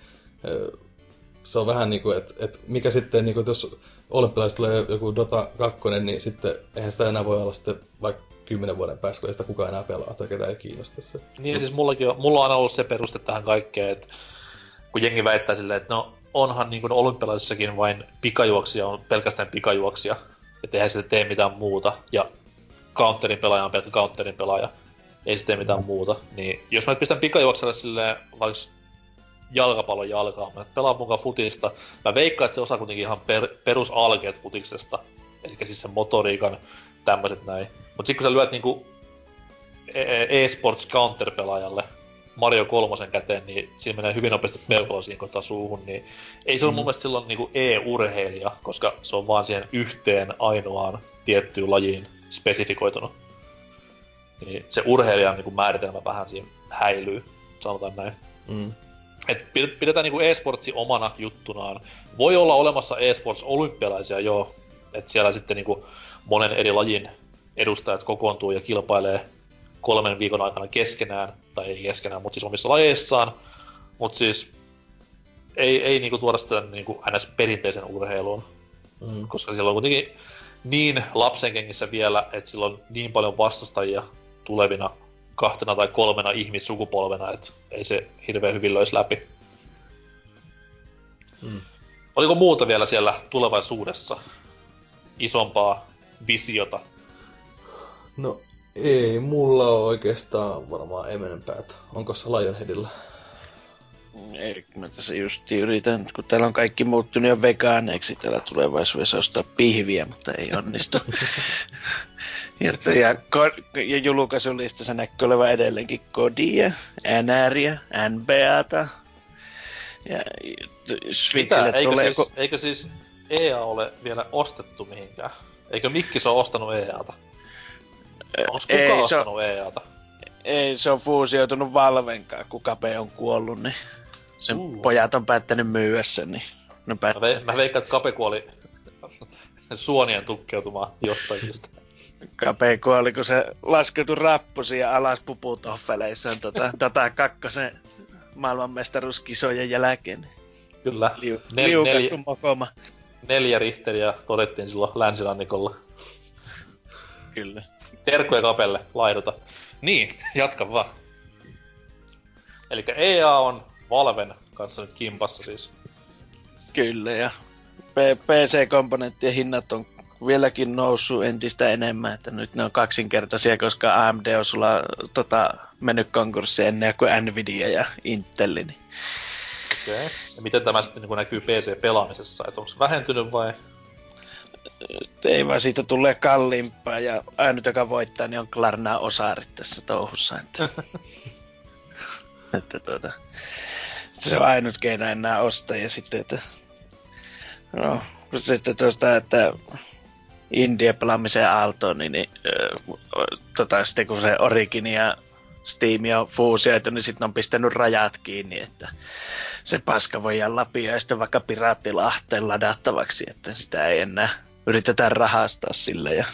se on vähän niinku, että mikä sitten, niinku, jos olympialaiset tulee joku Dota 2, niin sitten eihän sitä enää voi olla sitten vaikka 10 vuoden päästä, kun ei sitä kukaan enää pelaa tai ketään ei kiinnosta se. Niin siis mulla on aina ollut se peruste tähän kaikkeen, että kun jengi väittää silleen, että no onhan niin kuin olympialaisissakin vain pikajuoksija on pelkästään pikajuoksija, että eihän sitä tee mitään muuta, ja counterin pelaaja on pelkkä counterin pelaaja, ei se tee mitään muuta, niin jos mä pistän pikajuoksijalle silleen vaikka jalkapallon jalkaan, mä pelaan mukaan futista, mä veikkaan, että se osaa kuitenkin ihan perusalkeet futiksesta, eli siis sen motoriikan, tämmöset näin. Mut sit kun sä lyöt niinku e-sports counter-pelaajalle Mario 3 käteen, niin siinä menee hyvin nopeasti peukalo siinä kohtaa suuhun, niin ei se ole mun mielestä silloin niinku e-urheilija, koska se on vaan siihen yhteen ainoaan tiettyyn lajiin spesifikoitunut. Niin se urheilijan niinku määritelmä vähän siinä häilyy, sanotaan näin. Et pidetään niinku e-sportsi omana juttunaan. Voi olla olemassa e-sports-olympialaisia, joo. Et siellä sitten niinku monen eri lajin edustajat kokoontuu ja kilpailee 3 viikon aikana keskenään, tai ei keskenään, mutta siis omissa lajeissaan. Mutta siis ei niinku tuoda sitä niinku ns. Perinteisen urheiluun. Koska siellä on kuitenkin niin lapsenkengissä vielä, että sillä on niin paljon vastustajia tulevina 2 tai 3 ihmissukupolvena, että ei se hirveän hyvin löisi läpi. Oliko muuta vielä siellä tulevaisuudessa? Isompaa visiota? No, Ei mulla ole oikeastaan varmaan enempää. Onko se Lionheadilla? Ei, mä tässä just yritän, kun täällä on kaikki muuttunut jo vegaaneiksi täällä tulevaisuudessa ostaa pihviä, mutta ei onnistu. ja julkaisulistassa näkyy olevan edelleenkin Kodia, NRiä, NBAta. Ja Switchille tulee... Eikö siis EA ole vielä ostettu mihinkään? Eikö Mikkis ole ostanut EAta? Onko kukaan ostanut EAta? Ei, se on fuusioitunut Valvenkaan, kun Kape on kuollut, niin sen pojat on päättänyt myyä sen, niin mä veikkaan, että Kape kuoli suonien tukkeutumaan jostakinista. Kape kuoli, kun se laskeutui rappusi ja alas puputoffeleissaan Dota 2 maailmanmestaruuskisojen jälkeen. Kyllä. Liukas kuin mokoma. 4 Richteriä todettiin silloin länsirannikolla. Kyllä. Terkkuja Kapelle, laiduta. Niin, jatka vaan. Elikkä EA on Valven kanssa nyt kimpassa siis. Kyllä, ja PC-komponenttien hinnat on vieläkin noussut entistä enemmän, että nyt ne on kaksinkertaisia, koska AMD on sulla mennyt konkurssiin ennen kuin Nvidia ja Intel. Niin. Okei. Ja miten tämä sitten niin näkyy PC-pelaamisessa? Että onko se vähentynyt vai? Ei vaan siitä tulee kalliimpaa ja ainut joka voittaa niin on Klarna Osarit tässä touhussa. Että se on ainut keino enää ostaa ja sitten että no sitten että indie-pelaamiseen aaltoon niin sitten kun se Origin ja Steam on fuusioitu, niin sitten on pistänyt rajat kiinni, että se paska voidaan lapia ja sitten vaikka Piraattilahteen ladattavaksi, että sitä ei enää yritetään rahastaa sillä ja...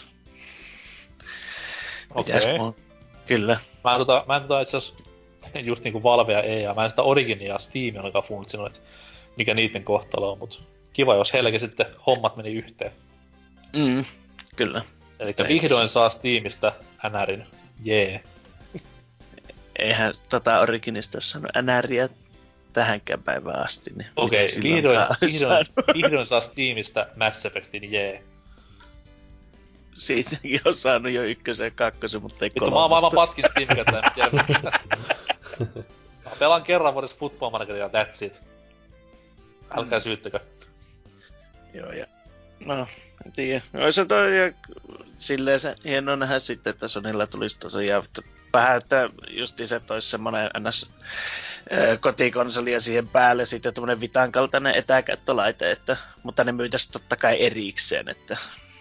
Okei. Kyllä. Mä en itse asiassa just niinku Valve ja EA, mä en sitä Originia ja Steamia ainakaan funtsinut, että mikä niiden kohtalo on, mut kiva jos heilläkin sitten hommat meni yhteen. Kyllä. Elikkä vihdoin saa Steamista NRin, jee. Eihän Originista ole saanut NRiä tähänkään päivään asti. Niin okei, vihdoin saa Steamista Mass Effectin, jee. Siitäkin on saanut jo 1 ja 2, mutta ei 3. Vittu, mä oon maailman paskin Steam-käyttäjä, en tiedä mitään. Mä pelaan kerran vuodessa Football Manageria, that's it. Älkää syyttäkö. Joo, ja... No, en tiedä. Ois toi ja silleen se hienoa nähdä sitten, että Sonylla tulisi tosiaan vähän, että justi se tois semmonen ns. Kotikonsoli ja siihen päälle sitten tämmönen Vitan kaltainen etäkäyttölaite, että, mutta ne myytäis totta kai erikseen, että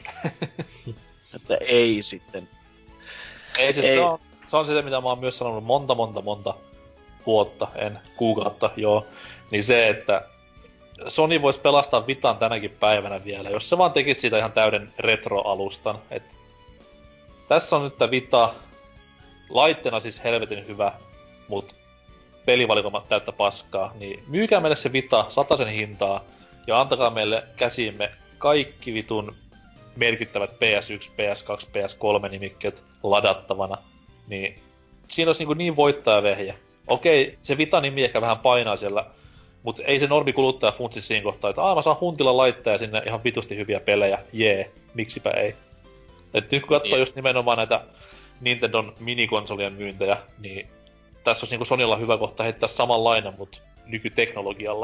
ei sitten. Ei siis ei. Se on sitä, mitä mä oon myös sanonut monta vuotta, en kuukautta, joo. Niin se, että Sony vois pelastaa Vitan tänäkin päivänä vielä, jos se vaan tekisi siitä ihan täyden retro-alustan. Et tässä on nyt tää Vita, laitteena siis helvetin hyvä, mut pelivalikoima täyttä paskaa, niin myykää meille se Vita 100 hintaa ja antakaa meille käsiimme kaikki vitun merkittävät PS1, PS2, PS3 nimikkeet ladattavana, niin siinä olisi niin voittajavehjä. Okei, se Vita-nimi ehkä vähän painaa siellä, mutta ei se normi kuluttaja funtsi siinä kohtaa, että mä saan huntilla laittaa sinne ihan vitusti hyviä pelejä, jee, miksipä ei. Et nyt kun katsoo just nimenomaan näitä Nintendon minikonsolien myyntejä, niin tässä olisi Sonylla hyvä kohta heittää samanlainen, mutta nykyteknologialla.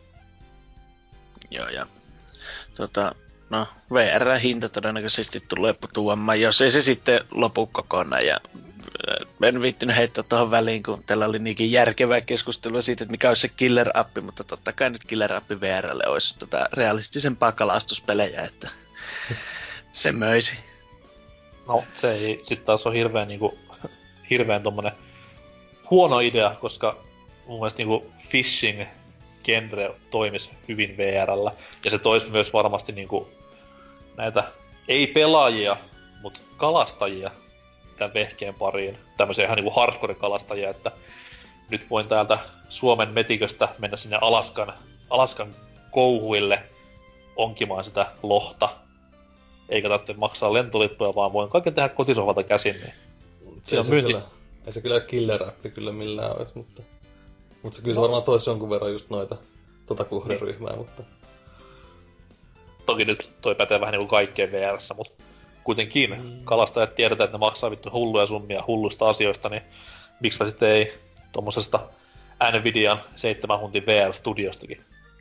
Joo, ja no, VR-hinta todennäköisesti tulee putuamaan, jos ei se sitten lopu kokonaan. Ja en viittinyt heittää tuohon väliin, kun teillä oli niinkin järkevää keskustelua siitä, että mikä olisi se killer-appi, mutta totta kai nyt killer-appi VRlle olisi realistisempaa kalastuspelejä, että se möisi. No, se ei sitten taas ole hirveän tommonen huono idea, koska mun mielestä fishing-genre toimisi hyvin VR:llä. Ja se toisi myös varmasti näitä, ei pelaajia, mutta kalastajia tämän vehkeen pariin. Tämmöisiä ihan hardcore-kalastajia, että nyt voin täältä Suomen metiköstä mennä sinne Alaskan kouhuille onkimaan sitä lohta. Eikä tarvitse maksaa lentolippuja, vaan voin kaiken tehdä kotisohvalta käsin. Niin ei se kyllä killer-appi kyllä millään olisi, mutta se kyllä varmaan toisi jonkun verran just noita kohderyhmää, mutta... Toki nyt toi pätee vähän kaikkeen VR:ssä, mutta kuitenkin kalastajat tiedetään, että ne maksaa vittu hulluja summia hulluista asioista, niin miksipä sitten ei tommosesta Nvidian 7 huntin VR-studiostakin.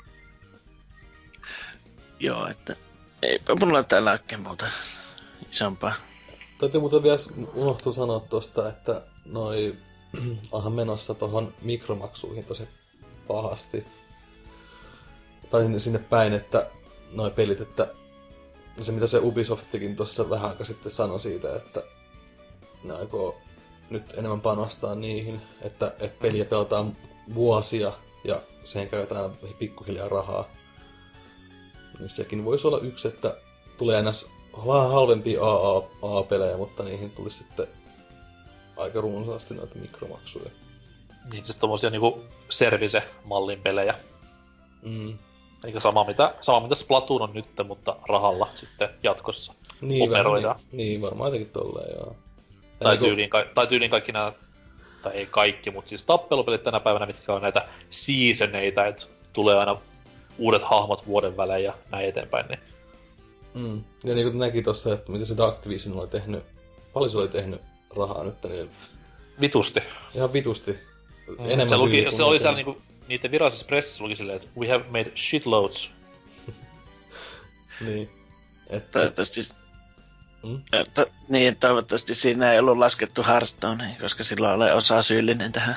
Joo, että eipä mulla täällä oikein muuta isompaa. Täytyy muuten vielä unohtua sanoa tosta, että onhan menossa tohon mikromaksuihin tosi pahasti. Tai sinne päin, että noi pelit, että se mitä se Ubisoftikin tuossa vähän aika sitten sanoi siitä, että ne aikoo nyt enemmän panostaa niihin, että peliä pelataan vuosia ja siihen käytetään pikkuhiljaa rahaa. Niin sekin voisi olla yksi, että tulee ns. Vähän halvempia AAA-pelejä, mutta niihin tulisi sitten aika runsaasti noita mikromaksuja. Niin siis tommosia niinku service-mallin pelejä. Eikä sama mitä Splatoon on nyt, mutta rahalla sitten jatkossa operoidaan. Niin, varmaan jotenkin tolleen, joo. Tai tyyliin kaikki nää, tai ei kaikki, mutta siis tappelupelit tänä päivänä, mitkä on näitä seasoneita, että tulee aina uudet hahmot vuoden välein ja näin eteenpäin. Niin. Ja niin kuin näki tossa, että mitä se Activision oli tehnyt, paljon se oli tehnyt rahaa nyt, niin... Vitusti. Ihan vitusti. Se oli siellä niinku, niiden virallisessa pressissä luki silleen, että we have made shitloads. Niin. Toivottavasti... Niin, toivottavasti siinä ei ollut laskettu Hearthstoneen, koska sillä ole osa syyllinen tähän.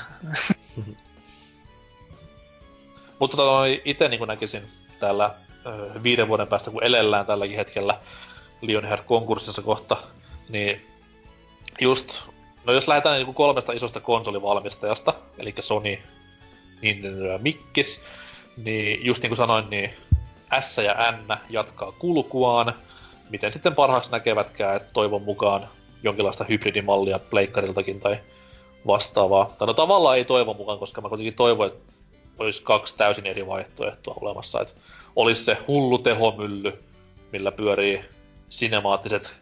Mutta ite niin näkisin täällä 5 vuoden päästä, kun elellään tälläkin hetkellä Lionheart konkurssissa kohta, niin just, no jos lähdetään niin 3 isosta konsolivalmistajasta, eli Sony, Nintendo ja Mikkis, niin just niin kuin sanoin, niin S ja N jatkaa kulkuaan, miten sitten parhaaksi näkevätkään, että toivon mukaan jonkinlaista hybridimallia pleikkariltakin tai vastaavaa. Tai no tavallaan ei toivon mukaan, koska mä kuitenkin toivon, että olisi 2 täysin eri vaihtoehtoa olemassa. Että olisi se hullu tehomylly, millä pyörii sinemaattiset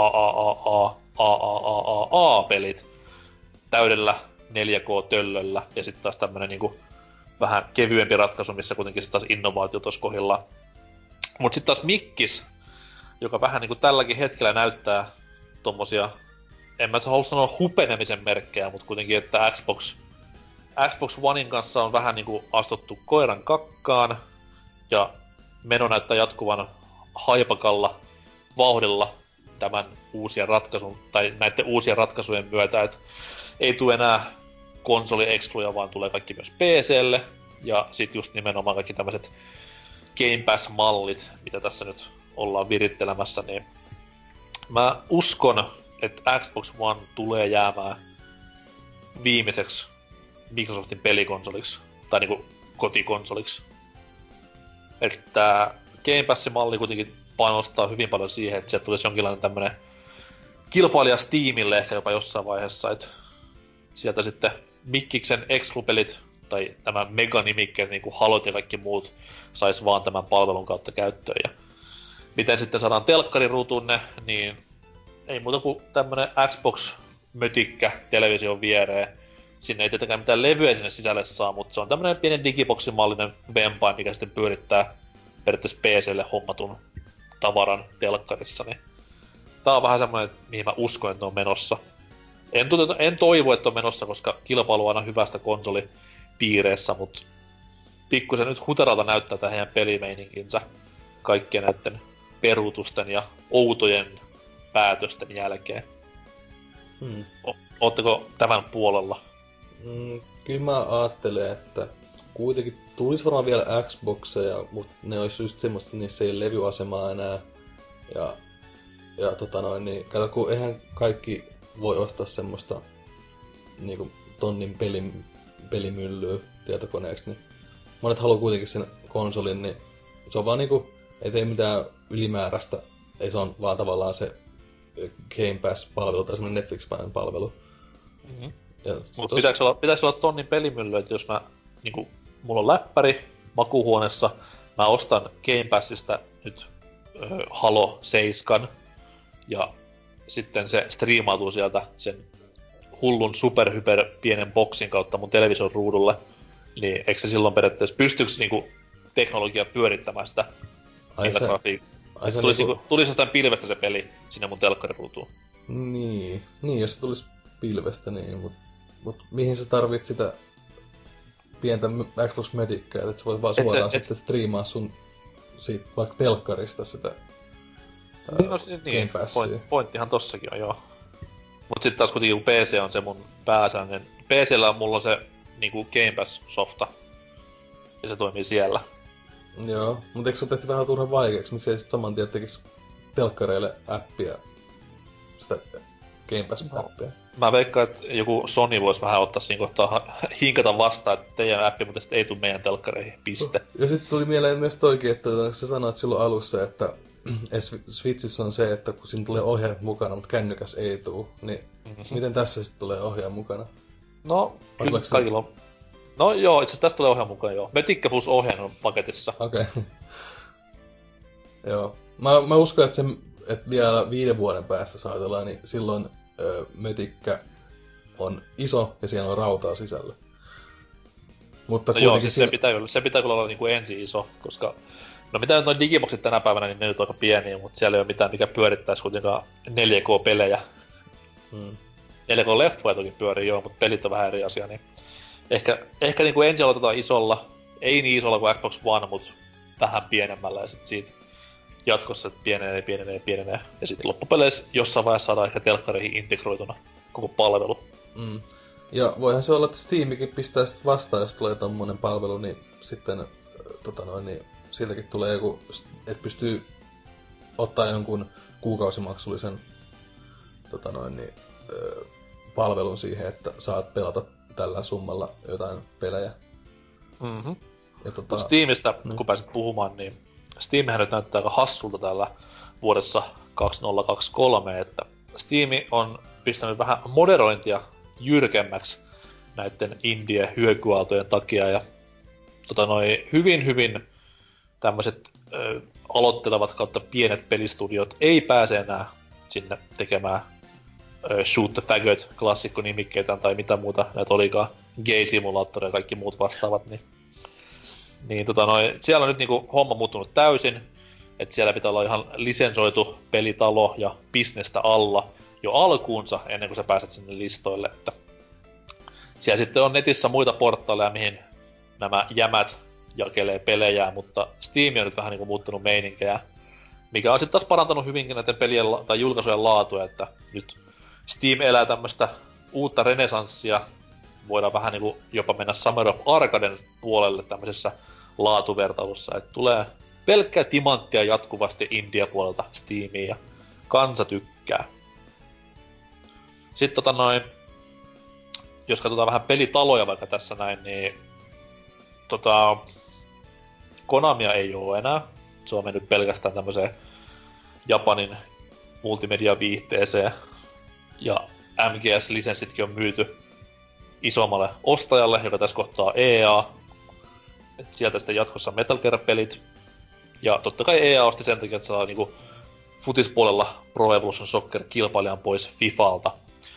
AAA-pelit täydellä 4K-töllöllä, ja sitten taas tämmönen niinku vähän kevyempi ratkaisu, missä kuitenkin sit taas innovaatiot olisi kohdillaan. Mut sit taas Mikkis, joka vähän niinku tälläkin hetkellä näyttää tommosia, en mä halua sanoa hupenemisen merkkejä, mutta kuitenkin, että Xbox Onein kanssa on vähän niinku astuttu koiran kakkaan, ja meno näyttää jatkuvan haipakalla vauhdilla tämän näiden uusien ratkaisujen myötä, että ei tule enää konsoli-excluja, vaan tulee kaikki myös PC:lle, ja sit just nimenomaan kaikki tämmöiset Game Pass-mallit, mitä tässä nyt ollaan virittelemässä, niin mä uskon, että Xbox One tulee jäämään viimeiseksi Microsoftin pelikonsoliksi, tai niinku kotikonsoliksi. Että Game Pass-malli kuitenkin panostaa hyvin paljon siihen, että sieltä tulisi jonkinlainen tämmönen kilpailija Steamille ehkä jopa jossain vaiheessa, että sieltä sitten Mikkiksen exclupelit tai nämä meganimikkeet, niin kuin Halot ja kaikki muut, sais vaan tämän palvelun kautta käyttöön. Ja miten sitten saadaan telkkariruutuun ne, niin ei muuta kuin tämmönen Xbox-mötikkä television viereen. Sinne ei tietenkään mitään levyä sinne sisälle saa, mutta se on tämmönen pienen digiboksimallinen vempain, mikä sitten pyörittää periaatteessa PC:lle hommatun tavaran telkkarissa. Niin tää on vähän semmonen, mihin mä uskon, että ne on menossa. En toivo, että on menossa, koska kilpailu on aina hyvästä konsolipiireissä, mutta pikkusen nyt huteralta näyttää tähän heidän pelimeininkinsä kaikkien näiden peruutusten ja outojen päätösten jälkeen. Ootteko tämän puolella? Kyllä mä ajattelen, että kuitenkin tulisi varmaan vielä Xboxeja, mutta ne olisi just semmoista, että niissä ei levyasemaa enää. Ja niin kato, kun eihän kaikki voi ostaa semmoista niinku tonnin pelimyllyä tietokoneeksi, niin monet haluaa kuitenkin sen konsolin, niin se on vaan niinku, ei tee mitään ylimääräistä, ei se on vaan tavallaan se Game Pass-palvelu tai semmonen Netflix-palvelu. Mut pitääks olla tonnin pelimylly, että jos niinku, mulla on läppäri makuuhuoneessa, mä ostan Game Passista nyt Halo 7, ja sitten se striimautuu sieltä sen hullun superhyper pienen boksin kautta mun television ruudulle, niin eikö se silloin periaatteessa pystyykö niinku teknologia pyörittämään sitä? Ai se tulisi jostain pilvestä se peli sinne mun telkkariruutuun. Niin, jos se tulisi pilvestä, niin, mut mihin sä tarvit sitä pientä Xbox Medicia, että sä voit vaan suoraan sitten striimaa sun siitä vaikka telkkarista sitä Game Passia. Pointtihan tossakin on, joo. Mut sit taas kuitenkin PC on se mun pääsäännön. PCllä mulla on se niinku Game Pass-softa. Ja se toimii siellä. Joo, mut eikö se tehty vähän turhan vaikeaksi? Miksei sit saman tien tekis telkkareille appia? Sitä Game Pass-appia. Mä veikkaan, että joku Sony vois vähän ottaa siinä kohtaa hinkata vastaan, että teidän appi mutta ei tuu meidän telkkareihin, piste. Ja sit tuli mieleen myös toikin, että sä sanoit silloin alussa, että Switchissä on se, että kun siinä tulee ohjaaja mukana, mutta kännykäs ei tuu, niin miten tässä sitten tulee ohjaaja mukana? No, kyllä kaikilla on. No joo, itse asiassa tästä tulee ohjaaja mukaan, joo. Mötikkä plus ohjaaja on paketissa. Okei. Joo. Mä uskon, että vielä 5 vuoden päästä saatellaan, niin silloin mötikkä on iso ja siellä on rautaa sisällä. Mutta no joo, siis se pitää kyllä olla niinku ensi iso, koska no mitä nyt noin digiboxit tänä päivänä, niin ne nyt on aika pieniä, mutta siellä ei ole mitään, mikä pyörittäisi kuitenkaan 4K-pelejä. 4K-leffoja toki pyörii joo, mutta pelit on vähän eri asia, niin ehkä niinku ensin aloitetaan isolla, ei niin isolla kuin Xbox One, mutta vähän pienemmällä ja sit siitä jatkossa pienenee. Ja sitten loppupeleissä jossain vaiheessa saadaan ehkä telkkareihin integroituna koko palvelu. Ja voihan se olla, että Steamikin pistää sit vastaan, jos tulee tommonen palvelu, niin sitten niin siltäkin tulee joku, että pystyy ottaa jonkun kuukausimaksullisen palvelun siihen, että saat pelata tällä summalla jotain pelejä. Ja Steamista, kun pääsit puhumaan, niin Steamhän nyt näyttää aika hassulta täällä vuodessa 2023, että Steam on pistänyt vähän moderointia jyrkemmäksi näiden indie-hyökyaaltojen takia, ja hyvin tämmöiset aloittelevat kautta pienet pelistudiot ei pääse enää sinne tekemään Shoot the Faggot -klassikkonimikkeitä tai mitä muuta näitä olikaan, Gay-simulaattori ja kaikki muut vastaavat, niin siellä on nyt niinku homma muuttunut täysin, että siellä pitää olla ihan lisensoitu pelitalo ja bisnestä alla jo alkuunsa ennen kuin sä pääset sinne listoille, että siellä sitten on netissä muita portaaleja, mihin nämä jämät jakelee pelejä, mutta Steam on nyt vähän niinku muuttanut meininkejä, mikä on sitten taas parantanut hyvinkin näiden pelien tai julkaisujen laatua, että nyt Steam elää tämmöstä uutta renesanssia, voidaan vähän niinku jopa mennä Summer of Arcaden puolelle tämmöisessä laatuvertailussa, että tulee pelkkää timanttia jatkuvasti India-puolelta Steamiin ja kansa tykkää. Sitten jos katsotaan vähän pelitaloja vaikka tässä näin, niin Konamia ei oo enää. Se on mennyt pelkästään tämmöiseen Japanin multimedia-viihteeseen. Ja MGS-lisenssitkin on myyty isommalle ostajalle, joka tässä kohtaa EA. Et sieltä sitten jatkossa Metal Gear-pelit. Ja totta kai EA osti sen takia, että saa niinku futispuolella Pro Evolution Soccer kilpailijan pois Fifalta.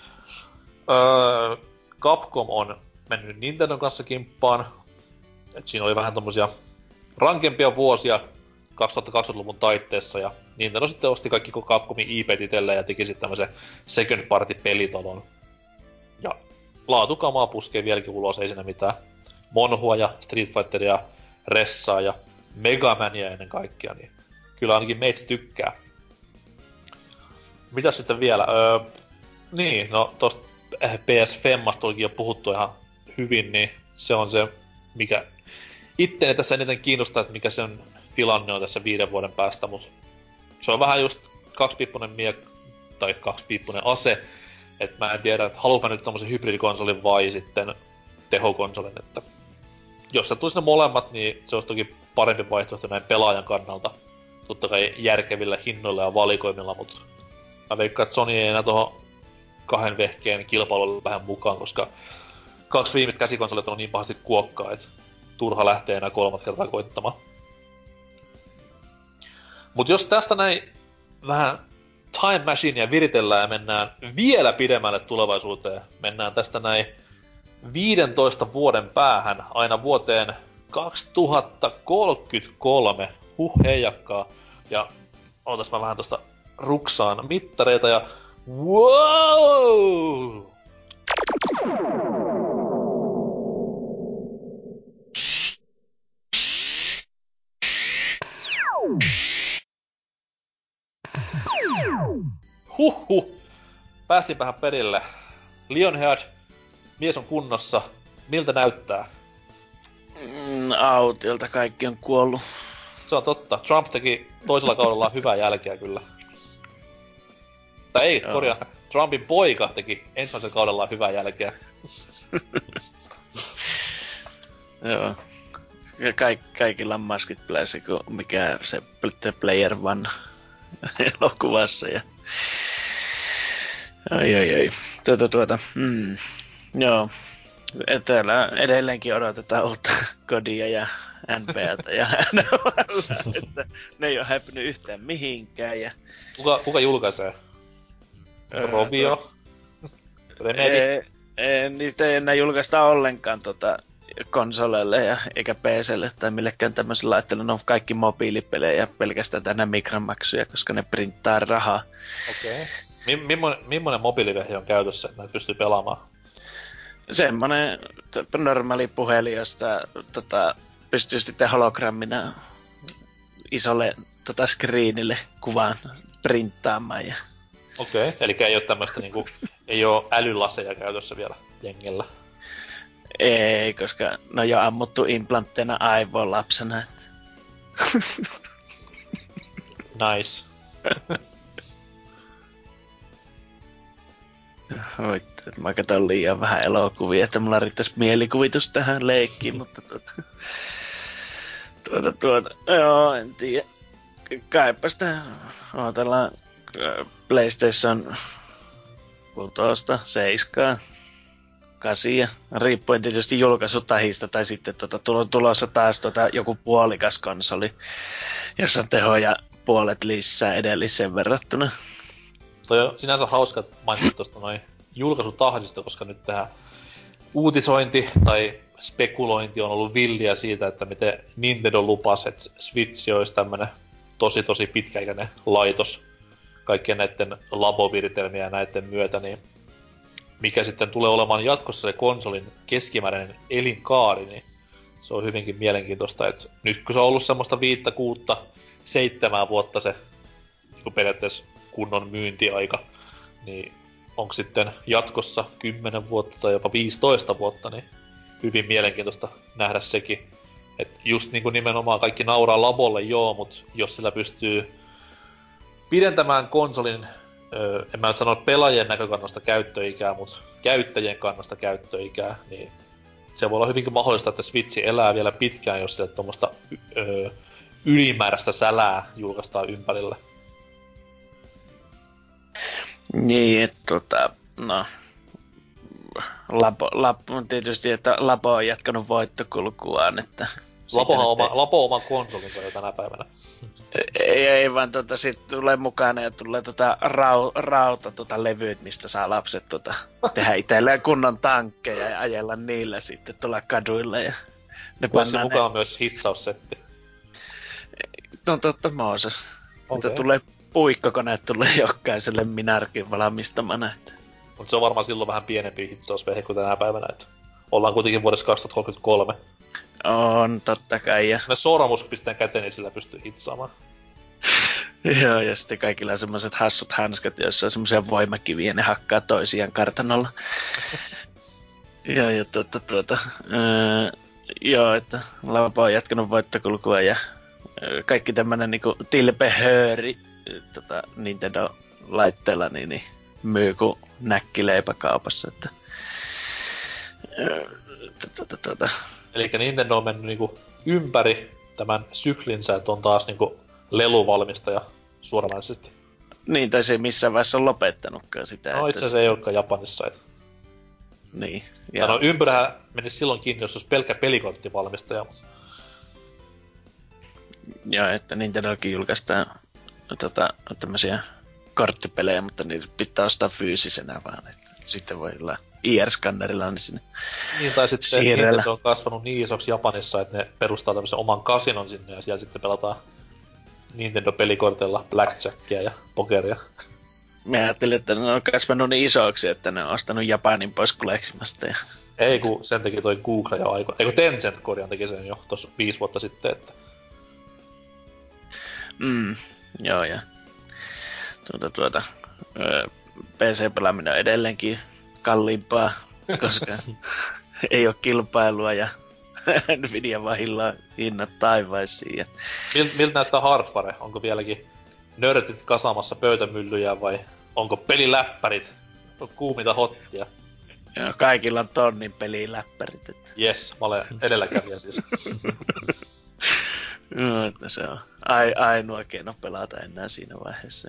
Capcom on mennyt Nintendon kanssa kimppaan. Et siinä oli vähän tommosia rankempia vuosia 2020-luvun taitteessa, ja Nintendo sitten osti kaikki Capcomin IP:t itselleen ja teki sitten tämmösen second party pelitalon. Ja laatukamaa puskee vieläkin ulos, ei siinä mitään. Monhua ja Street Fighteria, Ressaa ja Megamania ennen kaikkea, niin kyllä ainakin meitä tykkää. Mitäs sitten vielä? Tosta PS Femmasta olikin jo puhuttu ihan hyvin, niin se on se, mikä itteeni tässä eniten kiinnostaa, että mikä sen tilanne on tässä 5 vuoden päästä, mutta se on vähän just kaksipiippunen tai kaksipiippunen ase, että mä en tiedä, että haluanko nyt tommosen hybridikonsolin vai sitten tehokonsolin, että jos se tulisi ne molemmat, niin se olisi toki parempi vaihtoehto näin pelaajan kannalta, totta kai järkevillä hinnoilla ja valikoimilla, mutta mä veikkaan, että Sony ei enää tohon 2 vehkeen kilpailulle vähän mukaan, koska 2 viimeistä käsikonsolit on niin pahasti kuokkaa, että turha lähtee enää 3 kertaa koittamaan. Mut jos tästä näin vähän Time Machinea viritellään ja mennään vielä pidemmälle tulevaisuuteen, mennään tästä näin 15 vuoden päähän aina vuoteen 2033, heijakkaa. Ja Ootas mä vähän tosta ruksaan mittareita ja... Wow! Huhhuh! Päästinpähän perille. Lionhead, mies on kunnossa. Miltä näyttää? Autiolta kaikki on kuollut. Se on totta. Trump teki toisella kaudella hyvää jälkeä kyllä. Tai ei, korjaa. Trumpin poika teki ensimmäisellä kaudella hyvää jälkeä. Joo. Ja kaikilla on maskit päässä, kun mikä se Player One elokuvassa. Ja... Ai. Joo. Täällä edelleenkin odotetaan uutta Kodia ja NBA:ta ja NHL, että ne ei ole häipynyt yhtään mihinkään. Ja... Kuka julkaisee? Rovio? Remedy? Niitä ei enää julkaista ollenkaan konsoleille eikä PC:lle tai millekään tämmöiselle laitteelle. Ne on kaikki mobiilipelejä pelkästään tänne mikromaksuja, koska ne printtaa rahaa. Okei. Mimmonen mobiilivehje on käytössä, että näitä pystyy pelaamaan? Semmonen normaali puhelin, josta pystyy sitten hologrammina isolle screenille kuvaan printtaamaan. Ja... Okei, eli ei oo tämmöstä niinku, ei oo älylaseja käytössä vielä jengellä. Ei, koska ne on jo ammuttu implantteina aivoon lapsena. Nice. Voitte, että mä katson liian vähän elokuvia, että mulla riittäisi mielikuvitus tähän leikkiin, mutta joo, en tiedä. Kaipa sitä odotellaan PlayStation 6, 7, 8, riippuen tietysti julkaisutahista, tai sitten tulossa taas joku puolikas konsoli, jossa on tehoja puolet lisää edelliseen verrattuna. Toi on sinänsä hauska, että mainitsit tosta noin julkaisutahdista, koska nyt tähän uutisointi tai spekulointi on ollut villiä siitä, että miten Nintendo lupasi, että Switch olisi tämmönen tosi pitkäikäinen laitos kaikkien näiden laboviritelmiä ja näiden myötä, niin mikä sitten tulee olemaan jatkossa se konsolin keskimääräinen elinkaari, niin se on hyvinkin mielenkiintoista, että nyt kun se on ollut semmoista 5, 6, 7 vuotta se niin periaatteessa kunnon myyntiaika, niin onko sitten jatkossa 10 vuotta tai jopa 15 vuotta, niin hyvin mielenkiintoista nähdä sekin. Että just niin kuin nimenomaan kaikki nauraa labolle, joo, mutta jos sillä pystyy pidentämään konsolin, en mä nyt sano pelaajien näkökannasta käyttöikää, mutta käyttäjien kannasta käyttöikää, niin se voi olla hyvinkin mahdollista, että Switch elää vielä pitkään, jos sille tuommoista ylimääräistä sälää julkaistaan ympärille. Niin, että Labo tietysti, että Labo on jatkanut voittokulkuaan, että... Labo on oma konsolinsa jo tänä päivänä. Ei vaan sit tulee mukana ja tulee levyt, mistä saa lapset tehdä itselleen kunnon tankkeja ja ajella niillä sitten tulla kaduille ja... Voisi mukaan myös hitsaussetti. No totta Mooses. Okay. Mitä tulee puikkokoneet tulee jokaiselle minarkin valmistamana. Että... Mutta se on varmaan silloin vähän pienempi hitsausvehje kuin tänä päivänä, että ollaan kuitenkin vuodessa 2033. On, totta kai. Ja... Me sormus pistetään käteen, niin sillä pystyy hitsaamaan. Joo, ja sitten kaikilla on semmoset hassut hanskat, joissa on semmosia voimakiviä, ja ne hakkaa toisiaan kartanolla. Joo, että Labo on jatkanut voittokulkua ja kaikki tämmönen niinku tilpehööri Nintendo-laitteella niin myy kuin näkkileipä kaupassa, että... Elikkä Nintendo on mennyt niinku ympäri tämän syklinsä, että on taas niinku leluvalmistaja suoranaisesti. Niin, tai se ei missään vaiheessa on lopettanutkaan sitä. No itse asiassa ei olekaan Japanissa. Että... Niin. Ja... No ympyrähän menisi silloin kiinni, jos olisi pelkkä pelikonttivalmistaja. Mutta... Joo, että Nintendokin julkaistaan tämmösiä korttipelejä, mutta niitä pitää ostaa fyysisenä vaan. Että sitten voi olla IR-skannerilla niin sinne niin, tai sitten siirrellä. Nintendo on kasvanut niin isoksi Japanissa, että ne perustaa tämmöisen oman kasinon sinne ja siellä sitten pelataan Nintendo-pelikorteilla blackjackia ja pokeria. Mä ajattelin, että ne on kasvanut niin isoiksi, että ne on ostanut Japanin pois koleksimasta. Ja... Ei, kun sen teki toi Google jo aiko. Ei, kun Tencent korjaan teki sen jo tossa 5 vuotta sitten, että... Joo, ja... PC-pelaaminen on edelleenkin kalliimpaa, koska ei ole kilpailua ja Nvidia vaan hinnat taivaisiin. Ja... Miltä näyttää hardware? Onko vieläkin nörtit kasaamassa pöytämyllyjä vai onko peliläppärit kuuminta hottia? Joo, kaikilla on tonnin peliläppärit. Että... Jes, mä olen edelläkävijä siis. No, että se on ainoa keino pelata enää siinä vaiheessa.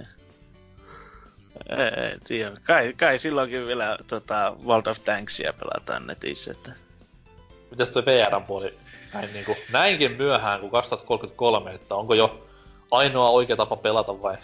Ei tiedä. Kai silloinkin vielä World of Tanksia pelataan netissä. Että... Mitäs toi VR:n puoli näinkin myöhään kuin 2033, että onko jo ainoa oikea tapa pelata vai?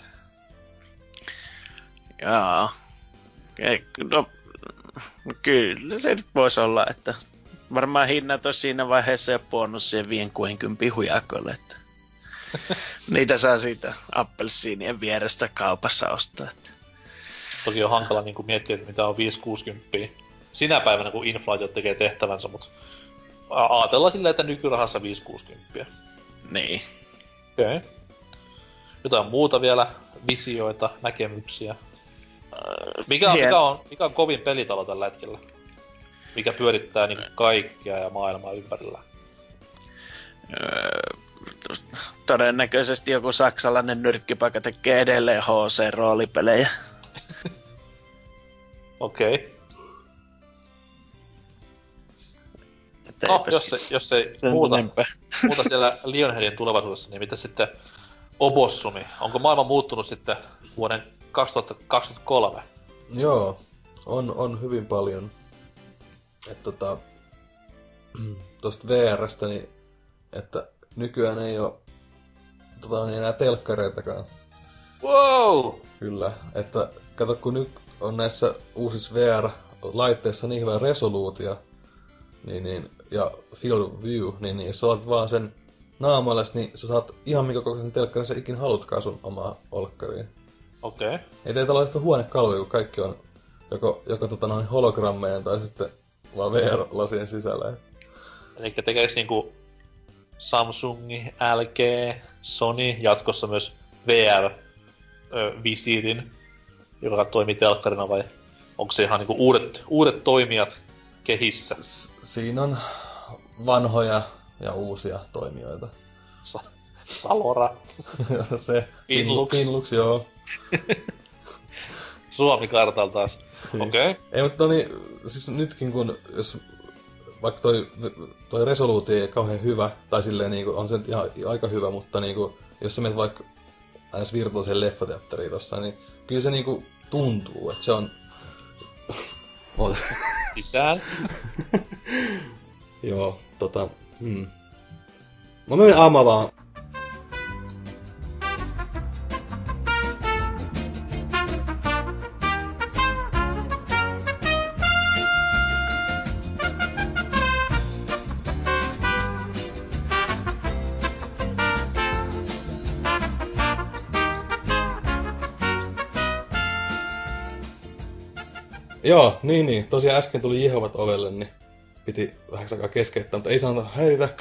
Jaa. No, kyllä se nyt voisi olla, että varmaan hinnat olisi siinä vaiheessa jo puonnut siihen 5-60 hujakolle, että niitä saa siitä appelsiinien vierestä kaupassa ostaa. Että. Toki on hankala miettiä, että mitä on 5-60 sinä päivänä, kun inflaatio tekee tehtävänsä, mutta ajatellaan silleen, että nykyrahassa 5-60. Niin. Okei. Okay. Jotain muuta vielä, visioita, näkemyksiä. Mikä on kovin pelitalo tällä hetkellä? Mikä pyörittää kaikkea ja maailmaa ympärillä? Todennäköisesti joku saksalainen nyrkkipaikka tekee edelleen HC-roolipelejä. Okei. Okay. No, jos ei muuta siellä Lionheadin tulevaisuudessa, niin mitä sitten Obossumi? Onko maailma muuttunut sitten vuoden 2023? Joo, on hyvin paljon. Että tosta VR:stä, niin että nykyään ei oo enää telkkareitakaan. Wow! Kyllä, että kato kun nyt on näissä uusissa VR-laitteissa niin hyvä resoluutio, niin, ja field of view, niin jos olet vaan sen naamallesi, niin sä saat ihan minkä kokoisen telkkarin sä ikin halutkaan sun omaa olkkariin. Okei. Okay. Ei teitä ole sitä huonekaluja, kun kaikki on joko hologrammeja tai sitten vaan VR-lasien sisällä. Elikkä tekeeks Samsung, LG, Sony jatkossa myös VR-visiirin, joka toimii telkkarina, vai onko se ihan uudet toimijat kehissä? Siinä on vanhoja ja uusia toimijoita. Salora. Se. Finlux, joo. Suomi-kartalla taas. Okei. Okay. Ei, mutta siis nytkin kun, jos vaikka toi resoluutio ei kauhean hyvä, tai silleen on se ihan aika hyvä, mutta jos sä menet vaikka aina virtuaaliseen leffateatteriin tossa, niin kyllä se tuntuu, että se on... Sisään? Joo, Mä menen avaamaan. Joo, niin. Tosiaan äsken tuli Jehovat ovelle, niin piti vähän aikaa keskeyttää, mutta ei saanut häiritä.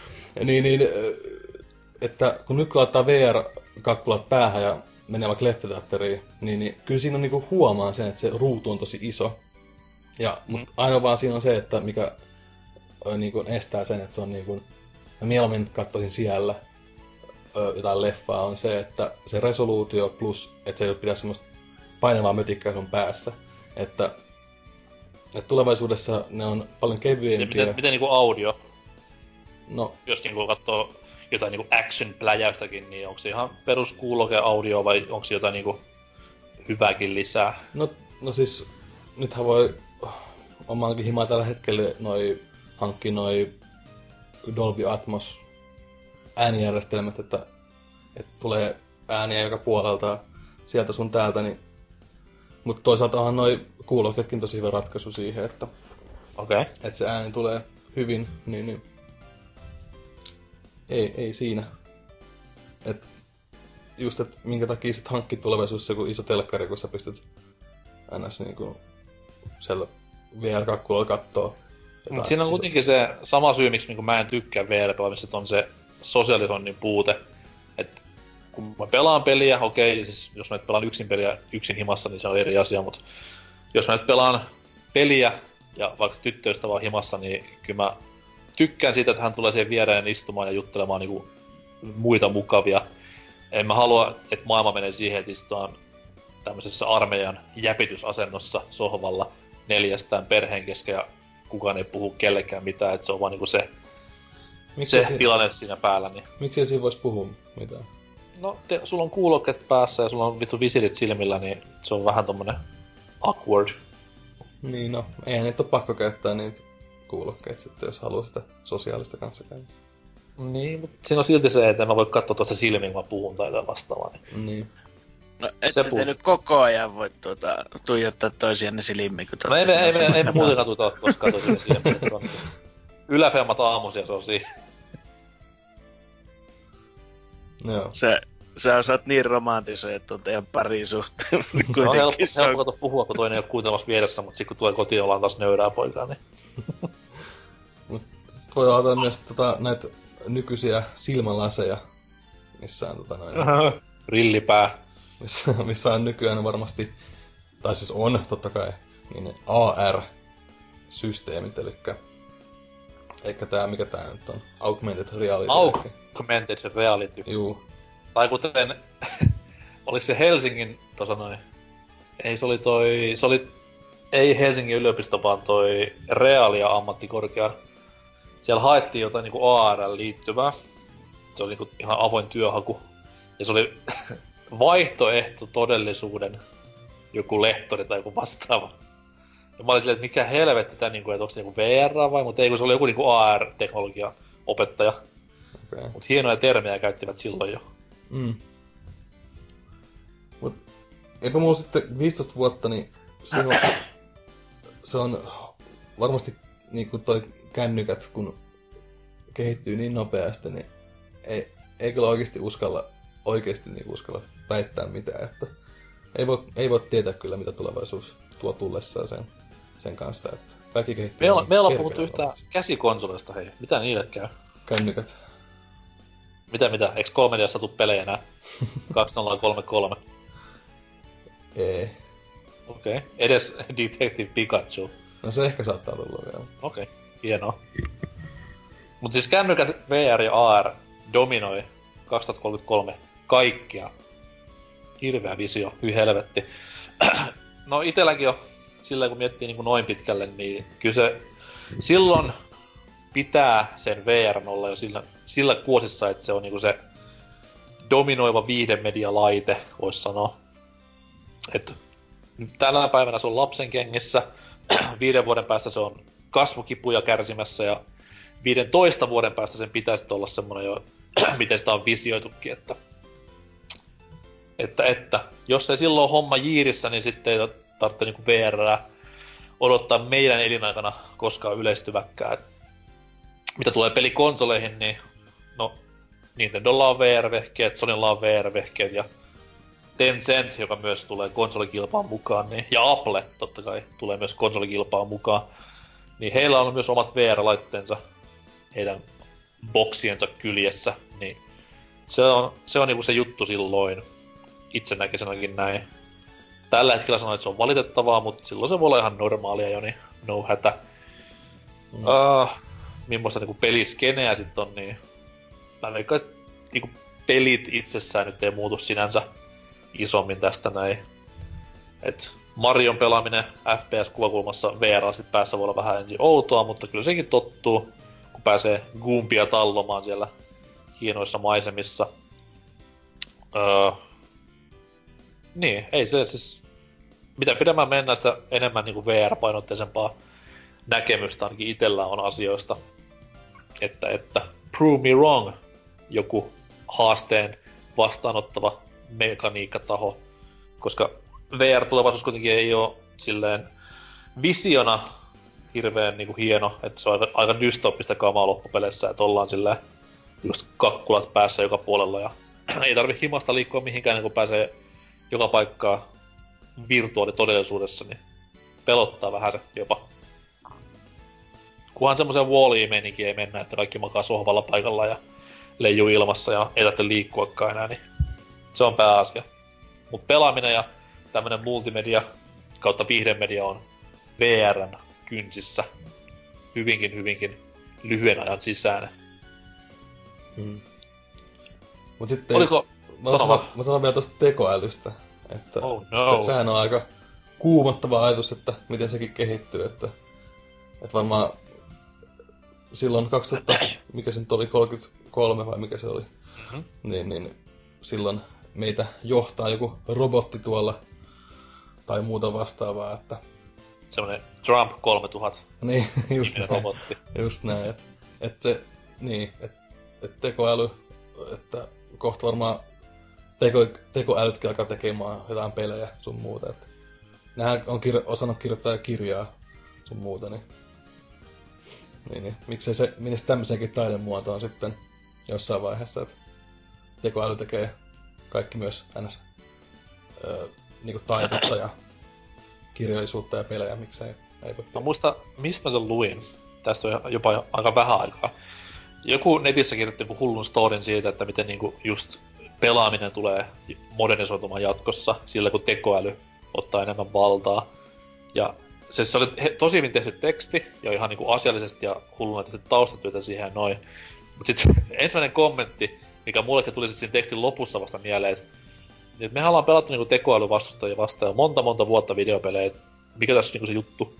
Että kun nyt kun laittaa VR-kakkulat päähän ja menee vaikka leffateatteriin, niin kyllä siinä on huomaa sen, että se ruutu on tosi iso. Mutta ainoa vaan siinä on se, että mikä estää sen, että se on mä mieluummin katsoisin siellä jotain leffaa, on se, että se resoluutio plus, että se ei pitää semmoista painavaa mötikkää sun päässä. Että tulevaisuudessa ne on paljon kevyempiä. Miten audio? No. Jos katsoo jotain action-pläjäystäkin, niin onko se ihan peruskuuloke-audio vai onko se jotain hyvääkin lisää? No siis, nythän voi omaankin himaa tällä hetkellä hankkia Dolby Atmos äänijärjestelmät, että tulee ääniä joka puolelta sieltä sun täältä, niin mutta toisaalta onhan kuulokkeetkin tosi hyvä ratkaisu siihen, että että se ääni tulee hyvin, niin ei siinä. just, että minkä takia sit hankki tulevaisuudessa joku iso telkkari, kun sä pystyt ns. Niinku siellä VR-kakkulalla kattoo. Mut siinä on kuitenkin se sama syy, miksi niinku mä en tykkää VR-pelaamisesta, on se sosialisoinnin puute. Et kun mä pelaan peliä, okei, siis jos mä nyt pelaan yksin peliä yksin himassa, niin se on eri asia, mutta jos mä nyt pelaan peliä ja vaikka tyttöystävä on himassa, niin kyllä mä tykkään siitä, että hän tulee siihen viereen istumaan ja juttelemaan niinku muita mukavia. En mä halua, että maailma menee siihen, että istutaan tämmöisessä armeijan jäpitysasennossa sohvalla 4 perheen kesken ja kukaan ei puhu kellekään mitään, että se on vaan niinku se tilanne siinä päällä. Niin. Miksi siinä vois puhua mitään? No, sulla on kuulokkeet päässä ja sulla on vittu visirit silmillä, niin se on vähän tommonen awkward. Niin no, eihän niitä ole pakko käyttää niitä kuulokkeita sitten, jos haluaa sitä sosiaalista kanssakäymistä. Niin, mutta siinä on silti se, että en mä voi katsoa tuosta silmiin, kun mä puhun tai jotain vastaavaa. Niin. No, ette te nyt koko ajan voi tuijottaa toisianne silmiin, kun no ei me muutenkaan tuota koskaan toisianne silmiin, että se on yläfemmat aamuisia, se on siinä. Joo. Sä osaat niin romantisoida teidän parisuhteen. Se on helppo puhua, kun toinen ei ole kuuntelemassa vieressä, mutta sit kun tulee kotiin, ollaan taas nöyrää poikaa, niin... Mut sit voi ajatella myös näitä nykyisiä silmälaseja, missä on rillipää. Missä on nykyään varmasti, tai siis on totta kai, niin AR-systeemit, eikä tää, mikä tää nyt on, Augmented Reality. Augmented Reality. Juu. Tai kuten, oliko se Helsingin, ei se oli, ei Helsingin yliopisto, vaan toi Realia ammattikorkean. Siellä haettiin jotain niinku AR liittyvää. Se oli niinku ihan avoin työhaku. Ja se oli vaihtoehto todellisuuden joku lehtori tai joku vastaava. Ja mä olin silleen, että mikä helvetti tää niinku, että onks niinku VR vai, mutta ei kun se oli joku niinku AR-teknologia opettaja. Okay. Mut hienoja termejä käyttivät silloin jo. Mm. Mut eipä mulla sitten 15 vuotta, niin se on varmasti niinku toi kännykät, kun kehittyy niin nopeasti, niin ei kyllä oikeesti uskalla väittää mitään, että ei voi tietää kyllä, mitä tulevaisuus tuo tullessaan sen kanssa, että väki kehittyy. Me ollaan puhuttu yhtään käsikonsoleista, hei. Mitä niille käy? Kännykät. Mitä? Eiks 3D:ssä tuu pelejä enää? 2033. Ei. Okei. Edes Detective Pikachu. No se ehkä saattaa tulla vielä. Okei. Hienoa. Mut siis kännykät VR ja AR dominoi 2033 kaikkia. Hirveä visio, hyi helvetti. No itelläkin jo, sillä kun miettii niin kuin noin pitkälle, niin kyllä se silloin pitää sen VR olla jo sillä kuosissa, että se on niinku se dominoiva viihdemedialaite, vois sanoa. Et tänä päivänä se on lapsen kengissä, 5 vuoden päästä se on kasvukipuja kärsimässä ja 15 vuoden päästä sen pitäisi olla semmonen jo, miten sitä on visioitukin, että jos ei silloin homma jiirissä, niin sitten ei tarvitse niinku VR:ää odottaa meidän elinaikana koskaan yleistyväkään. Mitä tulee pelikonsoleihin, niin no Nintendolla on VR-vehkeet, Sonylla on VR-vehkeet ja Tencent, joka myös tulee konsolikilpaan mukaan, niin, ja Apple totta kai tulee myös konsolikilpaan mukaan, niin heillä on myös omat VR-laitteensa heidän boksiensa kyljessä, niin se on niinku se juttu silloin. Itse näkisin ainakin näin. Tällä hetkellä sanoin, että se on valitettavaa, mutta silloin se voi olla ihan normaalia jo, niin no hätä. Millaista niinku peliskeneä sit on, niin mä veikkaan, että niinku pelit itsessään nyt ei muutu sinänsä isommin tästä näin. Et Marion pelaaminen FPS-kuvakulmassa VR sit päässä voi olla vähän ensin outoa, mutta kyllä sekin tottuu, kun pääsee Goompia tallomaan siellä hienoissa maisemissa. Niin, ei se siis... Mitä pidemmän mennään, sitä enemmän niinku VR-painotteisempaa näkemystä ainakin itellä on asioista. Että prove me wrong, joku haasteen vastaanottava mekaniikkataho. Koska VR-tulevaisuus kuitenkin ei oo silleen visiona hirveen niinku hieno, että se on aika dystopista kamaa loppupeleissä, että ollaan silleen just kakkulat päässä joka puolella ja ei tarvi himasta liikkua mihinkään, niin kun pääsee joka paikkaa virtuaalitodellisuudessa, niin pelottaa vähän se jopa. Kunhan semmoisen wall-e-meininkiin ei mennä, että kaikki makaa sohvalla paikalla ja leijuu ilmassa ja ei tarvitse liikkuakaan enää, niin se on pääasia. Mut pelaaminen ja tämmönen multimedia kautta viihdemedia on VR:n kynsissä hyvinkin lyhyen ajan sisään. Mut sitten... Oliko... Mä sanon vielä tosta tekoälystä, että sehän on aika kuumottava ajatus, että miten sekin kehittyy, että varmaan silloin 2000, mikä se nyt oli, 33 vai mikä se oli, niin silloin meitä johtaa joku robotti tuolla tai muuta vastaavaa, että... Semmonen Trump 3000 niin, just näin, robotti. Just näin, että se, niin, että tekoäly, että kohta varmaan tekoälytkin alkaa tekemään jotain pelejä sun muuta, että nehän on osannut kirjoittaa kirjaa sun muuta, niin miksei se menisi tämmöiseenkin taidemuotoon sitten jossain vaiheessa, että tekoäly tekee kaikki myös ns. Niinku taidetta ja kirjallisuutta ja pelejä, miksei ei voi. Mä muistan, mistä mä sen luin. Tästä on jopa aika vähän aikaa. Joku netissä kirjoitti hullun storin siitä, että miten niinku just pelaaminen tulee modernisoitumaan jatkossa sillä, kun tekoäly ottaa enemmän valtaa. Ja se oli tosi hyvin tehty teksti, ja ihan niinku asiallisesti ja hulluna tehty taustatyötä siihen noin. Mut sit ensimmäinen kommentti, mikä mullekin tuli sit siinä tekstin lopussa vasta mieleen, että mehän ollaan pelattu niinku tekoälyvastustajia vastaan jo monta vuotta videopelejä, et mikä tässä on niinku se juttu.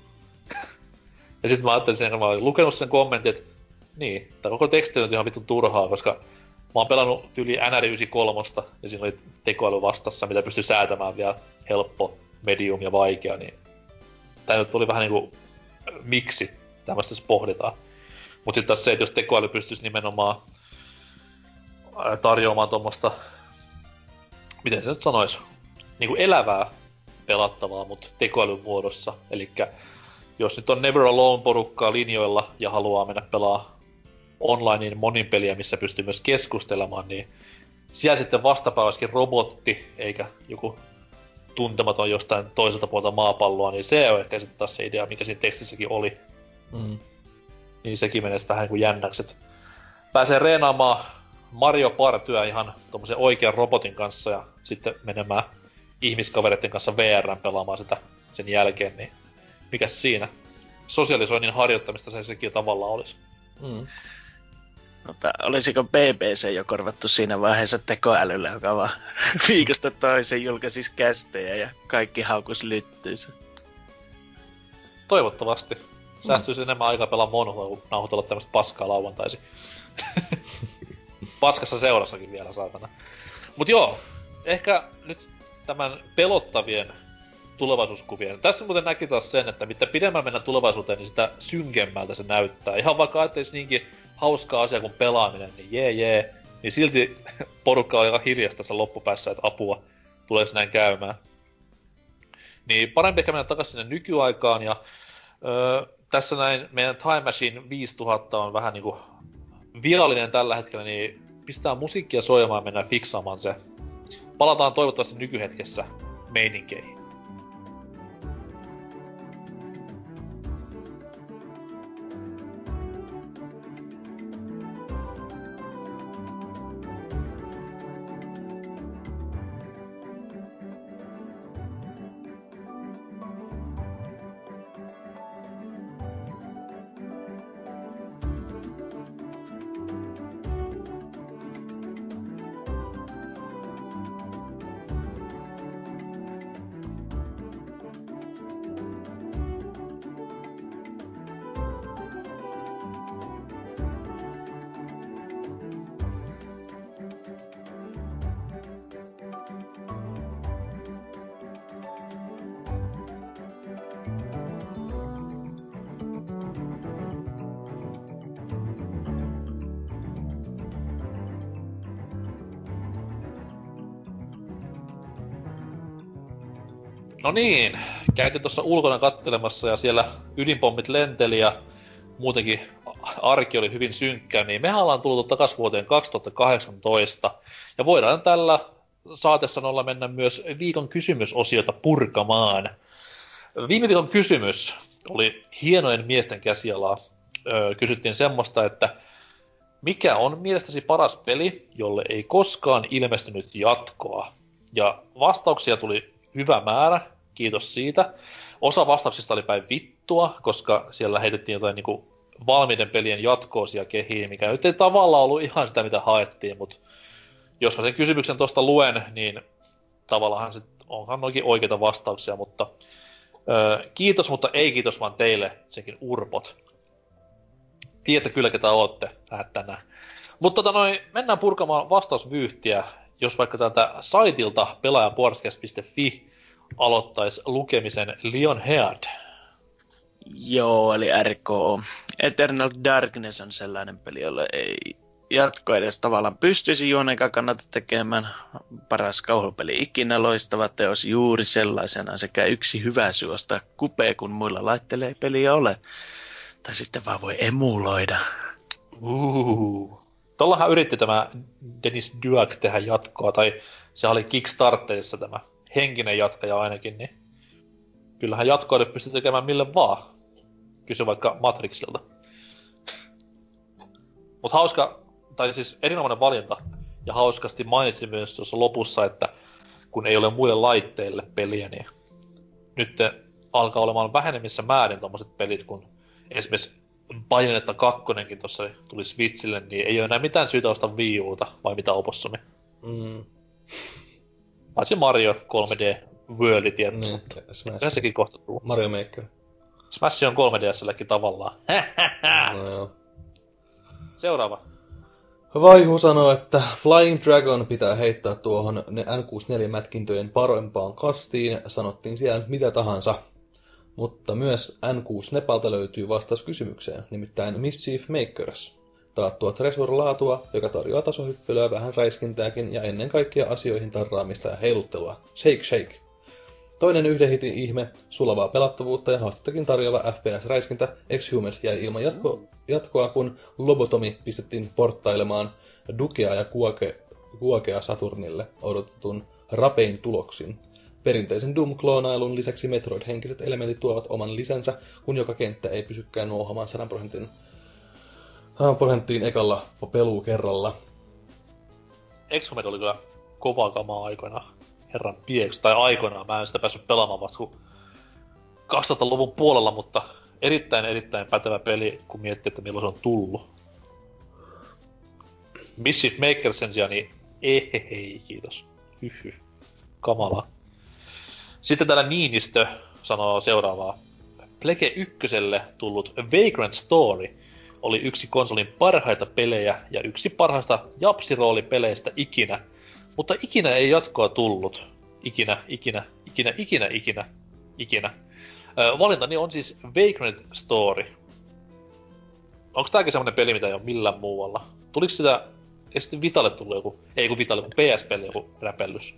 Ja sit mä ajattelin sen, kun mä olin lukenut sen kommentin, että niin, tää koko teksti on ihan vitun turhaa, koska mä oon pelannut tyyli NR 93, ja siinä oli tekoäly vastassa, mitä pystyi säätämään vielä helppo, medium ja vaikea, niin tää nyt tuli vähän niinku, miksi tämmöstä tässä pohditaan. Mut sit taas se, että jos tekoäly pystyisi nimenomaan tarjoamaan tommoista, miten se nyt sanois, niinku elävää pelattavaa, mut tekoälyn muodossa. Elikkä jos nyt on Never Alone-porukkaa linjoilla ja haluaa mennä pelaa onlinein monin peliä, missä pystyy myös keskustelemaan, niin siellä sitten vastapää olisikin robotti, eikä joku tuntematon jostain toiselta puolta maapalloa, niin se on ehkä sitten taas se idea, mikä siinä tekstissäkin oli. Niin sekin menee vähän niin kuin jännäksi, että pääsee reenaamaan Mario Partyä ihan tommosen oikean robotin kanssa ja sitten menemään ihmiskavereiden kanssa VR:n pelaamaan sitä sen jälkeen, niin mikäs siinä? Sosialisoinnin harjoittamista se sekin tavallaan olisi. Mutta olisiko BBC jo korvattu siinä vaiheessa tekoälyllä, joka vaan viikosta toisen julkaisisi kästejä ja kaikki haukus lyttyysä? Toivottavasti. Säästyisi enemmän aikaa pelaa Monhua, kun nauhoitella tämmöstä paskaa lauantaisin. Paskassa seurassakin vielä, saatana. Mut joo, ehkä nyt tämän pelottavien tulevaisuuskuvien. Tässä muuten näki taas sen, että mitä pidemmän mennään tulevaisuuteen, niin sitä synkemmältä se näyttää. Ihan vaikka ajattelisi niinkin hauskaa asia kuin pelaaminen, niin jee, niin silti porukka on aika hiljasta tässä loppupäässä, että apua, tuleeko näin käymään. Niin parempi ehkä mennä takaisin sinne nykyaikaan, ja tässä näin meidän Time Machine 5000 on vähän niinku viallinen tällä hetkellä, niin pistää musiikkia soimaan ja mennään fiksaamaan se. Palataan toivottavasti nykyhetkessä meininkeihin. No niin, käytiin tuossa ulkona kattelemassa ja siellä ydinpommit lenteli ja muutenkin arki oli hyvin synkkää, niin mehän ollaan tullut takaisin vuoteen 2018, ja voidaan tällä saatesanolla mennä myös viikon kysymysosiota purkamaan. Viime viikon kysymys oli hienojen miesten käsialaa. Kysyttiin semmoista, että mikä on mielestäsi paras peli, jolle ei koskaan ilmestynyt jatkoa? Ja vastauksia tuli hyvä määrä, kiitos siitä. Osa vastauksista oli päin vittua, koska siellä heitettiin jotain niinku valmiiden pelien jatkoosia kehiin, mikä nyt ei tavallaan ollut ihan sitä, mitä haettiin, mutta jos mä sen kysymyksen tuosta luen, niin tavallaan sit onhan noikin oikeita vastauksia, mutta kiitos, mutta ei kiitos vaan teille, senkin urpot. Tiedätte kyllä, ketä ootte tänään. Mutta mennään purkamaan vastausvyyhtiä, jos vaikka täältä saitilta pelaajapodcast.fi aloittaisi lukemisen Lionhead. Joo, eli RKO. Eternal Darkness on sellainen peli, jolle ei jatko edes tavallaan pystyisi juonenkaan kannata tekemään. Paras kauhupeli ikinä, loistava teos juuri sellaisena sekä yksi hyvä syy ostaa kupea, kun muilla laitteilla ei peliä ole. Tai sitten vaan voi emuloida. Tollahan yritti tämä Dennis Duac tehdä jatkoa, tai se oli Kickstarterissa tämä henkinen jatkaja ainakin, niin kyllähän jatkoille pystyy tekemään mille vaan. Kysy vaikka Matrixilta. Mut hauska, tai siis erinomainen valinta, ja hauskasti mainitsin myös tuossa lopussa, että kun ei ole muille laitteille peliä, niin nyt alkaa olemaan vähenemissä määrin tommoset pelit, kun esimerkiksi Bayonetta 2 tuossa tuli Switchille, niin ei ole enää mitään syytä ostaa Wii Uta, vai mitä Opossumi? Paitsi Mario 3D World, tietty, niin, mutta Smash. sekin kohta tuu. Mario Maker. Smash on 3DS:lläkin tavallaan. No joo. Seuraava. Vaihu sanoo, että Flying Dragon pitää heittää tuohon ne N64-mätkintöjen parempaan kastiin, sanottiin siellä mitä tahansa. Mutta myös N6 Nepalta löytyy vastaus kysymykseen, nimittäin Mischief Makers. Taattua Treasure-laatua, joka tarjoaa tasohyppelyä, vähän räiskintääkin ja ennen kaikkea asioihin tarraamista ja heiluttelua. Shake Shake. Toinen yhden hitin ihme, sulavaa pelattavuutta ja haastettakin tarjoava FPS-räiskintä Exhumed jäi ilman jatkoa, kun Lobotomi pistettiin porttailemaan Dukea ja Kuokea Saturnille odotetun rapein tuloksin. Perinteisen Doom-kloonailun lisäksi Metroid-henkiset elementit tuovat oman lisänsä, kun joka kenttä ei pysykään nuohomaan 100% ekalla pelukerralla. Exhumed oli kyllä kovaa kamaa aikoinaan. Herran pieks, tai aikoinaan. Mä en sitä päässyt pelaamaan vasta kuin 2000-luvun puolella, mutta erittäin pätevä peli, kun miettii, että milloin se on tullut. Mischief Maker sen sijaan, niin ei, kiitos. Hyhy. Kamalaa. Sitten täällä Niinistö sanoo seuraavaa. Plege 1:lle tullut Vagrant Story oli yksi konsolin parhaita pelejä ja yksi parhaista japsiroolipeleistä ikinä. Mutta ikinä ei jatkoa tullut. Ikinä. Valintani on siis Vagrant Story. Onks tääkin semmonen peli, mitä ei oo millään muualla? Tuliko sitä... Ja sitten Vitalle tullut joku... Ei kun Vitalle, kun PSPlle joku räpellys.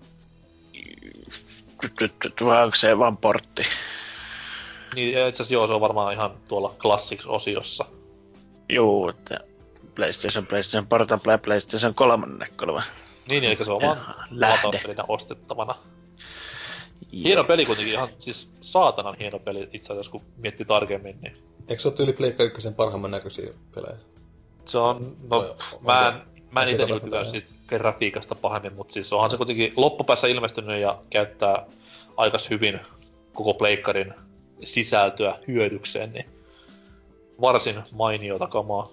Onko se vaan portti? Niin, itse asiassa joo, se on varmaan ihan tuolla Classics-osiossa. Juu, että PlayStation Portable, PlayStation 3 nekkolva. Niin, eli se on vaan latauspelinä ostettavana. Hieno peli kuitenkin, ihan siis saatanan hieno peli itse asiassa, kun miettii tarkemmin. Niin. Eikö se ole tyyli Pleikka 1 parhaimman näköisiä pelejä? Se on, mä en ite niinku tykännyt siitä grafiikasta pahemmin, mutta siis onhan se kuitenkin loppupäässä ilmestynyt ja käyttää aikas hyvin koko pleikkarin sisältöä hyödykseen, niin varsin mainiota kamaa.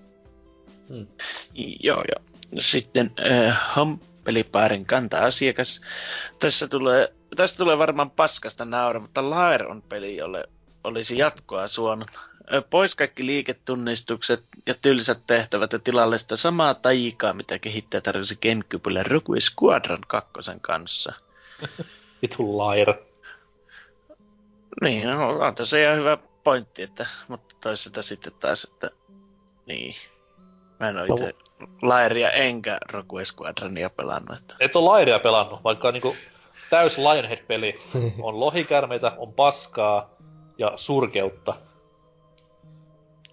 Joo. Sitten Hampelipäärin kanta-asiakas. Tästä tulee varmaan paskasta naura, mutta Lair on peli, jolle olisi jatkoa suonut. Pois kaikki liiketunnistukset ja tylsät tehtävät ja tilalle sitä samaa tajikaa, mitä kehittäjä tarjosi GameCubelle Rogue Squadron 2 kanssa. Vitu Lair. Niin, on tässä ihan hyvä pointti, mutta toisaalta sitten taas, että niin. Mä en oo itse Lairia enkä Rogue Squadronia pelannut. Että... Et oo Lairia pelannut, vaikka niinku täys Lionhead-peli. On lohikärmeitä, on paskaa ja surkeutta.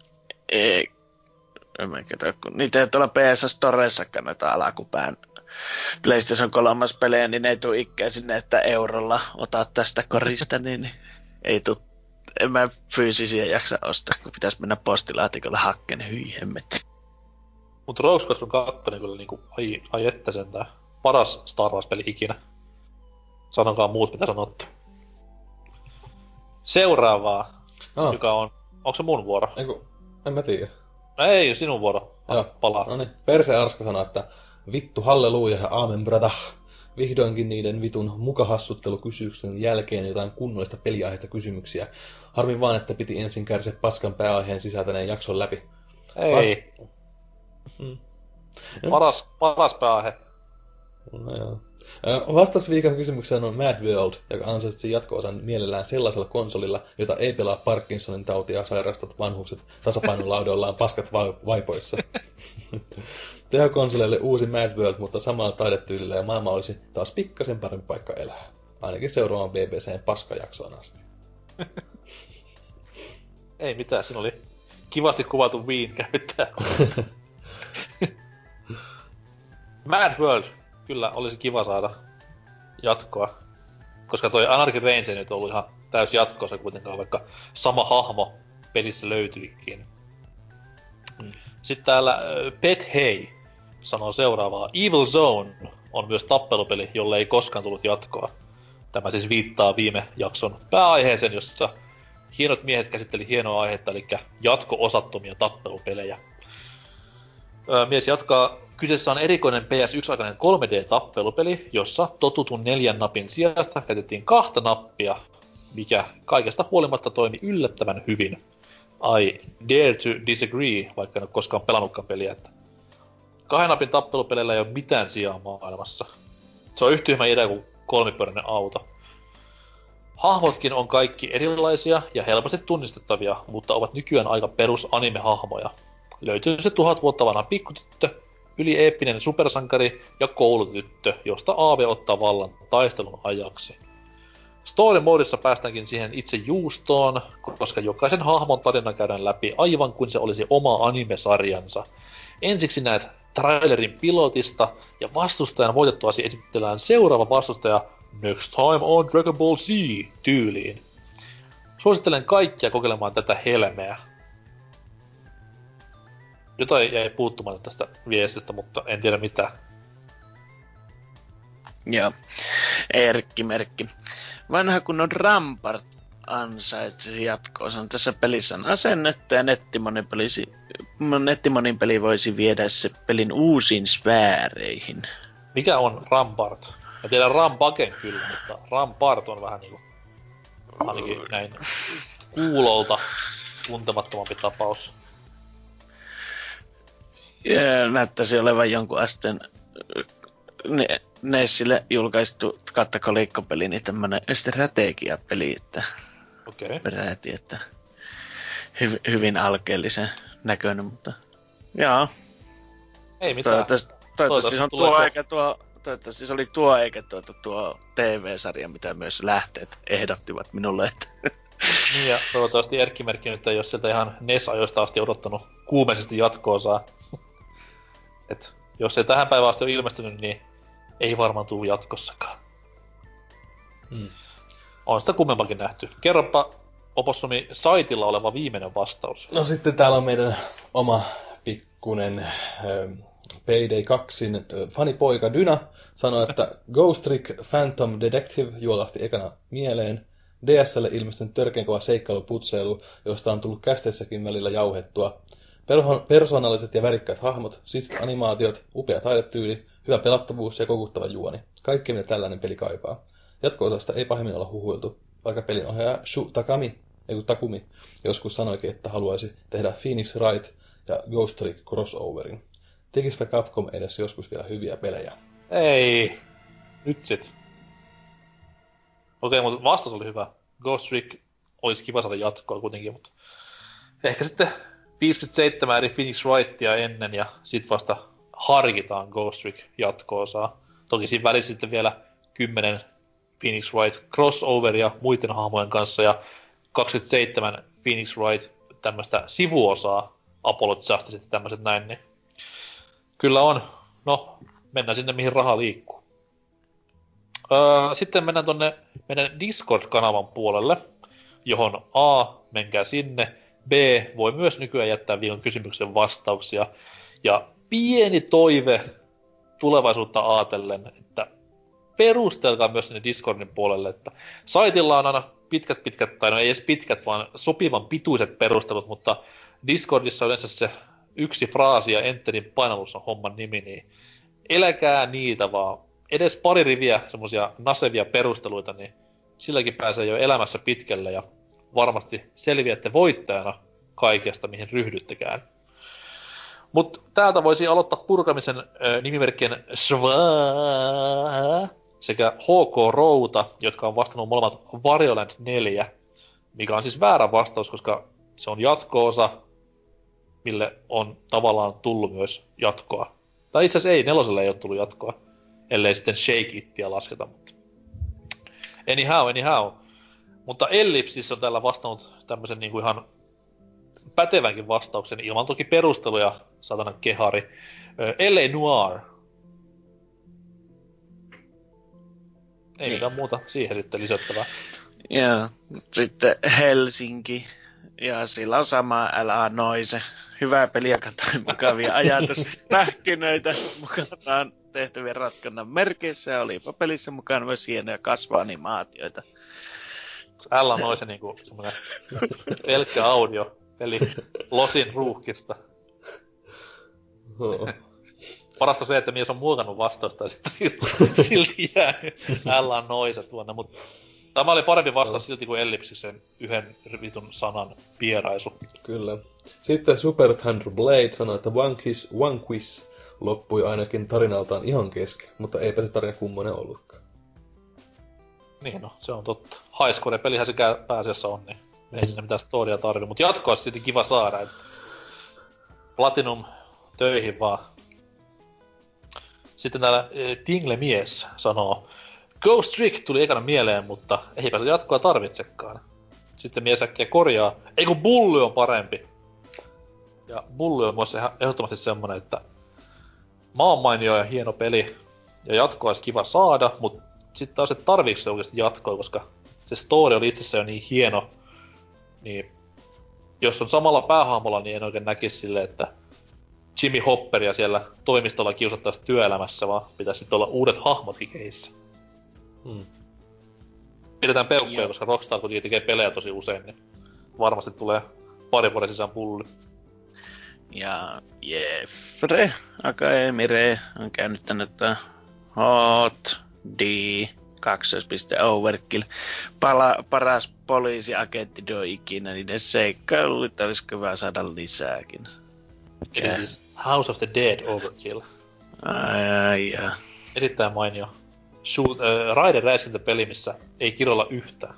Ei. En mä ketä, kun niitä ei tuolla PS Storeissakaan noita alakupään PlayStation 3 pelejä, niin ne ei tule ikkää sinne, että eurolla ota tästä korista, niin ei tuu. En mä fyysisiä jaksa ostaa, kun pitäisi mennä postilaatikolle hakkeen, hyi hemmetti. Mut Rogue Squadron 2 niin kyllä niinku, ai että sentään. Paras Star Wars-peli ikinä. Sanokaa muut, mitä sanotte. Seuraavaa, joka on... Onko se mun vuoro? Eiku, en mä tiedä. Ei, sinun vuoro. Palaa. No niin, Perse Arska sanoo, että vittu halleluja ja aamen brada. Vihdoinkin niiden vitun mukahassuttelukysymyksen jälkeen jotain kunnollista peliaiheista kysymyksiä. Harmi vaan, että piti ensin kärsiä paskan pääaiheen sisältäneen jakson läpi. Ei. Paras pääaihe. No joo. Vastausviikon kysymykseen on Mad World, joka ansaitsi jatko-osan mielellään sellaisella konsolilla, jota ei pelaa Parkinsonin tautia sairastavat vanhukset tasapainolaudoillaan paskat vaipoissa. Tehokonsoleille uusi Mad World, mutta samalla taidetyylillä ja maailma olisi taas pikkasen parempi paikka elää. Ainakin seuraavan BBCn paskajaksoon asti. Ei mitään, siinä oli kivasti kuvattu Wiiin käyttää. Mad World. Kyllä, olisi kiva saada jatkoa. Koska toi Anarchy Reigns ei nyt ollut ihan täys jatkossa kuitenkaan, vaikka sama hahmo pelissä löytyikin. Sitten täällä Pet Hey sanoo seuraavaa. Evil Zone on myös tappelupeli, jolle ei koskaan tullut jatkoa. Tämä siis viittaa viime jakson pääaiheeseen, jossa hienot miehet käsitteli hienoa aihetta, eli jatko-osattomia tappelupelejä. Mies jatkaa. Kyseessä on erikoinen PS1-aikainen 3D-tappelupeli, jossa totutun 4 napin sijasta käytettiin 2 nappia, mikä kaikesta huolimatta toimi yllättävän hyvin. I dare to disagree, vaikka en ole koskaan pelannutkaan peliä, että 2 napin tappelupeleillä ei ole mitään sijaa maailmassa. Se on yhtä tyhmä idea kuin 3-pyöräinen auto. Hahmotkin on kaikki erilaisia ja helposti tunnistettavia, mutta ovat nykyään aika perus anime-hahmoja. Löytyy se 1000 vuotta vanha pikkutyttö, ylieeppinen supersankari ja koulutyttö, josta Aave ottaa vallan taistelun ajaksi. Story modissa päästäänkin siihen itse juustoon, koska jokaisen hahmon tarina käydään läpi aivan kuin se olisi oma anime-sarjansa. Ensiksi näet trailerin pilotista ja vastustajan voitettuasi esitellään seuraava vastustaja Next time on Dragon Ball Z -tyyliin. Suosittelen kaikkia kokeilemaan tätä helmeä. Jotain jäi puuttumaan tästä viestistä, mutta en tiedä mitä. Joo. Merkki. Vanha kunnon Rampart ansaitsisi jatko-osan. Tässä pelissä on asennetta ja nettimonin peli voisi viedä se pelin uusiin sfääreihin. Mikä on Rampart? Mä tiedän Rampaken kyllä, mutta Rampart on vähän niinku ainakin näin kuulolta tuntemattomampi tapaus. Näyttäisi olevan jonkun asteen Nessille julkaistu kattakolikkopeli, niin tämmönen strategiapeli, että peräti, että hyvin alkeellisen näköinen, mutta joo. Ei mitään. Toivottavasti se on tuo eikä tuo, toivottavasti se oli tuo eikä tuo TV-sarja, mitä myös lähteet ehdottivat minulle, että niin ja toivottavasti Erkki-merkki nyt ei ole sieltä ihan NES-ajoista asti odottanut kuumeisesti jatko-osaa. Et jos ei tähän päivään asti ole ilmestynyt, niin ei varmaan tule jatkossakaan. On sitä kummemmakin nähty. Kerropa Opossumi saitilla oleva viimeinen vastaus. No sitten täällä on meidän oma pikkunen Payday 2 fanipoika Dyna sanoi, että Ghost Trick Phantom Detective juolahti ekana mieleen. DS:lle ilmestynyt törkeän kova seikkailuputseilu, josta on tullut kästeissäkin välillä jauhettua. Persoonalliset ja värikkäät hahmot, siistit animaatiot, upea taidetyyli, hyvä pelattavuus ja kokuttava juoni. Kaikki mitä tällainen peli kaipaa. Jatko-osasta ei pahemmin olla huhuiltu, vaikka pelin ohjaaja Shu Takumi joskus sanoikin, että haluaisi tehdä Phoenix Wright ja Ghost Trick crossoverin. Tekispä Capcom edes joskus vielä hyviä pelejä? Ei. Nyt sit. Okei, mutta vastaus oli hyvä. Ghost Trick olisi kiva saada jatkoa kuitenkin, mutta ehkä sitten 57 eri Phoenix Wrightia ennen ja sit vasta harkitaan Ghost Trick jatko-osaa. Toki siinä välissä sitten vielä 10 Phoenix Wright crossoveria muiden hahmojen kanssa ja 27 Phoenix Wright tämmöstä sivuosaa Apollo Justice ja tämmöiset näin, niin kyllä on. No, mennään sinne, mihin raha liikkuu. Sitten mennään tonne meidän Discord-kanavan puolelle, johon A, menkää sinne, B, voi myös nykyään jättää viikon kysymyksen vastauksia, ja pieni toive tulevaisuutta ajatellen, että perustelkaa myös sinne Discordin puolelle, että saitilla on aina pitkät, tai no ei edes pitkät, vaan sopivan pituiset perustelut, mutta Discordissa yleensä se yksi fraasi ja enterin painallus on homman nimi, niin eläkää niitä vaan. Edes pari riviä semmosia nasevia perusteluita, niin silläkin pääsee jo elämässä pitkälle ja varmasti selviätte voittajana kaikesta, mihin ryhdyttekään. Mut täältä voisi aloittaa purkamisen nimimerkkien Svaa sekä HK Routa, jotka on vastannut molemmat Varioland 4, mikä on siis väärä vastaus, koska se on jatko-osa, mille on tavallaan tullut myös jatkoa. Tai itse asiassa ei, 4 ei ole tullut jatkoa, ellei sitten Shake Itia lasketa, mutta anyhow. Mutta Ellipsis on täällä vastannut tämmöisen niinku ihan pätevänkin vastauksen, ilman toki perusteluja, satanan kehari. L.A. Noir. Ei mitään muuta siihen sitten lisättävää. Ja sitten Helsinki. Ja sillä on sama L.A. Noise. Hyvää peliä katoin mukavia ajatuspähkinöitä mukanaan tehtävien ratkonnan merkeissä. Ja olipa pelissä mukana myös hienoja kasva-animaatioita. L.A. Noise niinku semmonen pelkkä audio peli Losin ruuhkista. Parasta se, että mies on muokannut vastausta ja sitten silti jäänyt L.A. Noise tuonne, mutta tämä oli parempi vastaus silti kuin Ellipsisen yhden vitun sanan pieraisu. Kyllä. Sitten Super Thunder Blade sanoi, että One Quiz loppui ainakin tarinaltaan ihan kesken, mutta eipä se tarina kummonen ollutkaan. Niin no, se on totta. Highscore-pelihän se pääasiassa on, niin ei sinne mitään storia tarvitse, mutta jatkoa sitten kiva saada, että Platinum töihin vaan. Sitten täällä Tingle-mies sanoo, Ghost Trick tuli ekana mieleen, mutta eipä se jatkoa tarvitsekaan. Sitten mies äkkiä korjaa, ei kun Bully on parempi. Ja Bully on myös ehdottomasti semmonen, että maan mainio ja hieno peli, ja jatkoa olisi kiva saada, mutta sitten taas, että tarviiko se oikeasti jatkoa, koska se story oli itsessään jo niin hieno, niin jos on samalla päähahmolla, niin en oikein näkisi silleen, että Jimmy Hopperia siellä toimistolla kiusattaisiin työelämässä, vaan pitäisi sitten olla uudet hahmotkin kehissä. Pidetään peukkuja, koska Rockstar kuitenkin tekee pelejä tosi usein, niin varmasti tulee pari vuoden sisään Bully. Ja Jeffre Akaemire on käynyt tänne Hot D 2. Overkill. Paras poliisiagentti ikinä, niiden seikkailu, että olisiko hyvä saada lisääkin. Eli siis House of the Dead Overkill. Ja. Erittäin mainio. Raiden-räiskintäpeli, missä ei kiroilla yhtään.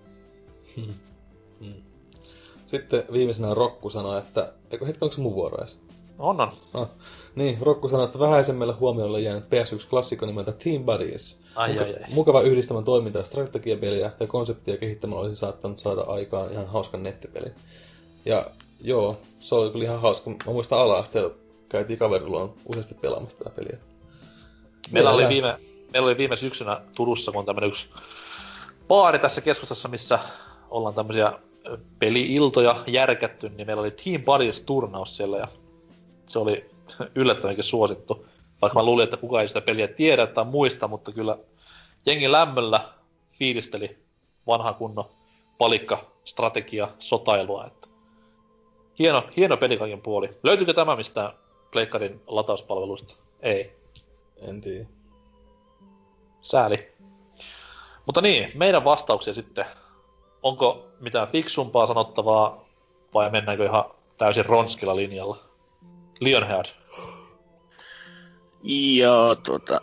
Sitten viimeisenä Rokku sanoi, että... Eikö hetken, onko se mun vuoro edes? On. Niin, Rokku sanoi, että vähäisemmälle huomiolle jäänyt PS1-klassikko nimeltä Team Buddies. Ai. Mukava yhdistämän toiminta- ja strategiapeliä ja konseptia kehittämällä olisi saattanut saada aikaan ihan hauskan nettipelin. Ja joo, se oli kyllä ihan hauska. Mä muistan ala-asteella käytiin kaverilla useasti pelaamassa tätä peliä. Meillä oli viime syksynä Turussa, kun on tämmönen yksi baari tässä keskustassa, missä ollaan tämmösiä peli-iltoja järkätty, niin meillä oli Team Buddies-turnaus siellä ja se oli yllättävänkin suosittu. Vaikka mä luulin, että kukaan ei sitä peliä tiedä tai muista, mutta kyllä jengi lämmöllä fiilisteli vanha kunnon palikka-strategia sotailua. Että hieno peli kaiken puoli. Löytyykö tämä mistään Pleikkarin latauspalveluista? Ei. En tiedä. Sääli. Mutta niin, meidän vastauksia sitten. Onko mitään fiksumpaa sanottavaa vai mennäänkö ihan täysin ronskilla linjalla? Lionhead. Joo,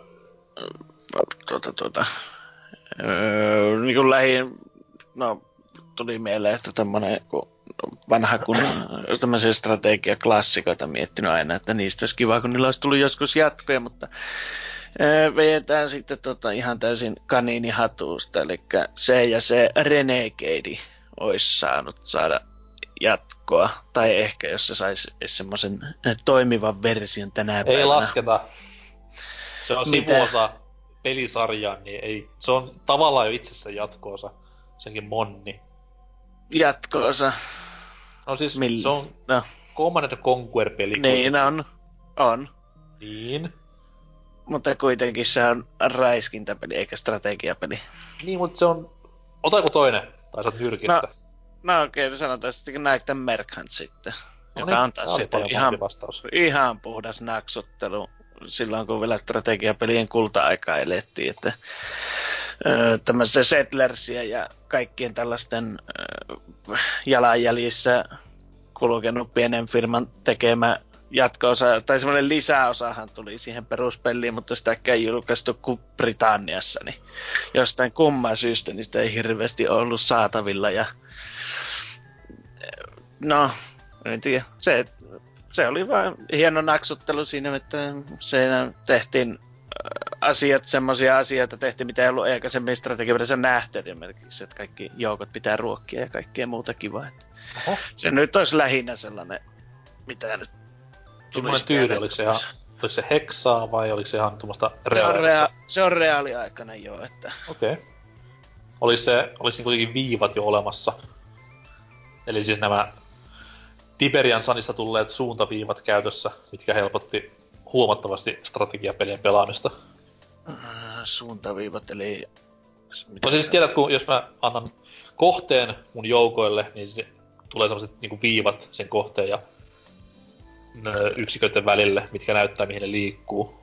niin kuin tuli mieleen, että tämmönen vanha kun tämmöisiä strategiaklassikoita miettinyt aina, että niistä olisi kiva, kun niillä olisi tullut joskus jatkoja, mutta vedetään sitten ihan täysin kaniinihatuusta, eli se ja se Renegade olisi saada jatkoa. Tai ehkä jos se saisi semmoisen toimivan version tänä päivänä. Ei lasketa. Se on Mitä? sivuosa pelisarjaan, niin ei. Se on tavallaan jo itsessään jatkoosa. Senkin monni. Jatkoosa. No siis Millä? se on No. Command & Conquer-peli. Niin on. Niin. Mutta kuitenkin se on räiskintäpeli eikä strategiapeli. Niin, mutta se on... Otako toinen? Tai sä oot nyrkistä? No okei, sanotaan sitten näitä Merkhant sitten. No Joka niin, on taas sitten ihan puhdas naksuttelu silloin, kun vielä strategiapelien kulta-aikaa elettiin. Että tämmöistä Settlersia ja kaikkien tällaisten jalanjäljissä kulkenut pienen firman tekemä jatko-osa, tai semmoinen lisäosahan tuli siihen peruspeliin, mutta sitäkään ei julkaistu kuin Britanniassa, niin jostain kumman syystä niin sitä ei hirveästi ollut saatavilla, ja no, en tiedä, se oli vaan hieno naksuttelu siinä, että siinä tehtiin semmoisia asioita tehtiin, mitä ei ollut aikaisemmin strategiapelissä nähty, esimerkiksi, että kaikki joukot pitää ruokkia ja kaikkea muuta kivaa. Se nyt olisi lähinnä sellainen, mitä nyt tulisi tyyli, oliko se heksaa vai oliko se ihan tuommoista se on reaaliaikainen joo, että... Okei. Oliko siinä kuitenkin viivat jo olemassa? Eli siis nämä Tiberian Sunista tulleet suuntaviivat käytössä, mitkä helpotti huomattavasti strategiapelien pelaamista. Suuntaviivat, eli... No siis tiedät, kun jos mä annan kohteen mun joukoille, niin se tulee sellaiset niinku viivat sen kohteen ja yksiköiden välille, mitkä näyttää mihin ne liikkuu.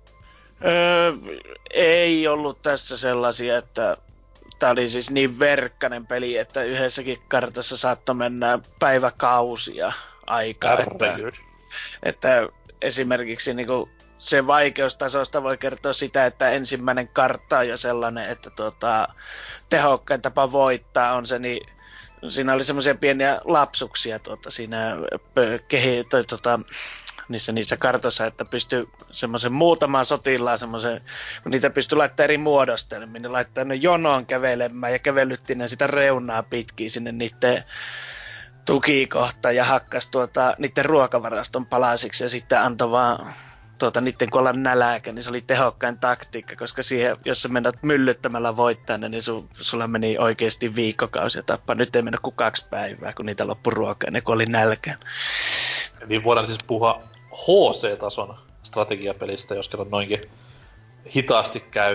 Ei ollut tässä sellaisia, että tää oli siis niin verkkainen peli, että yhdessäkin kartassa saattoi mennä päiväkausia aikaa. Että esimerkiksi niinku se vaikeustasosta voi kertoa sitä, että ensimmäinen kartta on jo sellainen, että tehokkain tapa voittaa on se, niin siinä oli semmoisia pieniä lapsuksia siinä niissä kartoissa, että pystyy semmoisen muutaman sotilaan semmoisen, kun niitä pystyy laittamaan eri muodostelmiin, niin laittaa ne jonoon kävelemään ja kävelytti ne sitä reunaa pitkin sinne niiden tukikohtaan ja hakkas niiden ruokavaraston palasiksi ja sitten antoi vaan niiden kun olla nälkä, niin se oli tehokkain taktiikka, koska siihen, jos sä mennät myllyttämällä voittajana, niin sulla meni oikeasti viikkokausia tappaa. Nyt ei mennä kuin 2 päivää, kun niitä loppui ruokaa, ne kun oli nälkään. Eli voidaan siis puhua HC-tason strategiapelistä, jos kerran noinkin hitaasti käy.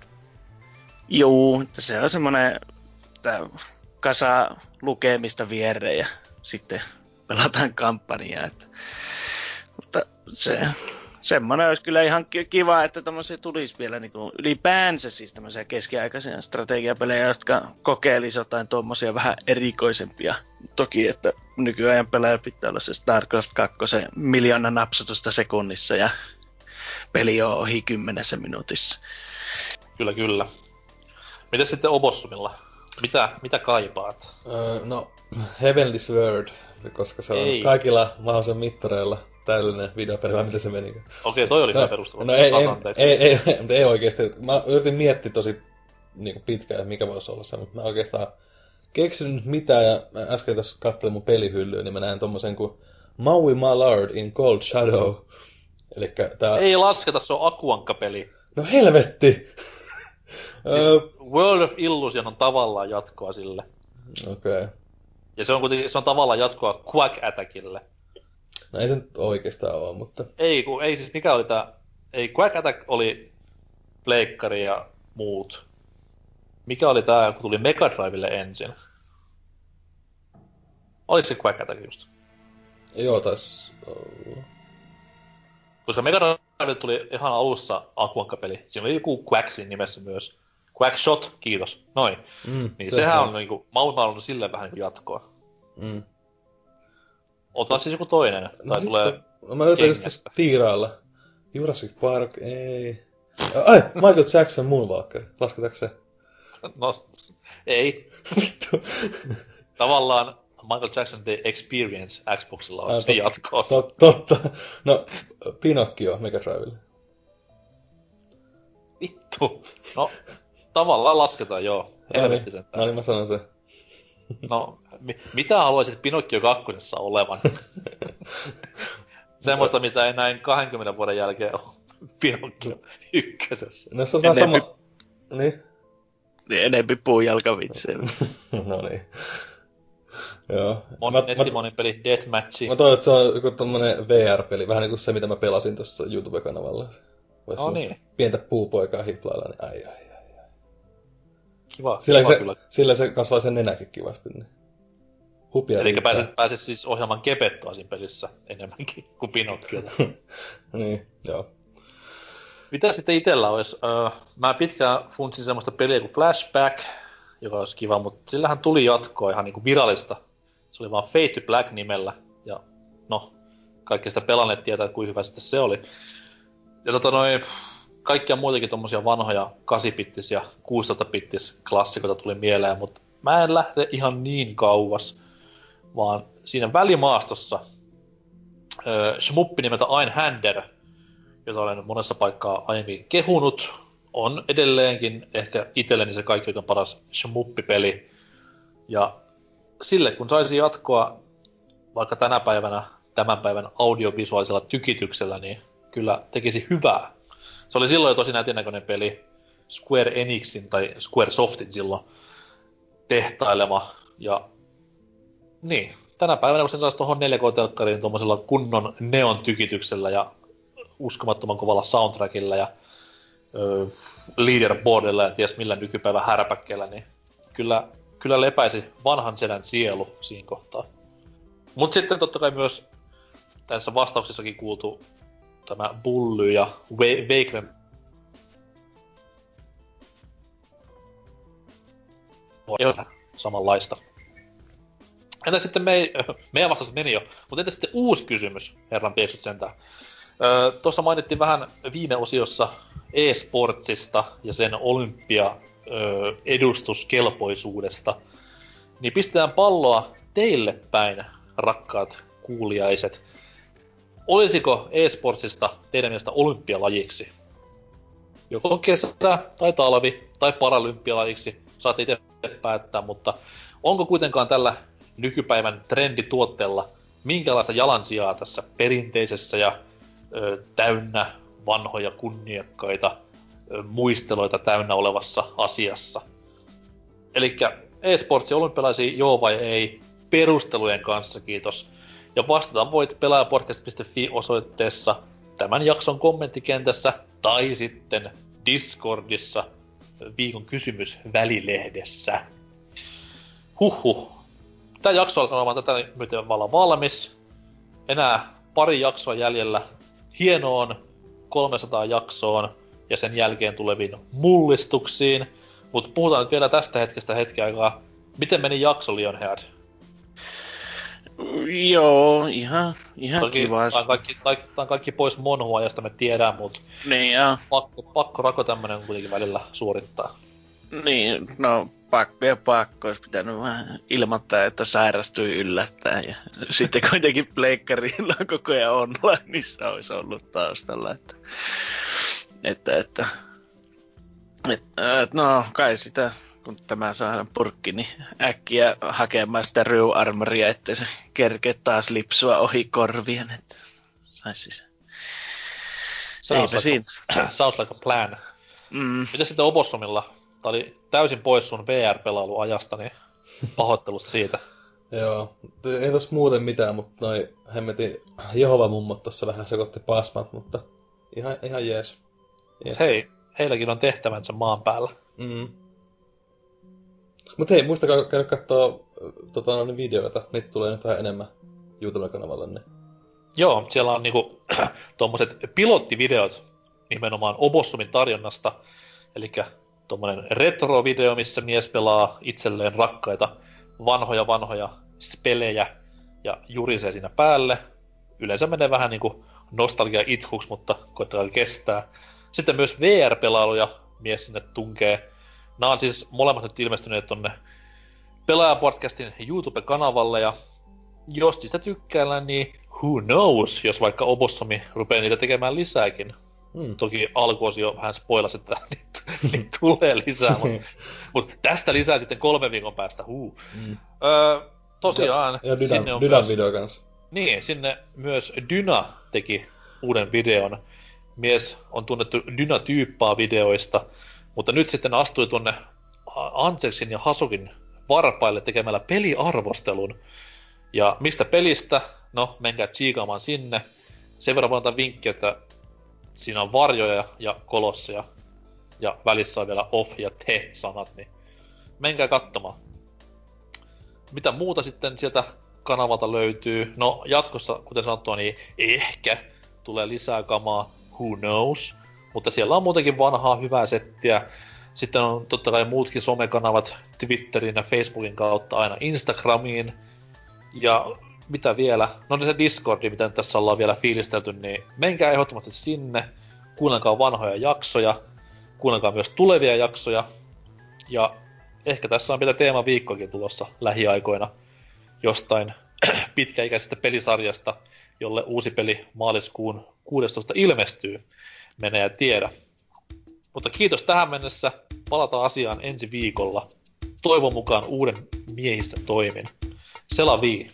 Juu, se on semmoinen kasa lukemista viereen ja sitten pelataan kampanjaa. Mutta semmoinen olisi kyllä ihan kiva, että tämmöisiä tulisi vielä niinku ylipäänsä siis tämmöisiä keskiaikaisia strategiapelejä, jotka kokeilisi jotain tuommoisia vähän erikoisempia. Toki, että nykyajan pelaaja pitää olla se StarCraft 2 miljoona napsutusta sekunnissa ja peli on ohi 10 minuutissa. Kyllä. Mites sitten Obossumilla? Mitä kaipaat? No, Heavenly Sword, koska se on kaikilla mahdollisilla mittareilla täydellinen videopeli, vai miten se meni? Okei, toi oli hyvä perustelu. No ei oikeesti. Mä yritin miettiä tosi niin pitkään, mikä voisi olla se, mutta mä oikeastaan keksinyt mitään, ja mä äsken tässä katselin mun pelihyllyä, niin mä näen tommosen kuin Maui Mallard in Cold Shadow. Elikkä tää... Ei lasketa, se on Akuankka-peli. No helvetti! Siis World of Illusion on tavallaan jatkoa sille. Okei. Ja se on tavallaan jatkoa Quack Attackille. No ei se nyt oikeastaan oo, mutta... Ei siis mikä oli tää... Ei, Quack Attack oli pleikkari ja muut. Mikä oli tää, kun tuli Mega Drivelle ensin? Oliko se Quack Attack just? Joo, taisi olla. Koska Mega Drivelle tuli ihan alussa Akuankka-peli. Siinä oli joku Quacksin nimessä myös. Quackshot, kiitos. Noin. Niin sehän on niinku... Maui on silleen vähän niinku jatkoa. Ota siis joku toinen, tai tulee mä yritän just tiirailla. Jurassic Park, ei. Ai, Michael Jackson Moonwalker, lasketaanko se? No, ei. Vittu. Tavallaan Michael Jackson The Experience Xboxilla on se jatkoa. Totta. No, Pinocchio Mega Drivelle. Vittu. No, tavallaan lasketaan, joo. Helvetti sentään. No niin, mä sanon se. No, mitä haluaisit Pinocchio 2 olevan? Semmoista, mitä ei näin 20 vuoden jälkeen ole Pinocchio 1. No se on vähän sama... Niin? Enempi puujalkavitsejä. No niin. Joo. Nettimonin peli Deathmatchi. Mä toivon, että se on joku tommonen VR-peli, vähän niinku se, mitä mä pelasin tuossa YouTube-kanavalla. No niin. Pientä puupoikaa hiplailla, niin ai. Kiva kyllä. Sillä se kasvaa sen nenäkin kivasti. Niin. Hupia. Eli pääset siis ohjaamaan Gepettoa siinä pelissä enemmänkin kuin Pinocchiota. Niin, joo. Mitä sitten itellä olisi? Mä pitkään funtsin semmoista peliä kuin Flashback, joka olisi kiva, mutta sillähän tuli jatkoa ihan niinku virallista. Se oli vaan Fade to Black nimellä, ja no, kaikki sitä pelanneet tietää, että kuinka hyvä sitten se oli. Ja kaikkia muitakin tommosia vanhoja 8-bittis ja 16-bittis klassikoita tuli mieleen, mutta mä en lähde ihan niin kauas, vaan siinä välimaastossa shmuppi nimeltä Einhander, jota olen monessa paikkaa aiemmin kehunut, on edelleenkin ehkä itselleni se kaikkein paras shmuppipeli. Ja sille kun saisi jatkoa vaikka tänä päivänä, tämän päivän audiovisuaalisella tykityksellä, niin kyllä tekisi hyvää. Se oli silloin jo tosi nätinäköinen peli, Square Enixin tai Square Softin silloin tehtailema. Ja niin, tänä päivänä kun sen saisi tuohon 4K-telkkariin tuommoisella kunnon neon tykityksellä ja uskomattoman kovalla soundtrackilla ja leaderboardilla ja ties millä nykypäivän härpäkkeellä, niin kyllä lepäisi vanhan sedän sielu siinä kohtaa. Mut sitten totta kai myös tässä vastauksissakin kuultu tämä Bully ja Vagrant samanlaista. Entä sitten meidän vastaus meni jo, mutta entä sitten uusi kysymys, herran pieksut sentään. Tuossa mainittiin vähän viime osiossa e-sportsista ja sen olympia-edustuskelpoisuudesta. Niin pistetään palloa teille päin, rakkaat kuulijaiset. Olisiko e-sportsista teidän mielestä olympialajiksi? Joko kesä tai talvi tai paralympialajiksi, saatte itse päättää, mutta onko kuitenkaan tällä nykypäivän trendituotteella minkälaista jalansijaa tässä perinteisessä ja täynnä vanhoja kunniakkaita muisteloita täynnä olevassa asiassa? Elikkä e-sportsi olympialaisia joo vai ei, perustelujen kanssa kiitos. Ja vastata voit pelaajapodcast.fi-osoitteessa tämän jakson kommenttikentässä tai sitten Discordissa viikon kysymys välilehdessä. Huhhuh. Tämä jakso alkaa olemaan tätä myöten valmis. Enää pari jaksoa jäljellä hienoon 300 jaksoon ja sen jälkeen tuleviin mullistuksiin. Mutta puhutaan nyt vielä tästä hetkestä hetken aikaa. Miten meni jakso, Lionhead? Joo, ihan kiva. Tämä on kaikki pois Monhuajasta, me tiedään, mutta niin, pakko rako tämmönen kuitenkin välillä suorittaa. Niin, no pakko, olisi pitänyt vähän ilmoittaa, että sairastui yllättäen. Ja sitten kuitenkin pleikkarilla on koko ajan onlineissa olisi ollut taustalla, että no kai sitä, kun tämä saadaan purkki, niin äkkiä hakemaan sitä Rue-armoria, ettei se kerkeä taas lipsua ohi korvien, että saisi se. Sounds like a plan. Mitä sitten Opossumilla? Tää oli täysin pois sun VR-pelailuajasta, niin pahoittelut siitä. Joo, ei tossa muuten mitään, mutta noi hemmetin Jehova-mummot tossa vähän sekoitti pasmat, mutta ihan jees. Hei, heilläkin on tehtävänsä maan päällä. Mut hei, muistakaa käydä kattoo videoita, niitä tulee nyt vähän enemmän YouTube-kanavalle. Niin. Joo, siellä on niinku tommoset pilottivideot nimenomaan Opossumin tarjonnasta, elikkä tommonen retro-video, missä mies pelaa itselleen rakkaita vanhoja spelejä ja jurisee siinä päälle. Yleensä menee vähän niinku nostalgia-itkuksi, mutta koittakaa kestää. Sitten myös VR-pelailuja mies sinne tunkee. Nämä on siis molemmat nyt ilmestyneet tonne Pelaajapodcastin YouTube-kanavalle, ja jos niistä tykkäillään, niin who knows, jos vaikka Opossumi rupeaa niitä tekemään lisääkin. Toki alkuosio vähän spoilasi, että niitä tulee lisää, mutta Mut tästä lisää sitten 3 viikon päästä, tosiaan, Ja sinne on Dynan myös... video kanssa. Niin, sinne myös Dyna teki uuden videon. Mies on tunnettu Dyna-tyyppaa videoista, mutta nyt sitten astui tuonne Anseksin ja Hasukin varpaille tekemällä peliarvostelun. Ja mistä pelistä? No, menkää tsiikaamaan sinne. Sen verran voin antaa vinkki, että siinä on varjoja ja kolosseja. Ja välissä on vielä off ja te-sanat, niin menkää katsomaan. Mitä muuta sitten sieltä kanavalta löytyy? No, jatkossa, kuten sanottua, niin ehkä tulee lisää kamaa, who knows. Mutta siellä on muutenkin vanhaa hyvää settiä. Sitten on totta kai muutkin somekanavat Twitterin ja Facebookin kautta aina Instagramiin. Ja mitä vielä? No se Discordi, mitä tässä ollaan vielä fiilistelty, niin menkää ehdottomasti sinne. Kuunnelkaa vanhoja jaksoja. Kuunnelkaa myös tulevia jaksoja. Ja ehkä tässä on vielä teemaviikkokin tulossa lähiaikoina jostain pitkäikäisestä pelisarjasta, jolle uusi peli maaliskuun 16 ilmestyy. Mene ja tiedä. Mutta kiitos tähän mennessä. Palataan asiaan ensi viikolla. Toivon mukaan uuden miehistön toimin. Selavii.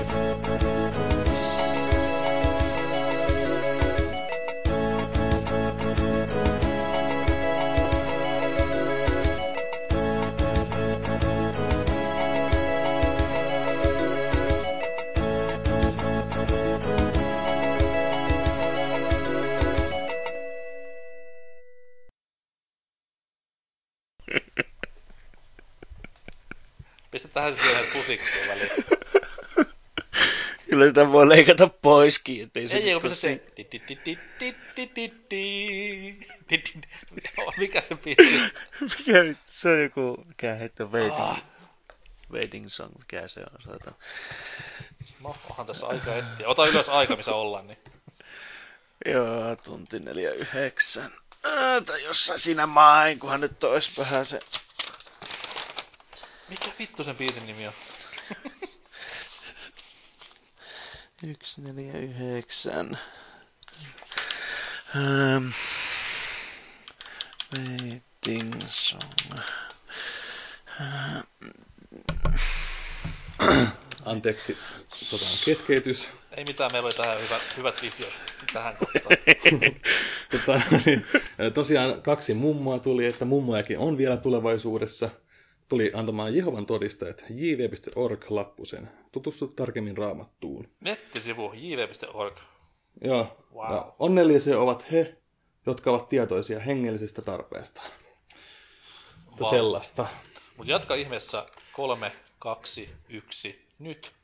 Pistä tähän siihen musiikkiin väliin. Kyllä sitä voi leikata poiskin, ettei se... Ei, kun pistä se... Mikä se biisi? Mikä vittu, se on joku... Mikä heittää waiting song, mikä se on, saatan. No, onhan tässä aika etsiä. Ota ylös aika, missä ollaan, niin... Joo, tunti 49. Tai jossain siinä main, kunhan nyt ois vähän se... Mikä vittu sen biisin nimi on? 149. Waiting song. Anteeksi, keskeytys. Ei mitään, meillä oli tähän hyvät visiot tähän kohtaan. Tosiaan 2 mummoa tuli, että mummojakin on vielä tulevaisuudessa. Tuli antamaan Jehovan todistajat jv.org-lappusen. Tutustu tarkemmin Raamattuun. Nettisivu jv.org. Joo. Wow. Ja onnellisia ovat he, jotka ovat tietoisia hengellisestä tarpeesta. Sellaista. Mutta jatka ihmeessä 3, 2, 1, nyt.